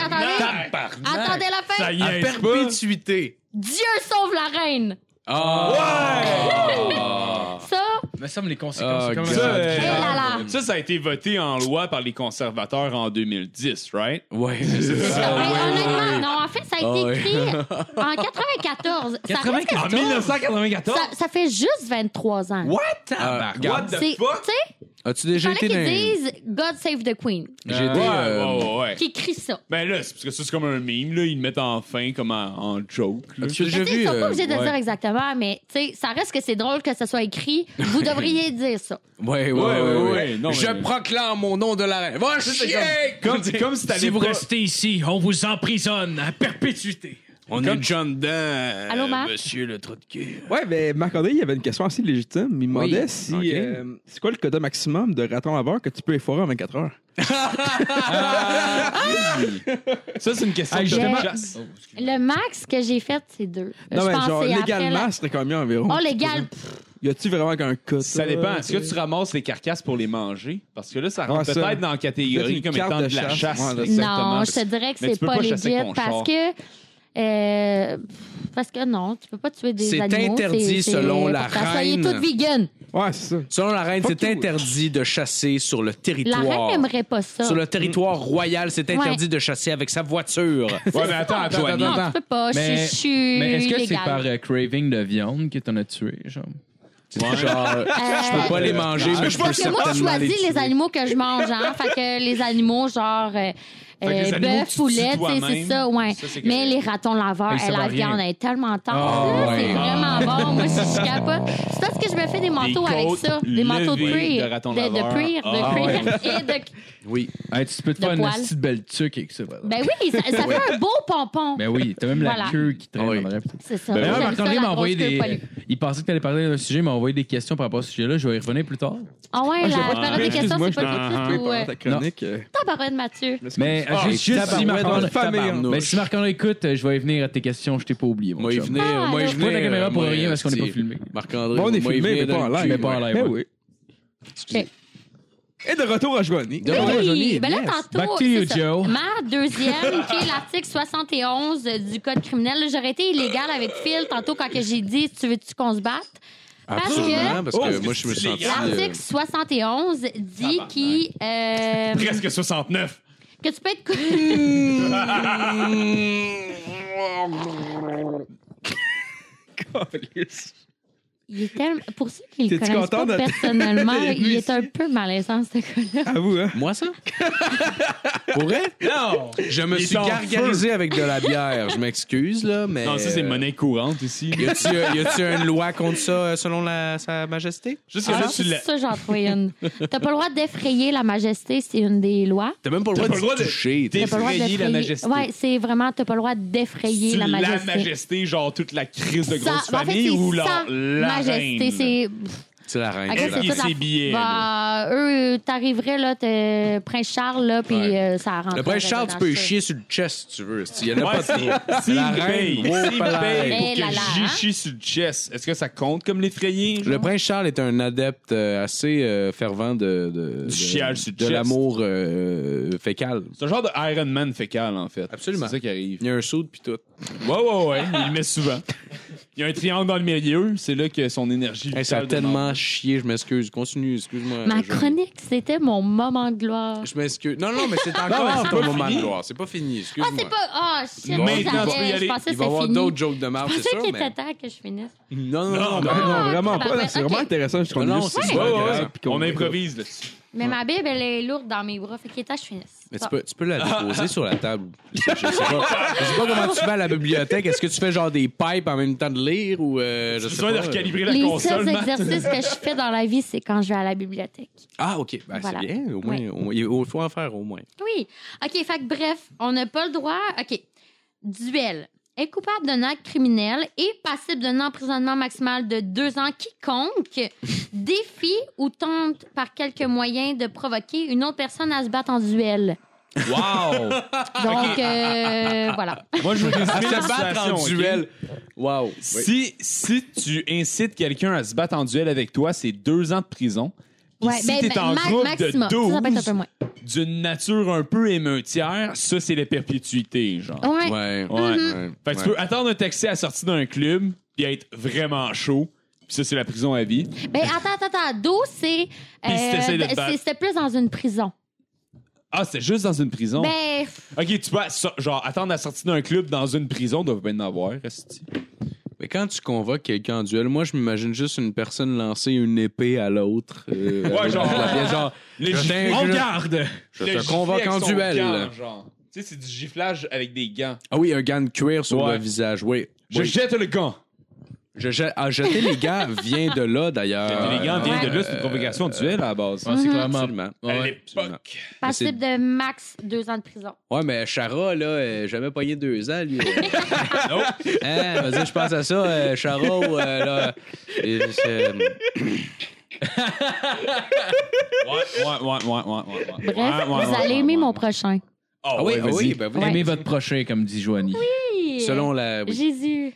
la fin. Ça y À est, perpétuité. Dieu sauve la reine. Ça, Il me semble les conséquences. Ah, c'est quand même ça, rendu- Eh là là. Ça a été voté en loi par les conservateurs en 2010, right? Ouais, c'est ça. mais honnêtement, non, en fait, ça a été écrit en 94. Ça reste que- En 1994? ça fait juste 23 ans. Regarde, C'est- Tu sais, as-tu il déjà fallait été qu'ils dans... disent God save the Queen. J'ai été... Ouais. Qui écrit ça. Ben là, c'est parce que ça, c'est comme un meme, là. Ils le mettent en fin, comme en joke, là. As-tu déjà Mais tu sais, vu... ils sont pas obligés de ouais. dire exactement, mais tu sais, ça reste que c'est drôle que ça soit écrit. Vous devriez dire ça. Ouais. Non, Je mais- proclame mon nom de la reine. Va chier! Comme si t'allais Si vous pas- restez ici, on vous emprisonne à perpétuité. On est déjà dedans, Allô, Marc? monsieur le trou de cul. Ouais, mais Marc-André, il y avait une question assez légitime. Il demandait Oui. si. Ok. C'est quoi le quota maximum de raton laveur que tu peux effoirer en 24 heures? Ça, c'est une question Ah, de justement- chasse. Le max que j'ai fait, c'est 2. Non, je mais pense genre, que c'est légalement, après ce serait combien environ? Oh, légal. Y a-tu vraiment qu'un quota? Ça dépend. Est-ce que tu ramasses les carcasses pour les manger? Parce que là, ça rentre Ouais, ça. peut-être dans la catégorie Peut-être une comme carte étant de de la chasse. chasse. Ouais, là, exactement. Non, je te dirais que Mais c'est tu peux pas pas chasser legit ton parce char. que. Parce que non, tu peux pas tuer des C'est animaux. interdit selon la pour ça. Soyez reine. toutes vegan. Ouais, c'est ça. Selon la reine, Fuck c'est you. interdit de chasser sur le La territoire. reine n'aimerait pas ça. Sur le territoire royal, c'est interdit de chasser avec sa voiture. Ouais, mais attends. Non, tu peux pas. Mais- Je suis Mais est-ce que c'est illégale. par craving de viande que t'en as tué, genre? Genre, je peux pas les manger, mais je peux Parce que moi, je certainement les choisis les tuer. animaux que je mange, hein. Fait que les animaux, genre, que les animaux bœuf, que tu poulet, tues tu sais, c'est toi-même, ça, ouais. ça, c'est Mais correct. les ratons laveurs, Hey, ça la va rien. viande, elle est tellement tendre. Oh, là, c'est ouais. vraiment bon. Moi, je capote. C'est parce que je me fais des manteaux Des avec côtes ça. Des manteaux de levées cuir. de ratons De laveurs. cuir, de Ah, cuir. ouais. Et de... Oui. Hey, tu peux te De faire une poils. petite belle tuque avec ça. par exemple. Ben oui, ça fait un beau pompon. Ben oui, t'as même Voilà. la queue qui traîne Oui. dans le C'est ça. Ben Moi, D'ailleurs, j'aime Marc-André ça, m'a la envoyé grosse queue des. poilue. Il pensait que t'allais parler d'un sujet, il m'a envoyé des questions par rapport à ce sujet-là. Je vais y revenir plus tard. Ah ouais, j'ai la pas période des questions, Excuse-moi, c'est pas je tout de Oui, suite ou... pendant ta chronique. T'en parles de Mathieu. Mais Ah, juste si tabarouette Marc-André. de tabarnouche. Mais si Marc-André écoute, je vais y venir à tes questions, je t'ai pas oublié. Mon Moi, il chum. venait. Ah, Moi, il là. Je prends la caméra pour moi, rien parce qu'on n'est pas c'est- filmé. Marc-André. Bon, on est moi, il filmé, mais venait pas en d'un live. cul, Mais pas en ouais. live. Ben ouais. oui. Et de retour à Joanie. Oui, ben là, tantôt, Back to you, c'est ça. Joe. Ma deuxième, qui est l'article 71 du Code criminel. Là, j'aurais été illégale avec Phil tantôt quand que j'ai dit « Tu veux-tu qu'on se batte? » Parce Absolument, que parce que moi, je me sens... l'article 71 dit Presque 69. que tu peux être... Il est tellement... Pour ceux qui le T'es-tu connaissent content pas de- personnellement, de il est ici? un peu malaisant, ce gars-là. À vous, hein? Moi, ça? Pour vrai? Non! Je me Il suis est en gargarisé avec de la bière. Je m'excuse, là, mais... Non, ça, c'est monnaie courante ici. Y a-tu une loi contre ça selon Sa Majesté? Juste que Ah, là, tu l'as. ça, j'en trouvais une. T'as pas le droit d'effrayer la majesté, c'est une des lois. T'as même pas le T'as droit pas le droit de de- toucher. T'as pas le droit Effrayer la majesté. Ouais, c'est vraiment, t'as pas le droit d'effrayer Tu la majesté. genre toute la crise de Ça- grosse ben, en fait, famille c'est ou sa la majesté, reine? c'est... C'est la reine. Ok, Elle c'est et toute la- ses billets, là. eux, t'arriverais, là, t'es Prince Charles, là, puis ça rentre. Le prince Charles, tu peux y chier sur le chest si tu veux. Il y en a pas de trop. S'il La me paye, reine, s'il oh, me palais. paye Eh pour là que là, j'y hein? chie sur le chest, est-ce que ça compte comme l'effrayé? Le prince Charles est un adepte assez fervent Du chiage sur le de chest. l'amour fécal. C'est un genre de Iron Man fécal, en fait. Absolument. C'est ça qui arrive. Il y a un saut puis tout. Ouais. Il le met souvent. Il y a un triangle dans le milieu. C'est là que son énergie. Hey, ça a vitale tellement demande. chié. Je m'excuse. Continue. Excuse-moi. Ma Johnny. chronique, c'était mon moment de gloire. Je m'excuse. Non, mais c'est mais encore c'est ton pas moment fini. de gloire. C'est pas fini. Excuse-moi. Ah, c'est pas. Ah, shit, Maintenant, tu peux y je aller. pensais Il que va y avoir c'est fini. d'autres jokes de marde, Je c'est pensais sûr, qu'il mais... était temps que je finisse. Non, Non, vraiment tabarouette, pas. C'est vraiment ok. intéressant. Je trouve Non, juste c'est super super agréable, intéressant. puis qu'on- On improvise là-dessus. Mais ma Bible, elle est lourde dans mes bras, fait qu'il est temps que je finisse. Mais Bon. tu peux la déposer sur la table. Je sais pas comment tu vas à la bibliothèque. Est-ce que tu fais genre des pipes en même temps de lire ou je J'ai sais besoin pas. de recalibrer la Les console, seuls Matt. exercices que je fais dans la vie, c'est quand je vais à la bibliothèque. Ah, OK. Ben, Voilà. c'est bien. Au moins, Oui. il faut en faire au moins. Oui. OK, fait que bref, on n'a pas le droit. OK. Duel. Est coupable d'un acte criminel et passible d'un emprisonnement maximal de 2 ans quiconque défie ou tente par quelque moyen de provoquer une autre personne à se battre en duel. Wow! Donc, voilà. Moi, je veux résumer la Se battre situation, en ok? duel. Wow. Si tu incites quelqu'un à se battre en duel avec toi, c'est 2 ans de prison. Puis si t'es en groupe maximum. de Ça peut être un 12 peu moins. d'une nature un peu émeutière, ça, c'est la perpétuité, genre. Ouais. Ouais. Ouais. Fait que tu peux attendre un taxi à la sortie d'un club puis être vraiment chaud. Puis ça, c'est la prison à vie. Ben, attends. 12, c'est. si t'essaies de te battre. C'était plus dans une prison. Ah, c'est juste dans une prison? Ben, OK, tu peux genre attendre la sortie d'un club dans une prison, doit pas en avoir, reste. Mais quand tu convoques quelqu'un en duel, moi, je m'imagine juste une personne lancer une épée à l'autre. Ouais, genre je on te- garde. je te convoque en duel. Tu sais, c'est du giflage avec des gants. Ah oui, un gant de cuir sur Ouais. le visage, oui. Je jette le gant. Jeter les gants vient de là, d'ailleurs. Les gants viennent de là, c'est une convocation en duel à la base. Ouais, c'est clairement. Absolument. À Ouais. l'époque. passible de max 2 ans de prison. Ouais, mais Chara, là, jamais pogné 2 ans, lui. Hein, vas-y, je pense à ça, Chara, là. Bref, Ouais, vous allez aimer mon prochain. Ah oui, vas-y. oui, ben, vous Ouais. Aimez votre prochain, comme dit Joanie. Oui. selon la. Oui. Jésus.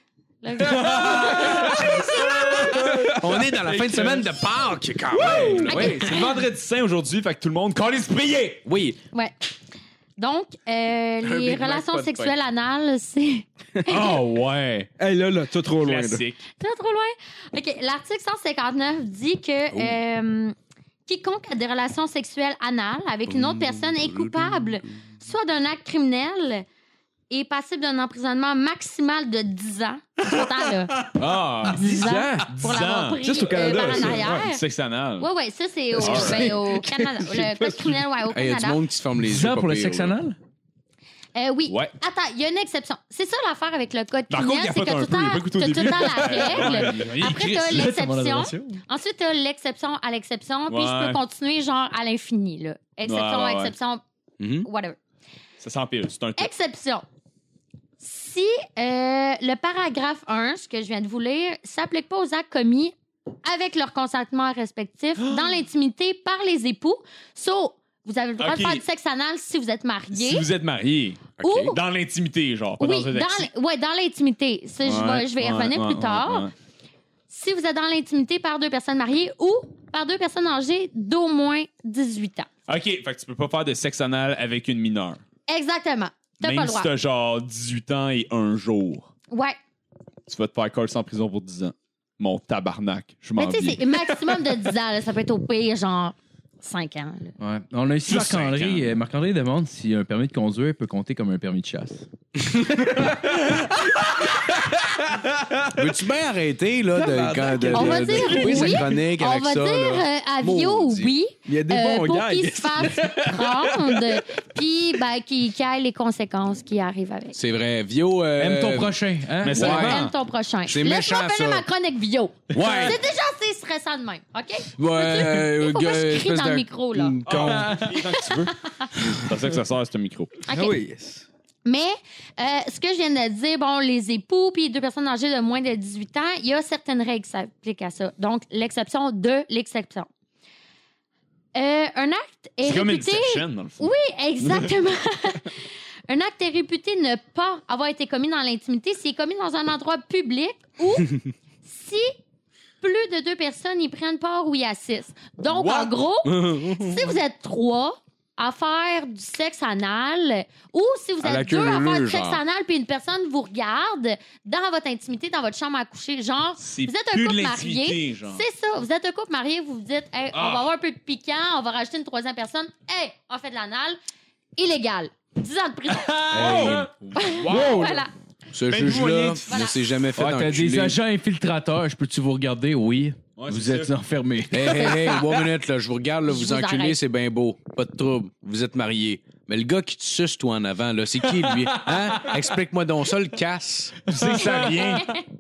On est dans la fin de semaine de Pâques, quand même. là. Oui, c'est le vendredi saint aujourd'hui, fait que tout le monde calisse prier. Oui. Ouais. Donc, les Big Mac, relations pas de sexuelles anales, c'est Oh ouais. Hey, là, t'es trop loin. là. Classique. trop loin. OK, l'article 159 dit que quiconque a des relations sexuelles anales avec une autre personne est coupable soit d'un acte criminel et passible d'un emprisonnement maximal de 10 ans. Pourtant, là, Ah, 10 ans 10 pour ans. l'avoir pris Ça, c'est au Canada, par en ça. arrière. Ouais, sexe anal. Ouais, ça, c'est au Canada. Le code criminel, ouais, au Il y a du Canada. monde qui se forme les 10 yeux. ans pas pour le pire, sexe là. anal? Oui. Ouais. Attends, il y a une exception. C'est ça l'affaire avec le code Par criminel, contre, c'est il que y a pas un peu, il y a pas le couteau au t'as tout le début. temps la règle. Après, t'as l'exception. Ensuite, t'as l'exception à l'exception. Puis je Ouais. peux continuer genre à l'infini. Là. Exception, Ouais. exception, Mhm. whatever. Ça s'empile, c'est un coup. Exception. Si le paragraphe 1, ce que je viens de vous lire, s'applique pas aux actes commis avec leur consentement respectif dans l'intimité par les époux, vous avez le droit Ok. de faire du sexe anal si vous êtes marié. Si vous êtes marié, Ou- dans l'intimité, genre, pas Oui, dans un taxi. dans l'intimité. Ça, je vais y revenir plus tard. ouais. Si vous êtes dans l'intimité par 2 personnes mariées ou par 2 personnes âgées d'au moins 18 ans. OK, fait que tu peux pas faire de sexe anal avec une mineure. Exactement. T'as Même pas le si droit. t'as genre 18 ans et 1 jour. Ouais. Tu vas te faire coller en prison pour 10 ans. Mon tabarnak, je m'en Mais tu sais, viens. c'est maximum de 10 ans. Là. Ça peut être au pire, genre 5 ans. Là. Ouais. On a ici Juste Marc-André. 5 ans. Marc-André demande si un permis de conduire peut compter comme un permis de chasse. Veux-tu bien arrêter, là, On va dire couper sa oui. chronique On avec va ça, dire là? à Vio, Maudit. oui. Il y a des bons pour gags. qu'il se fasse prendre, puis ben, qu'il ait les conséquences qui arrivent avec. C'est vrai. Vio... Aime ton prochain, hein? Mais ça Ouais. dépend. Aime ton prochain. C'est Laisse-moi méchant, finir ça. ma chronique Vio. Ouais. C'est déjà assez stressant de même, OK? Ouais, Il faut pas que je crie espèce dans le de micro, là. con. Tant que tu veux. C'est ça que ça sort, ce micro. OK. Ah oui, yes. Mais ce que je viens de dire, bon, les époux puis 2 personnes âgées de moins de 18 ans, il y a certaines règles qui s'appliquent à ça. Donc, l'exception de l'exception. Un acte est C'est comme réputé... Inception, dans le fond. Oui, exactement. Un acte est réputé ne pas avoir été commis dans l'intimité s'il est commis dans un endroit public ou si plus de 2 personnes y prennent part ou y assistent. Donc, en gros, si vous êtes 3 à faire du sexe anal ou si vous À la êtes 2 à queue faire du leu, sexe genre. anal puis une personne vous regarde dans votre intimité, dans votre chambre à coucher, genre, C'est vous êtes un plus de couple l'intimité, marié, genre. c'est ça, vous êtes un couple marié, vous vous dites, hey, on va avoir un peu de piquant, on va rajouter une 3e personne, hey, on fait de l'anal, illégal, 10 ans de prison. Voilà. Ce Ben, juge-là moyen de- ne Voilà. s'est jamais fait Ah, t'as enculer. des agents infiltrateurs. Je peux-tu vous regarder? Oui. Ouais, vous c'est êtes ça. enfermés. Hey, 1 minute, là, je vous regarde, là, Je vous vous enculez, arrête. c'est bien beau. Pas de trouble. Vous êtes mariés. Mais le gars qui te suce, toi, en avant, là, c'est qui, lui? Hein? Explique-moi donc ça, le casse. Tu sais que ça vient.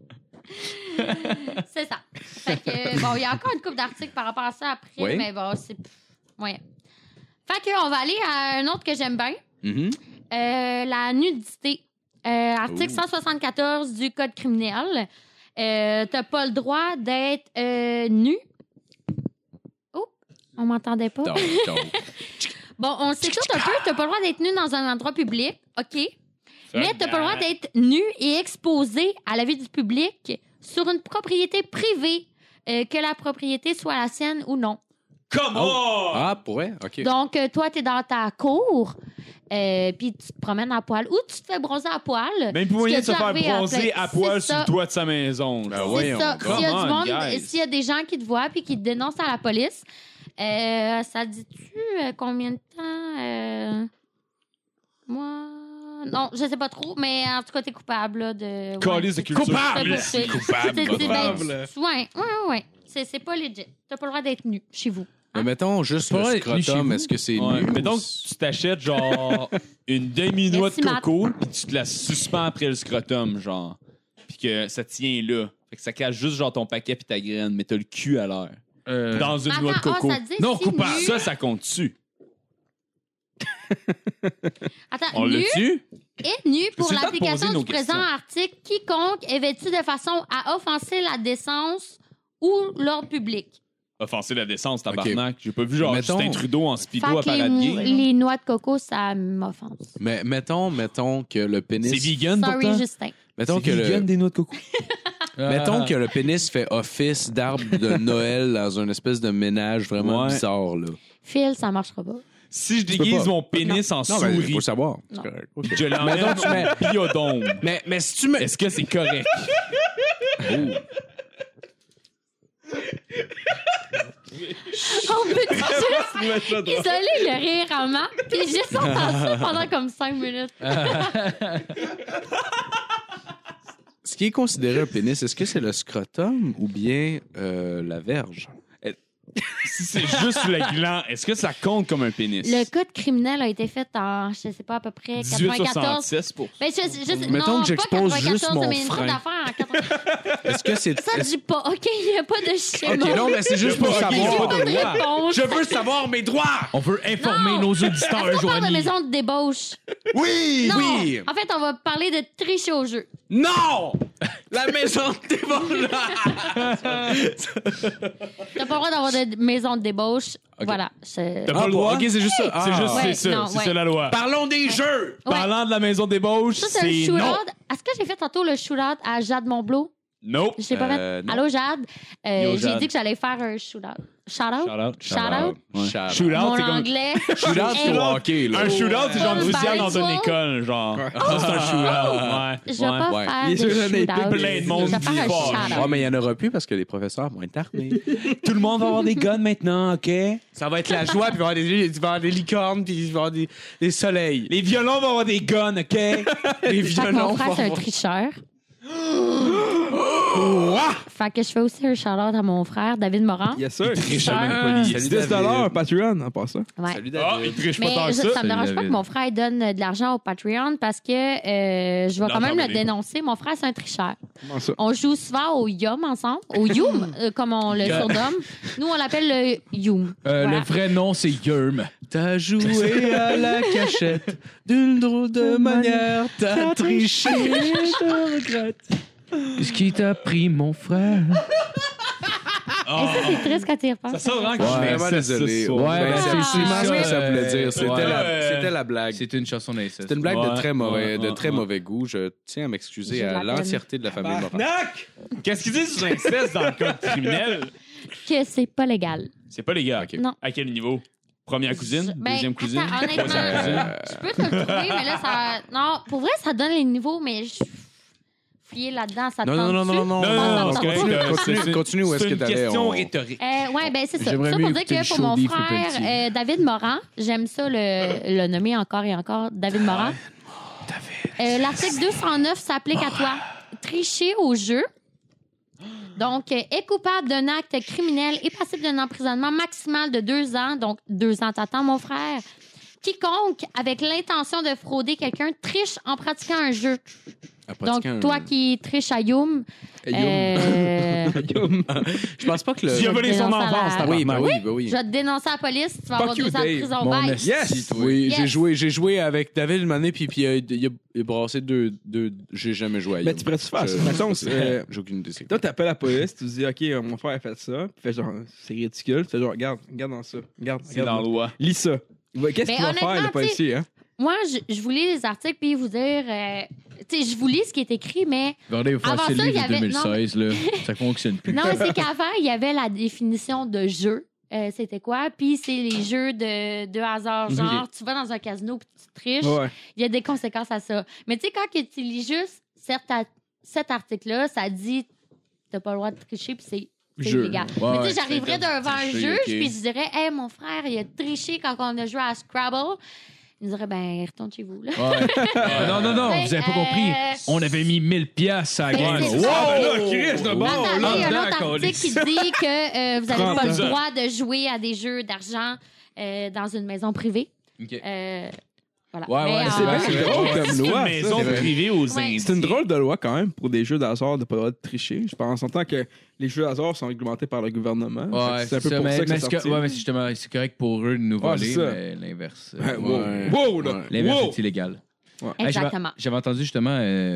C'est ça. Fait que, bon, il y a encore une couple d'articles par rapport à ça après, Oui. mais bon, c'est moyen. Fait que, on va aller à un autre que j'aime bien. Mhm. La nudité. Article 174 du Code criminel. T'as pas le droit d'être nu. Oh, on m'entendait pas. Donc. Bon, on s'écoute un peu. T'as pas le droit d'être nu dans un endroit public. OK. Mais t'as pas le droit d'être nu et exposé à la vue du public sur une propriété privée, que la propriété soit la sienne ou non. Comment? Ah, pourrait? OK. Donc, toi, t'es dans ta cour, puis tu te promènes à poil ou tu te fais bronzer à poil. Même plus moyen de Ce qui se est faire arrivé bronzer plein- à poil c'est sur ça. le toit de sa maison. Ben genre. ouais. C'est ça. Voyons, S'il y a come du on, monde, guys. s'il y a des gens qui te voient puis qui te dénoncent à la police, ça dit-tu combien de temps? Moi... Non, je sais pas trop, mais en tout cas, t'es coupable là, de... Calice de culture. Coupable! Coupable. Ouais. C'est pas legit. T'as pas le droit d'être nu chez vous. Mais mettons juste C'est pas le vrai, nu chez scrotum, vous. est-ce que c'est Ouais. nu? Mais donc, tu t'achètes genre une demi-noix de Merci, Matt. coco, puis tu te la suspends après le scrotum, genre. Puis que ça tient là. Fait que ça cache juste genre ton paquet puis ta graine, mais t'as le cul à l'air. Dans une noix de coco. ça dit Non, si coupable. nu. Ça compte-tu? Attends, On nu l'a-tu? est nu pour C'est le temps de l'application poser nos du présent questions. article quiconque est vêtu de façon à offenser la décence ou l'ordre public. Offenser la décence, tabarnak. J'ai pas vu genre Mettons- Justin Trudeau en speedo à Fait que parade gay. les noix de coco, ça m'offense. Mais mettons que le pénis... C'est vegan Sorry, pourtant? Justin. Mettons C'est que le... vegan des noix de coco. Mettons que le pénis fait office d'arbre de Noël dans une espèce de ménage vraiment Ouais. bizarre, là. Phil, ça marchera pas. Si je peux déguise pas. mon pénis en Non, mais souris, faut savoir. Non. C'est correct. OK. je l'emmène Mettons, tu mets- au biodôme. Mais si tu mets... Est-ce que c'est correct? On peut juste isoler le rire en main, puis juste entendre ça pendant comme 5 minutes. Ce qui est considéré un pénis, est-ce que c'est le scrotum ou bien la verge? Si c'est juste le gland, est-ce que ça compte comme un pénis? Le code criminel a été fait en, je sais pas, à peu près 94. 1866 pour. Ben, je, Mettons non, que j'expose pas 94, juste mon mais une couple frein. d'affaires en 94. Est-ce que c'est... Ça, je dis pas. OK, il n'y a pas de schéma. OK, non, mais c'est juste pour Ok, Il y a savoir. pas de réponse. Je veux savoir mes droits! On veut informer Non. nos Est-ce auditeurs, qu'on parle de Joanie. maison de débauche? Oui! Non. Oui! En fait, on va parler de tricher au jeu. Non! La maison de débauche! T'as pas le droit d'avoir de maison de débauche. Voilà. T'as pas le droit? OK, c'est juste ça. C'est juste, Ouais, c'est ça. non, C'est ouais. ça la loi. Parlons des jeux! Ouais. Parlant de la maison d'ébauche, Ça, c'est un c'est non. shootout. Est-ce que j'ai fait tantôt le shootout à Jade Monblot? Nope. Je l'ai pas fait. non. Allô, Jade? Yo, J'ai Jade. dit que j'allais faire un shootout. Shootout? Shout-out. Shootout? Shootout, Mon c'est comme. anglais. Shootout, c'est Hey. au hockey, là. Un shootout, c'est genre Oh, crucial dans une Bible. école, genre. Ça, c'est un shootout. Ouais. Je vais pas ouais. faire Les de Jeux olympiques, shootout. plein de monde Je vais faire un qui fâche. Ah, shootout. mais il n'y en aura plus parce que les professeurs vont être armés. Tout le monde va avoir des guns maintenant, OK? Ça va être la joie, puis il va y avoir des licornes, puis il va y avoir des soleils. Les violons vont avoir des guns, OK? Les Fait que mon violons frère, vont c'est un avoir- tricheur. Fait que je fais aussi un shout-out à mon frère, David Morin. Yes, sir. Tricheur. 10 $, Patreon, en passant. Ouais. Salut Ah, David. il triche pas Mais tant que ça me ça. dérange pas David. que mon frère donne de l'argent au Patreon parce que je vais quand même le L'entendez. dénoncer. Mon frère, c'est un tricheur. Comment ça? On joue souvent au Yum ensemble, au Yum, comme on le surnomme. Nous, on l'appelle le Yum. Voilà. Le vrai nom, c'est Yurm. T'as joué à la cachette d'une drôle de manière. T'as triché, je regrette. Qu'est-ce qui t'a pris, mon frère? Ah, Et ça, c'est triste quand tu y repenses. ça sent vraiment que Je je suis fais vraiment ça, désolé. ça. Ouais, ben, c'est c'est absolument ça, ce que ça voulait dire. C'était ouais. c'était la blague. C'est une chanson d'inceste. C'était une blague de très mauvais, Ouais, de très ouais. mauvais goût. Je tiens à m'excuser J'ai de à la peine. l'entièreté de la famille Morin. Qu'est-ce qu'ils disent sur l'inceste dans le code criminel? Que c'est pas légal. C'est pas légal. Non. À quel niveau? Première cousine? Ben, Deuxième cousine? attends, honnêtement, troisième cousine? je peux te le trouver, mais là, ça. Non, pour vrai, ça donne les niveaux, mais je. Fouiller là-dedans, ça te Non, non, non, tente-tu? non, non, Non, non, non, non, c'est continue, correct, continue, continue où est-ce que C'est une t'allais. question on- rhétorique. Ouais, ben c'est ça. J'aimerais Ça mieux pour dire écouter que le pour show mon Beef frère, ou Pelletier. David Morin, j'aime ça le nommer encore et encore, David Morin. L'article 209 s'applique à toi. Tricher au jeu. Donc, est coupable d'un acte criminel et passible d'un emprisonnement maximal de 2 ans. Donc, 2 ans t'attends, mon frère. Quiconque, avec l'intention de frauder quelqu'un, triche en pratiquant un jeu. Donc, toi qui triches à Yum, Je pense pas que le. Tu as volé son Dénonce à la- enfance, Oui, ben tabarnak. oui, ben oui. je vais te dénoncer à la police, tu vas avoir you, 2 ans de Dave. prison. Mon Bye. esti, Yes! toi. Oui, Yes. j'ai joué avec David une année, puis il a brassé deux. J'ai jamais joué à Mais Yum. tu pourrais-tu faire ça? Je- Mettons, J'ai aucune idée. c'est toi, quoi. t'appelles la police, tu dis, OK, mon frère a fait ça. Puis fais genre, c'est ridicule. Tu fais genre, regarde dans ça. Regarde, C'est dans la regarde. loi. Lis ça. Qu'est-ce Mais qu'il va faire, honnêtement, le policier, hein? Moi, je vous lis les articles puis vous dire... tu sais, je vous lis ce qui est écrit, mais... Regardez, il faut Avant faire ça, le il y livre de avait- 2016, là. Ça fonctionne plus. Non, mais c'est qu'avant, il y avait la définition de jeu. C'était quoi? Puis c'est les jeux de hasard. Genre, tu vas dans un casino puis tu triches. Ouais. Il y a des conséquences à ça. Mais tu sais, quand que tu lis juste cet article-là, ça dit t'as pas le droit de tricher puis c'est Jeu. illégal. Ouais, mais tu ouais, sais, j'arriverais devant un tricher, juge ok. puis je dirais hey, mon frère, il a triché quand on a joué à Scrabble. Il dirait ben, retourne chez vous. Là. Ouais. Non, non, non, vous avez pas compris. On avait mis 1000 piastres à la Ben, game. c'est Wow! ça. là, Chris, de bon, Attends, il y a un là-dedans, autre article câlisse. qui dit que vous n'avez pas 30 le ans. droit de jouer à des jeux d'argent dans une maison privée. OK. Voilà. Ouais, Mais, ouais, C'est bien c'est drôle vrai. comme C'est une loi, maison ça. privée aux Ouais. Indiens. C'est une drôle de loi quand même pour des jeux d'hasard de pas le droit de tricher. Je pense en tant que les jeux d'hasard sont réglementés par le gouvernement. Ouais, Fait que c'est un peu pour mais, ça que mais c'est c'est sorti. ouais, mais c'est justement, c'est correct pour eux de nous Ouais, voler, c'est ça. mais l'inverse. Ouais, Ouais. wow, là. L'inverse Wow. est illégal. Ouais. Hey, Exactement. J'avais entendu justement.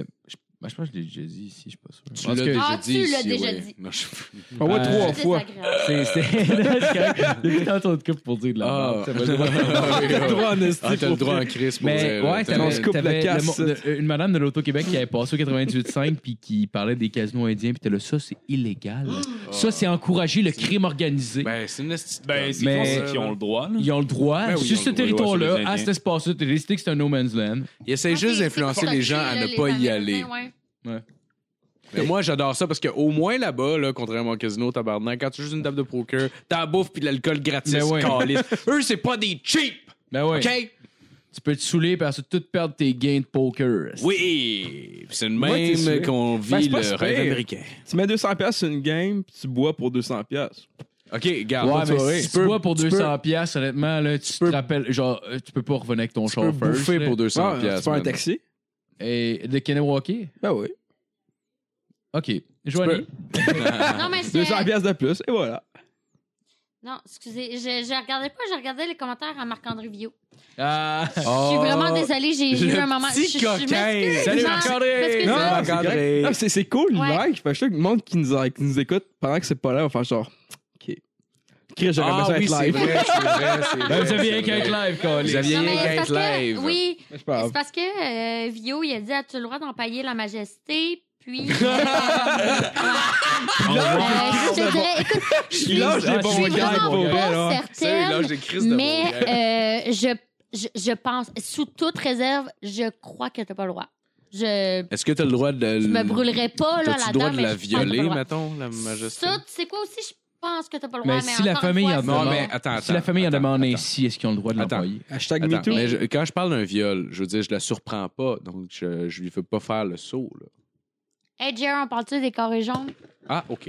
Je pense que je l'ai déjà dit ici, je suis pas sûr. Tu Je pense l'as que- déjà Ah, dit. tu l'as ici, déjà ouais. dit. Non, On voit 3 C'est fois. désagréable. C'est correct. Depuis tantôt de coupe pour dire de la Ah. merde. Ça va le droit. T'as le droit en esti Ah, t'as le pour droit vrai. en crise pour Mais dire, ouais, t'as- on se coupe t'avais le casse. une madame de l'Auto-Québec qui avait passé au 98.5 puis qui parlait des casinos indiens puis t'es là, ça c'est illégal. Ça c'est encourager le crime organisé. Ben, c'est une esti de Ben, conne. c'est Mais- ceux qui ont le droit. là. Ils ont le droit, Ben oui, sur ils ont ce le droit, territoire-là, ouais, sur les à Indiens. cet espace-là, t'as décidé que c'est un no man's land. Il essaie juste d'influencer les gens à ne pas y aller. Ouais. Mais moi, j'adore ça parce qu'au moins là-bas, là, contrairement au casino, tabarnak, quand tu joues une table de poker, t'as la bouffe puis de l'alcool gratis, Ben ouais. calice. Eux, c'est pas des cheap! Ben ouais. OK? Tu peux te saouler parce que tout perdre tes gains de poker. Oui! Puis c'est le Ouais, t'es même sûr. qu'on Ben, vit c'est pas le si rêve pire. américain. Tu mets 200$ sur une game, puis tu bois pour 200$. OK, garde. Ouais, bonne mais soirée. si tu bois pour 200 piastres, honnêtement, là, tu te rappelles, genre, tu peux pas revenir avec ton Tu peux chauffeur. bouffer pour 200 Ah, tu piastres. fais un man. taxi? Et de Kennewaukee? Ben oui. OK. Joanie? Non, mais c'est. 200$ de plus, et voilà. Non, excusez, je regardais pas, je regardais les commentaires à Marc-André Villot. Ah! Je suis vraiment désolée, j'ai eu le un moment. petit coquin. Salut, Non, Marc-André! m'excuse, Non, non. c'est Marc-André. correct. Non, c'est cool, il Ouais. like. Fait que je sais que le monde qui nous écoute pendant que c'est pas là, va faire genre, OK. Chris, j'aurais Ah besoin oui, d'être c'est live. vrai, c'est vrai. c'est Ben, vrai, vous aviez c'est rien qu'à être vrai. live, Colin. Vous aviez Non, rien mais qu'à c'est être parce que- live. Oui, C'est pas grave. c'est parce que Villot, il a dit as-tu le droit d'empailler la majesté? Puis. Je te dirais, écoute, je lâche les suis bons gars, vraiment pour vrai, là. pas Ça, il lâche certaine, des crises de mais bon gars. je pense, sous toute réserve, je crois que t'as pas le droit. Je Est-ce que t'as le droit de... me brûlerais pas là, T'as-tu le là-dedans, droit de mais la je pense que t'as pas le violer, droit. mettons, la majesté? Ça, tu sais quoi aussi, je pense que t'as pas le droit. Mais si la encore une famille fois, en c'est- Non, demande- mais attends. Si la famille en attends, demande attends. ainsi, est-ce qu'ils ont le droit de Attends. l'envoyer? Hashtag Attends, MeToo. mais quand je parle d'un viol, je veux dire, je la surprends pas, donc je lui fais pas faire le saut, là. Hey, Jerry, on parle-tu des carrés jaunes? Ah, OK.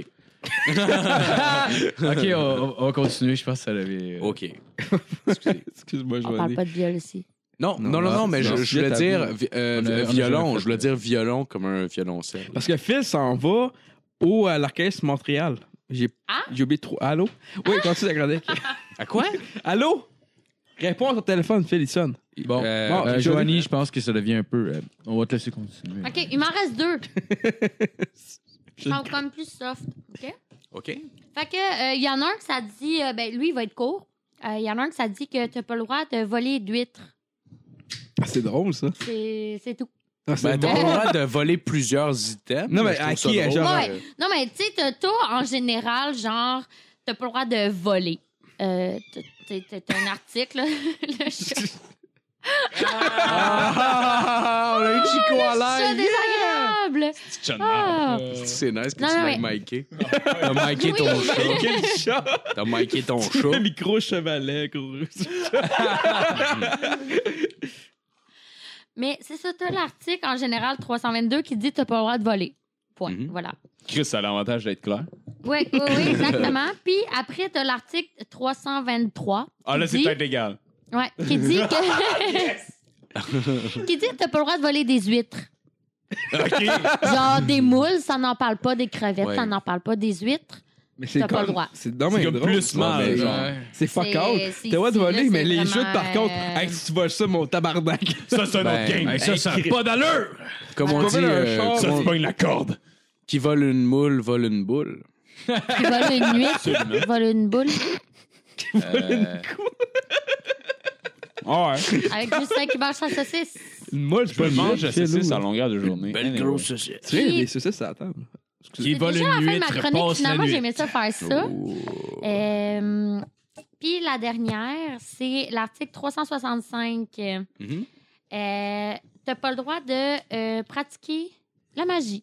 OK, on va continuer. Je pense que ça l'avait... OK. Excuse-moi, On parle Joanie. pas de viol ici. Non, mais non, je voulais dire On a violon. jamais fait Je voulais dire violon comme un violoncelle. Parce que Phil s'en va à l'Orchestre Montréal. J'ai oublié trop. Allô? Oui, continue la chronique. À quoi? Allô? Réponds à ton téléphone, Phil, il sonne. Bon, Joanie, je pense que ça devient un peu... on va te laisser continuer. OK, il m'en reste 2. Je parle comme plus soft. OK? OK. Fait que, il y en a un que ça dit... ben, lui, il va être court. Il y en a un que ça dit que t'as pas le droit de voler d'huîtres. Ah, c'est drôle, ça. C'est tout. Ah, c'est Ben, t'as pas le droit de voler plusieurs items. Non, mais je trouve à ça qui, drôle. genre- Ouais. Non, mais tu sais, toi, en général, genre, t'as pas le droit de voler. T'as un article, là. Le chat. On a eu Chico à C'est l'air. désagréable. Ah. C'est nice que Non, tu non, l'aies mais- miké. T'as miké ton chat. Quel chat! T'as miké ton Le chat. micro chevalet, gros. Mais c'est ça, t'as l'article, en général, 322, qui dit que t'as pas le droit de voler. Point. Mhm. Voilà. Chris, ça a l'avantage d'être clair. Oui, exactement. Puis après, t'as l'article 323. Ah, là, qui c'est dit- peut-être légal. Ouais, qui dit que. Qui dit que t'as pas le droit de voler des huîtres. OK. Genre des moules, ça n'en parle pas, des crevettes, Ouais. ça n'en parle pas, des huîtres. Mais c'est T'as pas comme- le droit. C'est dommage C'est comme drôle. plus mal, Ouais, mais genre. C'est fuck C'est- out. c'est T'as le droit de ici, voler, là, mais c'est les vraiment, chutes, par contre, hey, si tu voles ça, mon tabarnak. Ça, c'est un Ben, autre game. Hey, ça a pas d'allure! Comme on Pas dit, mal un char. Ça, tu pognes la corde. qui vole une moule, vole une boule. Qui vole une huître, vole une boule. Ah ouais. Avec Justin qui mange sa saucisse. Moi, je Je me mange à saucisse à longueur de journée. Anyway. saucisse. Tu sais, il y a des saucisses à la table. Qui vole C'est déjà une la fin de ma huître, chronique. passe la Finalement, nuit. j'aimais ça faire ça. Puis la dernière, c'est l'article 365. Mhm. T'as pas le droit de pratiquer la magie.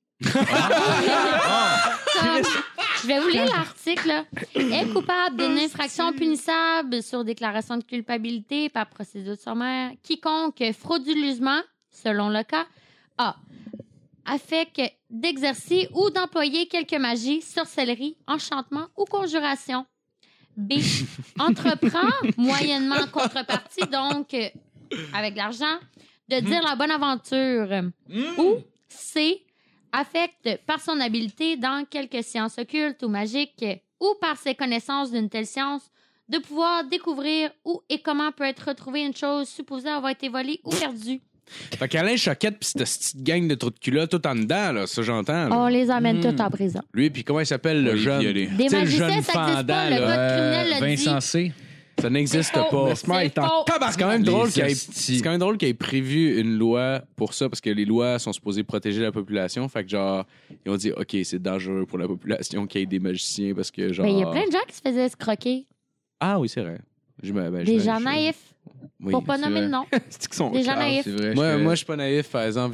Je vais vous lire l'article. Là. Est coupable d'une infraction punissable sur déclaration de culpabilité par procédure sommaire quiconque frauduleusement, selon le cas, a affecte d'exercer ou d'employer quelque magie, sorcellerie, enchantement ou conjuration. B. Entreprend, moyennement contrepartie, donc avec l'argent, de dire la bonne aventure. Ou C. Affecte par son habileté dans quelque science occulte ou magique ou par ses connaissances d'une telle science de pouvoir découvrir où et comment peut être retrouvée une chose supposée avoir été volée ou perdue. Fait qu'Alain Choquette pis cette petite gang de trous de culottes tout en dedans, là, ça j'entends. là. On les amène tous en prison. Lui, puis comment il s'appelle le Oui, jeune? violé. Des Tu sais, le magiciens, jeune ça n'existe pas. fendant, Le là. code criminel le dit. Vincent C. Ça n'existe C'est faux. pas. Mesmer est en faux. tabarnak. C'est quand même drôle Les qu'il y ait- hosties. c'est quand même drôle qu'il ait prévu une loi pour ça, parce que les lois sont supposées protéger la population. Fait que genre, ils ont dit, OK, c'est dangereux pour la population qu'il y ait des magiciens, parce que genre... Mais il y a plein de gens qui se faisaient escroquer. Ah oui, c'est vrai. Des gens naïfs. Oui. Pour pas c'est nommer vrai. le nom. C'est qu'ils sont Des gens caves. naïfs. C'est vrai. Moi, je suis pas naïf, par exemple.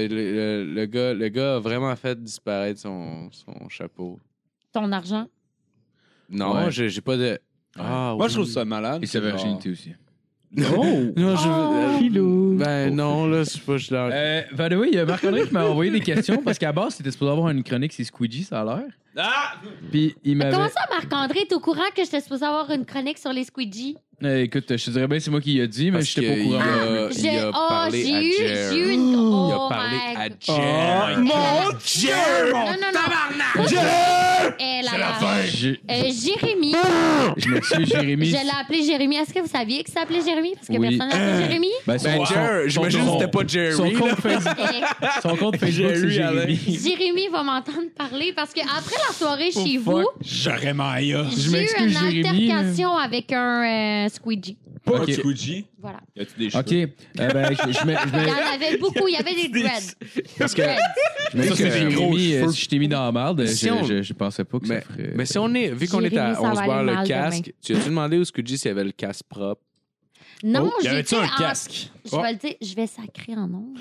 Le gars a vraiment fait disparaître son chapeau. Ton argent. Non, Ouais. j'ai pas de... Ah, Moi, oui. je trouve ça malade. Et sa c'est genre- virginité aussi. Non, Oh. je... Ben non, là, c'est pas... Je l'en- By the way, il y a Marc-André qui m'a envoyé des questions parce qu'à base, c'était supposé avoir une chronique, c'est Squeegee, ça a l'air. Ah! Puis il m'avait. Comment ça, Marc-André, est au courant que j'étais supposée avoir une chronique sur les squeegees? Écoute, je te dirais bien, c'est moi qui l'ai dit, mais Parce j'étais pas au qu'il courant. a- il a parlé à Jer. J'ai eu une. Il Oh a parlé my à God. Jer. Mon Dieu! Non. C'est la fin! Jérémy. Je m'excuse, Jérémy. Je l'ai appelé Jérémy. Est-ce que vous saviez qu'il s'appelait Jérémy? Parce que Oui. personne n'a appelé Jérémy. Ben, Ben, Jer, j'imagine que c'était pas Jerry. Son là. compte Facebook, Eh, son compte Facebook, c'est Jerry Allen. Jérémy. Jérémy va m'entendre parler parce qu'après la soirée chez fuck. vous, J'aurais Maya. Je j'ai eu m'excuse, une Jérémy, altercation avec un squeegee. Pas Ok. de Squeegee. Voilà. Y a-tu des cheveux? OK. Ben, je mets. Il y en avait beaucoup. Il y avait des dreads. Parce que... Je mets Ça, c'est que des gros Jérémy, cheveux. si je t'ai mis dans la merde, Si on- je pensais pas que ça ferait. Mais si on est... Vu qu'on est Jérémy, à ça 11 va barres aller le mal casque, tu as-tu demandé au Squeegee s'il y avait le casque propre? Non, Y avait-tu j'étais un casque? Je vais le dire, je vais sacrer en ondes.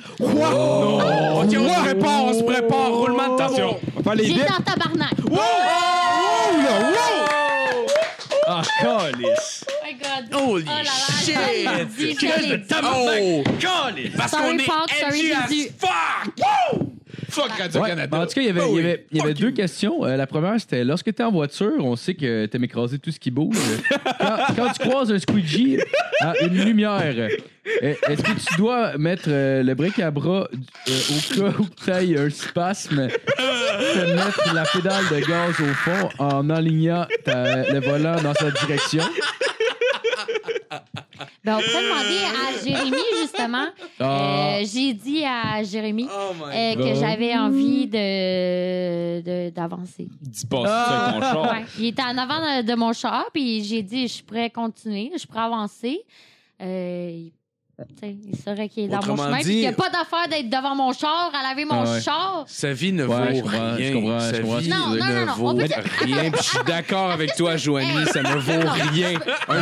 OK, on se prépare, on se prépare. Roulement de tambour. On va faire les J'étais bits. en tabarnak. Oh Ah, calice! my God. Holy Oh là là, shit! je l'ai dit, je l'ai dit. Oh! Parce Sorry, qu'on est Fox, sorry, edgy as Jésus. fuck! Woo! Fuck Ouais, Radio-Canada. en tout cas, il y avait deux questions. La première, c'était lorsque tu es en voiture, on sait que tu aimes écraser tout ce qui bouge. Quand tu croises un squeegee à une lumière, est-ce que tu dois mettre le bric-à-bras au cas où tu ailles un spasme, te mettre la pédale de gaz au fond en alignant le volant dans sa direction? Ben, on pourrait demander à Jérémy, justement. J'ai dit à Jérémy que j'avais envie d'avancer. Dis pas ça avec ton char. Ouais. Il était en avant de mon char, puis j'ai dit je pourrais continuer, je pourrais avancer. Il saurait qu'il est dans mon Autrement chemin, puis dit- qu'il n'y a pas d'affaire d'être devant mon char, à laver mon Ah ouais. char. Sa vie ne vaut Ouais, je rien. comprends, Sa je comprends. vie Non, non, ne non, vaut on peut rien. Puis je suis d'accord avec toi, Joanie, ça ne vaut rien. Non,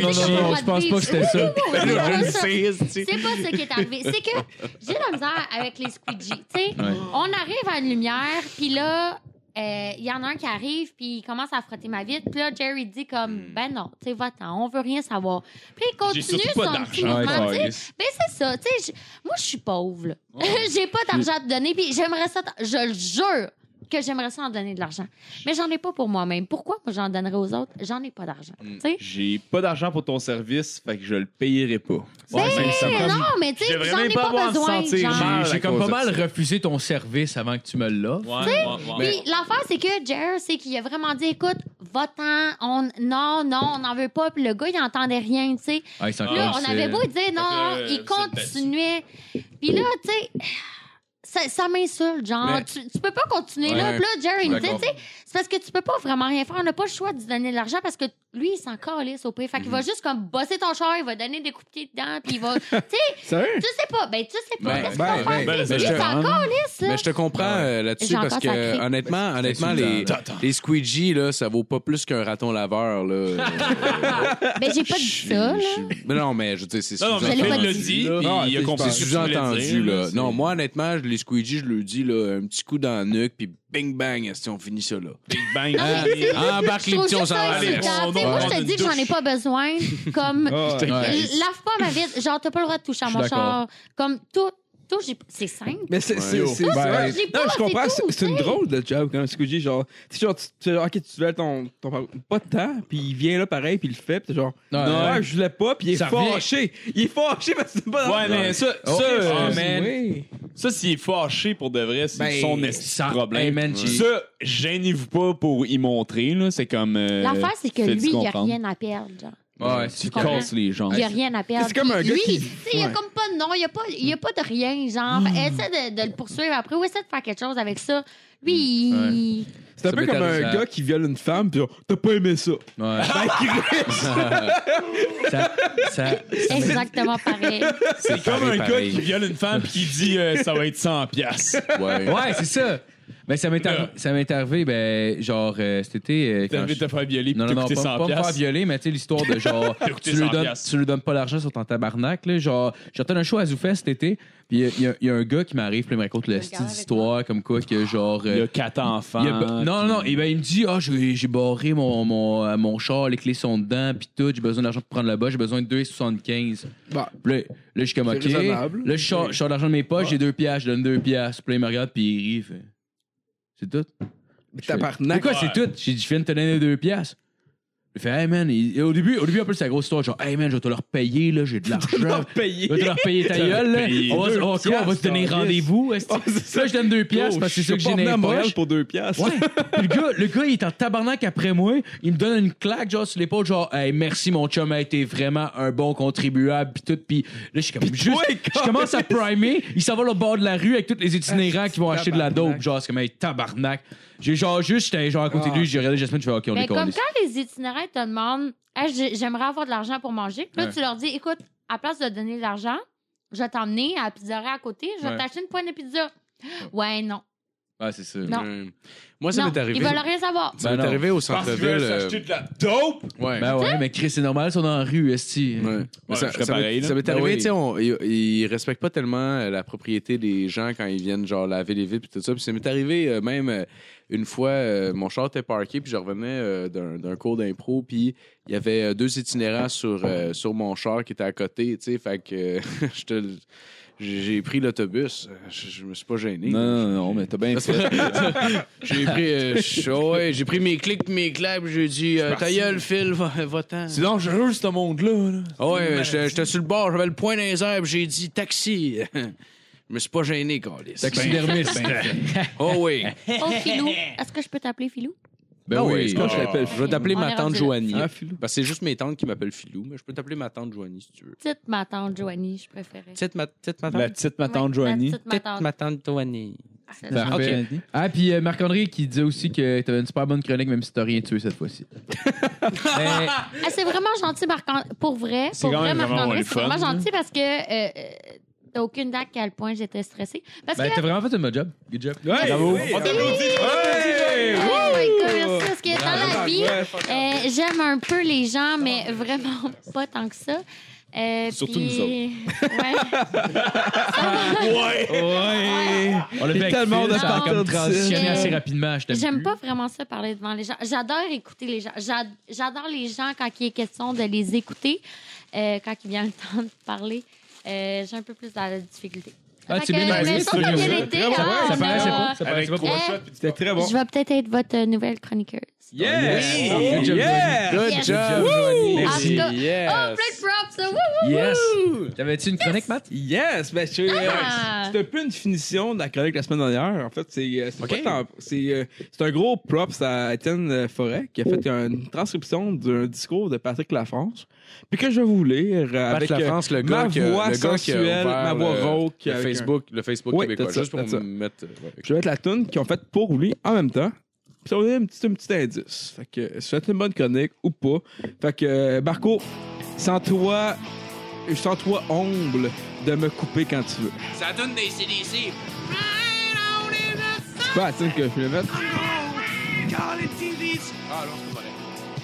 je pense pas que c'était ça. Ben là, je le sais, C'est pas ça qui est arrivé. C'est que j'ai la misère avec les squeegees. Tu sais, Ouais. on arrive à une lumière, puis là, il y en a un qui arrive, puis il commence à frotter ma vitre. Puis là, Jerry dit comme, ben non, tu sais, va-t'en, on veut rien savoir. Puis il J'ai continue surtout pas son petit d'argent. mouvement. Ouais, tu sais. Ben c'est ça, tu sais, moi, je suis pauvre, là. J'ai pas d'argent à te donner, puis j'aimerais ça, je le jure que j'aimerais ça en donner de l'argent. Mais j'en ai pas pour moi-même. Pourquoi moi j'en donnerais aux autres? J'en ai pas d'argent. Tu sais? J'ai pas d'argent pour ton service, fait que je le payerai pas. Ben, non, mais tu sais, Je devrais j'en même ai pas pas avoir à me besoin. sentir genre. mal. J'ai à comme cause pas de mal ça. refusé ton service avant que tu me l'offres. Puis l'affaire, c'est que Jer, c'est qu'il a vraiment dit, écoute, va-t'en, non, on n'en veut pas. Puis le gars, il n'entendait rien, tu sais. Ah, il s'en Puis là, on calisse, avait beau dire non, que, il vous êtes continuait. Puis là, tu sais, ça m'insulte, genre. Mais- Tu peux pas continuer là. Ouais. Puis là, Jerry, il me dit, D'accord. tu sais, c'est parce que tu peux pas vraiment rien faire. On n'a pas le choix de lui donner de l'argent parce que lui, il s'en calisse au pire. Fait qu'il va juste comme bosser ton char, il va donner des coups de pied dedans, puis il va. Tu sais, Sérieux? tu sais pas. Ben, tu sais pas. Ben, Qu'est-ce qu'il ben, va faire? ben, tu sais? ben, Lui, je il s'en calisse, là. Mais je te comprends là-dessus J'ai parce encore que sacré. honnêtement, les squeegees là, ça vaut pas plus qu'un raton laveur là. Ben, j'ai pas dit ça, là. Mais non, mais je veux dire, c'est Non, mais Je l'ai pas Phil l'a dit. dit, Ah, puis il a c'est compris c'est ce que tu voulais sous-entendu dire, là. c'est- Non, moi honnêtement, les squeegees, je le dis là, un petit coup dans la nuque puis bing bang, est-ce qu'on finit ça là. Big Bang. Non, mais Allez. c'est- Embarque Je les trouve petits, on juste s'en ça va. Allez, insultant. on Tu sais, va moi, je prendre te une dis que j'en ai douche. pas besoin. Comme, Ouais. lave pas ma vitre. Genre, t'as pas le droit de toucher à Je mon suis char. Comme, tout, c'est simple. Mais c'est. Ouais. c'est- Tout ça, ben, je l'ai pas, non, je comprends. c'est tout, C'est une tu sais. drôle de job quand même, Squeegee. Genre, tu sais, genre, ok, tu veux ton pas de temps, puis il vient là pareil, puis il le fait, puis t'es genre, Ouais. non, je voulais pas, puis il est Ça revient. fâché. Il est fâché parce que c'est pas dans Ouais, mais ça, oui. ça, s'il est fâché pour de vrai, c'est Ben, son ça- problème. Hey, man, j'ai- Ça, gênez-vous pas pour y montrer, là. C'est comme. L'affaire, c'est que faites-y lui, il a comprendre. rien à perdre. Genre. Ouais, Tu comprends? casses les gens. Il a rien à perdre. C'est comme un Puis gars lui, qui- tu sais, il a comme pas de nom, il y a pas de rien, genre. Essaie de le poursuivre après ou essaie de faire quelque chose avec ça. Lui, il... C'est un Ça peu comme un m'intéresse. gars qui viole une femme, puis genre, t'as pas aimé ça. Ouais. Ben, Chris! ça, exactement pareil. C'est comme un gars qui viole une femme et qui dit ça va être 100 piastres. Ouais. ouais, c'est ça. Mais ça m'est arrivé, ben, genre, cet été. T'as quand envie de te faire violer puis Non, t'as non, coûté 100 pas me faire piastres. violer, mais tu sais, l'histoire de genre, T'as coûté tu lui 100 piastres. donnes pas l'argent sur ton tabarnak, là. Genre, j'attends un show à Zoufest cet été, puis il y a un gars qui m'arrive, puis il me raconte la regardes petite avec histoire, comme quoi que genre. Il y a 4 enfants. Non, et ben il me dit, j'ai barré mon char, les clés sont dedans, puis tout, j'ai besoin d'argent pour prendre le bas, j'ai besoin de 2,75. Bah, Puis là, je suis comme, C'est OK. raisonnable. Là, je sors l'argent de mes poches, j'ai 2 piastres, je donne 2 piastres. Puis là, il me regarde, puis il rit. Fait, c'est tout. tabarnak. Pourquoi c'est tout? J'ai dit, je viens de te donner 2 piastres. Il fait, hey man, au début, un peu, c'est la grosse histoire. Genre, hey man, je vais te le repayer, là, j'ai de l'argent. leur payer. Je vais te le repayer ta gueule, là. payé On va te donner rendez-vous. Est-ce que- Là, je donne 2 piastres parce que c'est ça que j'ai dans à les Montréal poches. pour 2 piastres. Ouais. Puis le gars, il est en tabarnak après moi. Il me donne une claque, genre, sur l'épaule, genre, hey, merci, mon chum a été vraiment un bon contribuable, puis tout. Puis là, je suis comme, je commence à primer. Il s'en va au bord de la rue avec tous les itinérants qui vont acheter de la dope. Genre, c'est comme, hey, tabarnak. J'étais genre à côté de lui, j'ai regardé Jasmine, je fais, OK, on Mais est comme calés. quand les itinéraires te demandent hey, j'aimerais avoir de l'argent pour manger, puis là, Ouais. tu leur dis écoute, à place de donner de l'argent, je vais t'emmener à la pizzeria à côté, je vais Ouais. t'acheter une pointe de pizza. Ouais, non. Ah, c'est ça. Non. Moi, ça non, m'est arrivé. ils veulent rien savoir. Ça Ben m'est non. arrivé au Parce qu'ils centre-ville. veulent s'acheter de la dope. Ouais. Ben ouais, mais Chris, c'est normal, ils sont dans la rue, esti. Ouais. Ouais, ça, je serais ça m'est- pareil, là. ça m'est Ben arrivé, oui. tu sais, ils respectent pas tellement la propriété des gens quand ils viennent genre laver les vitres et tout ça. Puis ça m'est arrivé même une fois, mon char était parké puis je revenais d'un cours d'impro puis il y avait 2 itinérants sur mon char qui étaient à côté, tu sais, fait que J'ai pris l'autobus. Je me suis pas gêné. Non, mais t'as bien fait. J'ai pris mes clics et mes claps. J'ai dit, ta gueule, Phil, va-t'en. C'est dangereux, ce monde-là. Là. Ouais, j'étais sur le bord, j'avais le poing dans les airs, puis j'ai dit taxi. Je me suis pas gêné, Carlis. Taxidermiste. Oh oui. Oh, Philou, est-ce que je peux t'appeler Philou? Ben Ah oui. oui, Moi, je l'appelle je vais t'appeler On ma est tante rendu là. Joanie. Ah, Philou. Parce que c'est juste mes tantes qui m'appellent Philou, mais je peux t'appeler ma tante Joanie si tu veux. Petite ma tante Joanie, je préférais. Petite ma tante. La petite ma tante Joanie. La petite ma tante. tante Joanie. C'est ça. Parfait. Ah, puis Marc-André qui disait aussi que t'avais une super bonne chronique, même si t'as rien tué cette fois-ci. Mais- Ah, c'est vraiment gentil, Marc-André. Pour vrai, C'est pour quand vrai, même vraiment Marc-André, le c'est vraiment fun, gentil parce que t'as aucune idée à quel point j'étais stressée. Parce Ben, que t'as vraiment fait un bon job. Good job. Bravo. On t'applaudit. Oh my God, merci. Parce que dans la vie, j'aime un peu les gens, mais vraiment pas tant que ça. Surtout puis- nous autres. Ouais. On l'a fait avec tellement Phil, de ça a partir comme d'ici. transitionné Euh, assez rapidement. Je t'aime J'aime plus. pas vraiment ça parler devant les gens. J'adore écouter les gens. J'adore les gens quand il est question de les écouter, quand il vient le temps de parler. J'ai un peu plus de la difficulté. Ah, Fait tu que, bien mais marié, pas c'est pour bien. quel été, Ça hein, paraissait non. pas. Ça paraissait pas pour Eh, C'était très bon. Je vais peut-être être votre nouvelle chroniqueuse. Yes! Good job, Yeah! Good Yes. job, Joanie. Merci. En tout cas, Yes. Oh, plein de props! Wouh, wouh, Yes. wouh. T'avais-tu une chronique, Matt? Yes! Ben, Ah. c'est un peu une définition de la chronique la semaine dernière. En fait, c'est Ok. c'est un gros props à Étienne Forêt qui a fait une transcription d'un discours de Patrick Lafrance. Puis que je vais vous lire avec Pat Lafrance, le ma gars qui a- voix le gars qui a sensuelle, ouvert ma voix le- rauque. Le avec un- Facebook Oui, québécois. that's Juste pour it, that's me mettre. Je vais mettre la tune qu'ils ont faite pour lui en même temps. Puis ça va donner un petit indice. Fait que c'est une bonne chronique ou pas. Fait que Marco, sans toi humble de me couper quand tu veux. Ça donne des CDC. C'est pas la tune que je voulais mettre. Ah non, c'est vrai.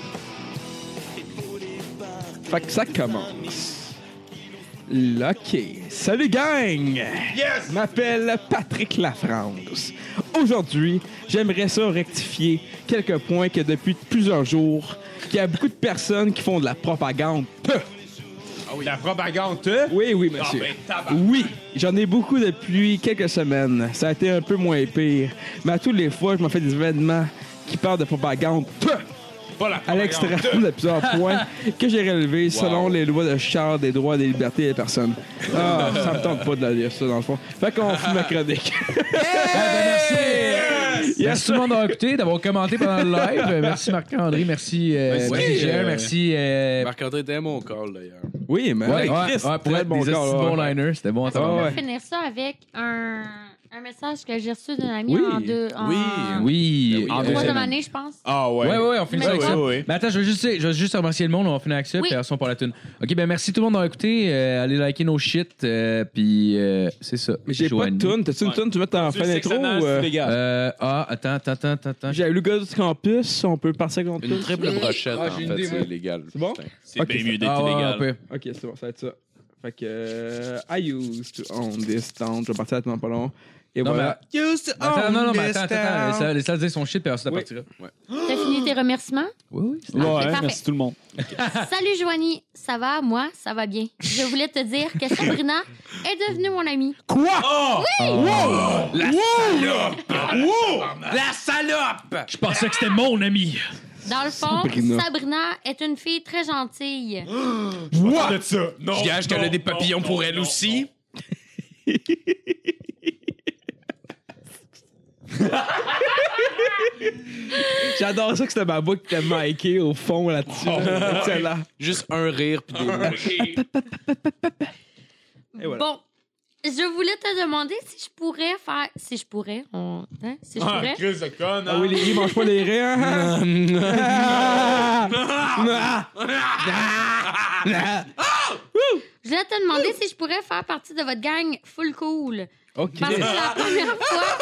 Fait que ça commence. Là, OK. Salut gang! Yes! Je m'appelle Patrick Lafrance. Aujourd'hui, j'aimerais ça rectifier quelques points que depuis plusieurs jours, qu'il y a beaucoup de personnes qui font de la propagande. La propagande, Oui, monsieur. Oui, j'en ai beaucoup depuis quelques semaines. Ça a été un peu moins pire. Mais à toutes les fois, je m'en fais des événements qui parlent de propagande. À l'extrême de plusieurs points que j'ai relevés selon les lois de charte des droits et des libertés des personnes. Ah, ça me tente pas de la lire, ça, dans le fond. Fait qu'on finit ma chronique. Merci. Yes, Merci tout le monde d'avoir écouté, d'avoir commenté pendant le live. Merci Marc-André, merci Gilles, merci. Marc-André était mon call d'ailleurs. Oui, mais Ouais, Chris, pour être des bons liners, c'était bon à Ah, savoir. On va ouais. finir ça avec un message que j'ai reçu d'une amie Oui. Oui. En En troisième année, je pense. Ah ouais. Ouais, on finit ça avec Ouais, ça. ouais. Mais attends, je vais juste remercier le monde, on va finir avec ça, Oui. puis on pour la tune. OK, ben merci tout le monde d'avoir écouté. Allez liker nos shit, puis c'est ça. Mais j'ai pas de tune. T'as-tu une tune? Tu mets en fin d'intro ou... Attends. J'ai le gars du campus. On peut passer avec Une triple brochette, Ah, en j'ai une fait, idée, c'est moi. illégal. C'est bon? C'est Ok, bien ça- mieux d'être Ah, ouais, illégal. on peut. OK, c'est bon, ça va être ça. Fait que... I used to own this town. Je vais partir à tout pas long. Et Non, voilà. Attends, non, mais attends. Laisse-la dire son shit, puis après ça Oui. partira. T'as fini tes remerciements? Oui. Ouais, parfait. merci tout le monde. Salut Joanie, ça va? Moi, ça va bien. Je voulais te dire que Sabrina est devenue mon amie. La salope! Je pensais que c'était mon ami. Dans le fond, Sabrina. Sabrina est une fille très gentille. What? ça. Non. Je gage qu'elle a des papillons pour elle aussi. J'adore ça que c'était ma boucle qui était micée au fond là-dessus. Excellent. Juste un rire puis des mouches. Et voilà. Bon, je voulais te demander si je pourrais faire... Si je pourrais, si je Ah, pourrais... crise de conne. Ah oui, les riz mangent pas les riz, hein? Je voulais te demander si je pourrais faire partie de votre gang full cool. OK. Parce que la première fois...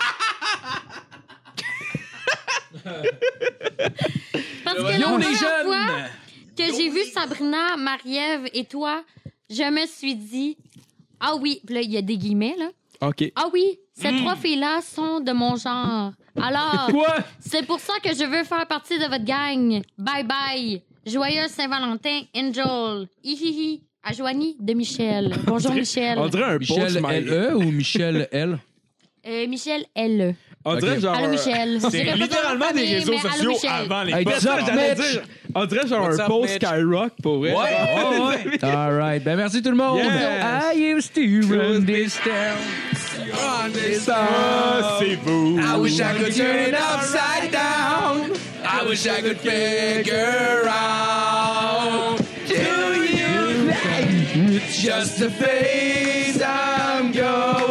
Parce que la première fois que j'ai vu Sabrina, Marie-Ève et toi, je me suis dit... Ah oui, puis là, il y a des guillemets, là. OK. Ah oui, ces trois filles-là sont de mon genre. Alors, Quoi? c'est pour ça que je veux faire partie de votre gang. Bye bye. Joyeux Saint-Valentin, Angel. Hihihi. À Joanie de Michel. Bonjour, Michel. On dirait un Michel post my... L.E. ou Michel L? Michel L. On dirait Ok. genre... Allô, Michel. C'est J'ai répété littéralement ton des famille, réseaux mais allô, sociaux Michel. avant les Hey, posts. what's up, J'allais Mitch? dire, on dirait genre What's un up, post Mitch? Skyrock, pour vrai. Ouais. All right. Ben, merci tout le monde. Yes. I used to run this town. Ah, c'est vous. I wish I could turn it upside down. I wish I could figure out. Do you think it's just a phase I'm going